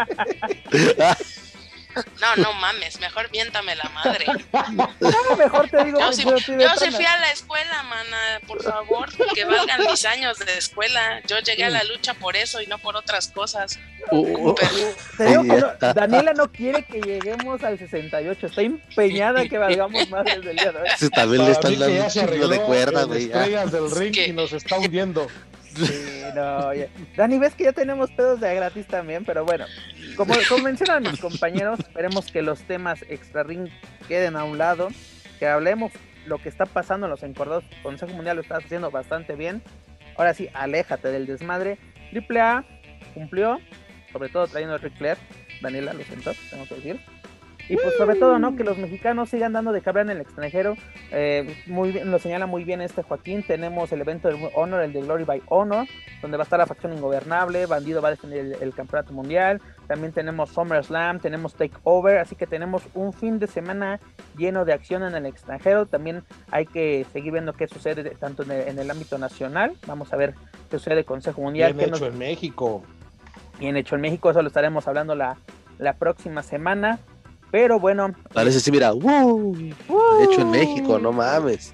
No mames, mejor viéntame la madre. No, mejor te digo. Yo sí fui a la escuela, mana, por favor, que valgan mis años de escuela. Yo llegué a la lucha por eso y no por otras cosas. Te digo que Daniela no quiere que lleguemos al 68, está empeñada que valgamos más desde el día de hoy. También le están dando un chingo de cuerda, güey. Estrellas del ring y nos está hundiendo. Sí, no, ya. Dani, ves que ya tenemos pedos de gratis también, pero bueno, como mencionan mis compañeros, esperemos que los temas extra ring queden a un lado, que hablemos lo que está pasando en los encordados. Consejo Mundial lo estás haciendo bastante bien. Ahora sí, aléjate del desmadre. AAA cumplió, sobre todo trayendo a Ric Flair. Daniela, lo siento, tengo que decir. Y pues sobre todo, ¿no? Que los mexicanos sigan dando de cabra en el extranjero. Muy bien, lo señala muy bien Joaquín. Tenemos el evento de Honor, el de Glory by Honor, donde va a estar la facción ingobernable. Bandido va a defender el campeonato mundial. También tenemos SummerSlam, tenemos Takeover. Así que tenemos un fin de semana lleno de acción en el extranjero. También hay que seguir viendo qué sucede tanto en el ámbito nacional. Vamos a ver qué sucede con Consejo Mundial. Bien hecho en México. Bien hecho en México, eso lo estaremos hablando la próxima semana. Pero bueno. Parece sí, mira, hecho en México, no mames.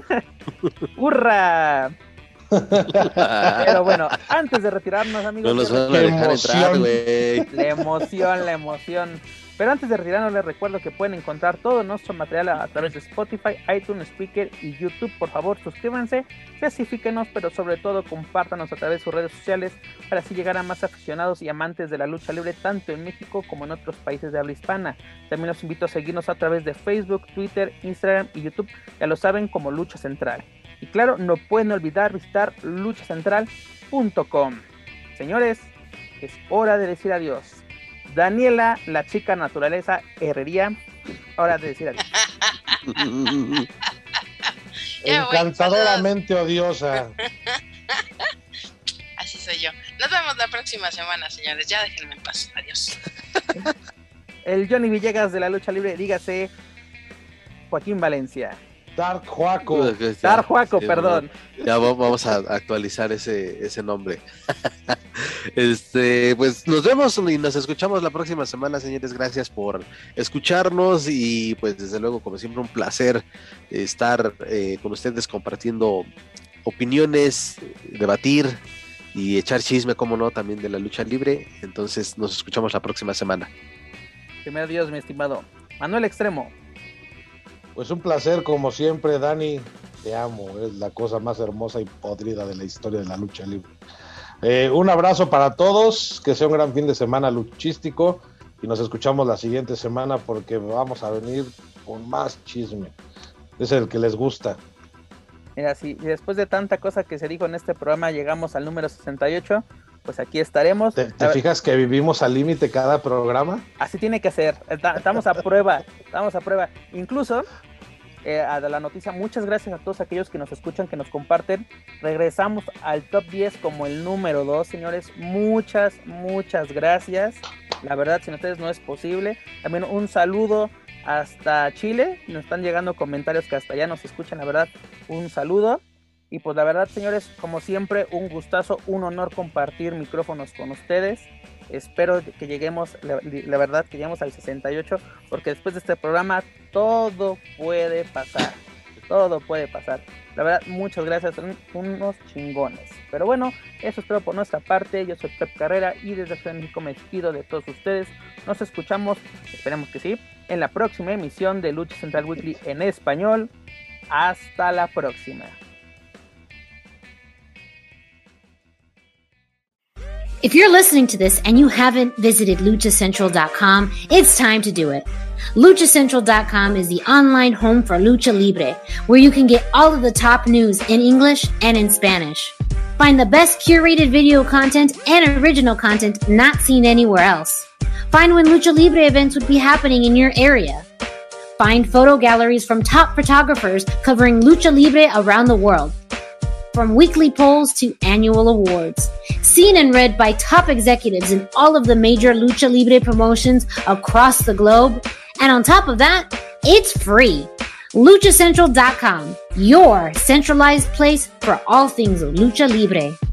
¡Hurra! Pero bueno, antes de retirarnos, amigos. No nos van a dejar entrar, güey. La emoción. Pero antes de retirarnos, les recuerdo que pueden encontrar todo nuestro material a través de Spotify, iTunes, Spreaker y YouTube. Por favor, suscríbanse, clasifiquenos, pero sobre todo compártanos a través de sus redes sociales para así llegar a más aficionados y amantes de la lucha libre, tanto en México como en otros países de habla hispana. También los invito a seguirnos a través de Facebook, Twitter, Instagram y YouTube. Ya lo saben, como Lucha Central. Y claro, no pueden olvidar visitar luchacentral.com. Señores, es hora de decir adiós. Daniela, la chica naturaleza Herrería, hora de decir adiós. Encantadoramente odiosa. Así soy yo. Nos vemos la próxima semana, señores. Ya déjenme en paz. Adiós. El Johnny Villegas de la lucha libre, dígase Joaquín Valencia. Dark Juaco. Dark Juaco, perdón. Ya vamos a actualizar ese nombre. Pues nos vemos y nos escuchamos la próxima semana, señores. Gracias por escucharnos y pues desde luego, como siempre, un placer estar con ustedes compartiendo opiniones, debatir y echar chisme, como no, también de la lucha libre. Entonces nos escuchamos la próxima semana. Primero Dios, mi estimado Manuel Extremo. Pues un placer como siempre, Dani, te amo, es la cosa más hermosa y podrida de la historia de la lucha libre. Un abrazo para todos, que sea un gran fin de semana luchístico y nos escuchamos la siguiente semana porque vamos a venir con más chisme, es el que les gusta. Mira, si después de tanta cosa que se dijo en este programa llegamos al número 68, pues aquí estaremos. ¿Te fijas que vivimos al límite cada programa? Así tiene que ser, estamos a prueba, incluso a la noticia, muchas gracias a todos aquellos que nos escuchan, que nos comparten. Regresamos al top 10 como el número 2, señores, muchas gracias, la verdad sin ustedes no es posible. También un saludo hasta Chile, nos están llegando comentarios que hasta allá nos escuchan, la verdad, un saludo. Y pues la verdad, señores, como siempre, un gustazo, un honor compartir micrófonos con ustedes. Espero que lleguemos, la verdad, que lleguemos al 68, porque después de este programa todo puede pasar. todo puede pasar. La verdad, muchas gracias, son unos chingones. Pero bueno, eso es todo por nuestra parte. Yo soy Pep Carrera y desde Ciudad de México me despido de todos ustedes. Nos escuchamos, esperemos que sí, en la próxima emisión de Lucha Central Weekly en español. Hasta la próxima. If you're listening to this and you haven't visited luchacentral.com, it's time to do it. luchacentral.com is the online home for Lucha Libre, where you can get all of the top news in English and in Spanish. Find the best curated video content and original content not seen anywhere else. Find when Lucha Libre events would be happening in your area. Find photo galleries from top photographers covering Lucha Libre around the world. From weekly polls to annual awards. Seen and read by top executives in all of the major Lucha Libre promotions across the globe. And on top of that, it's free. LuchaCentral.com, your centralized place for all things Lucha Libre.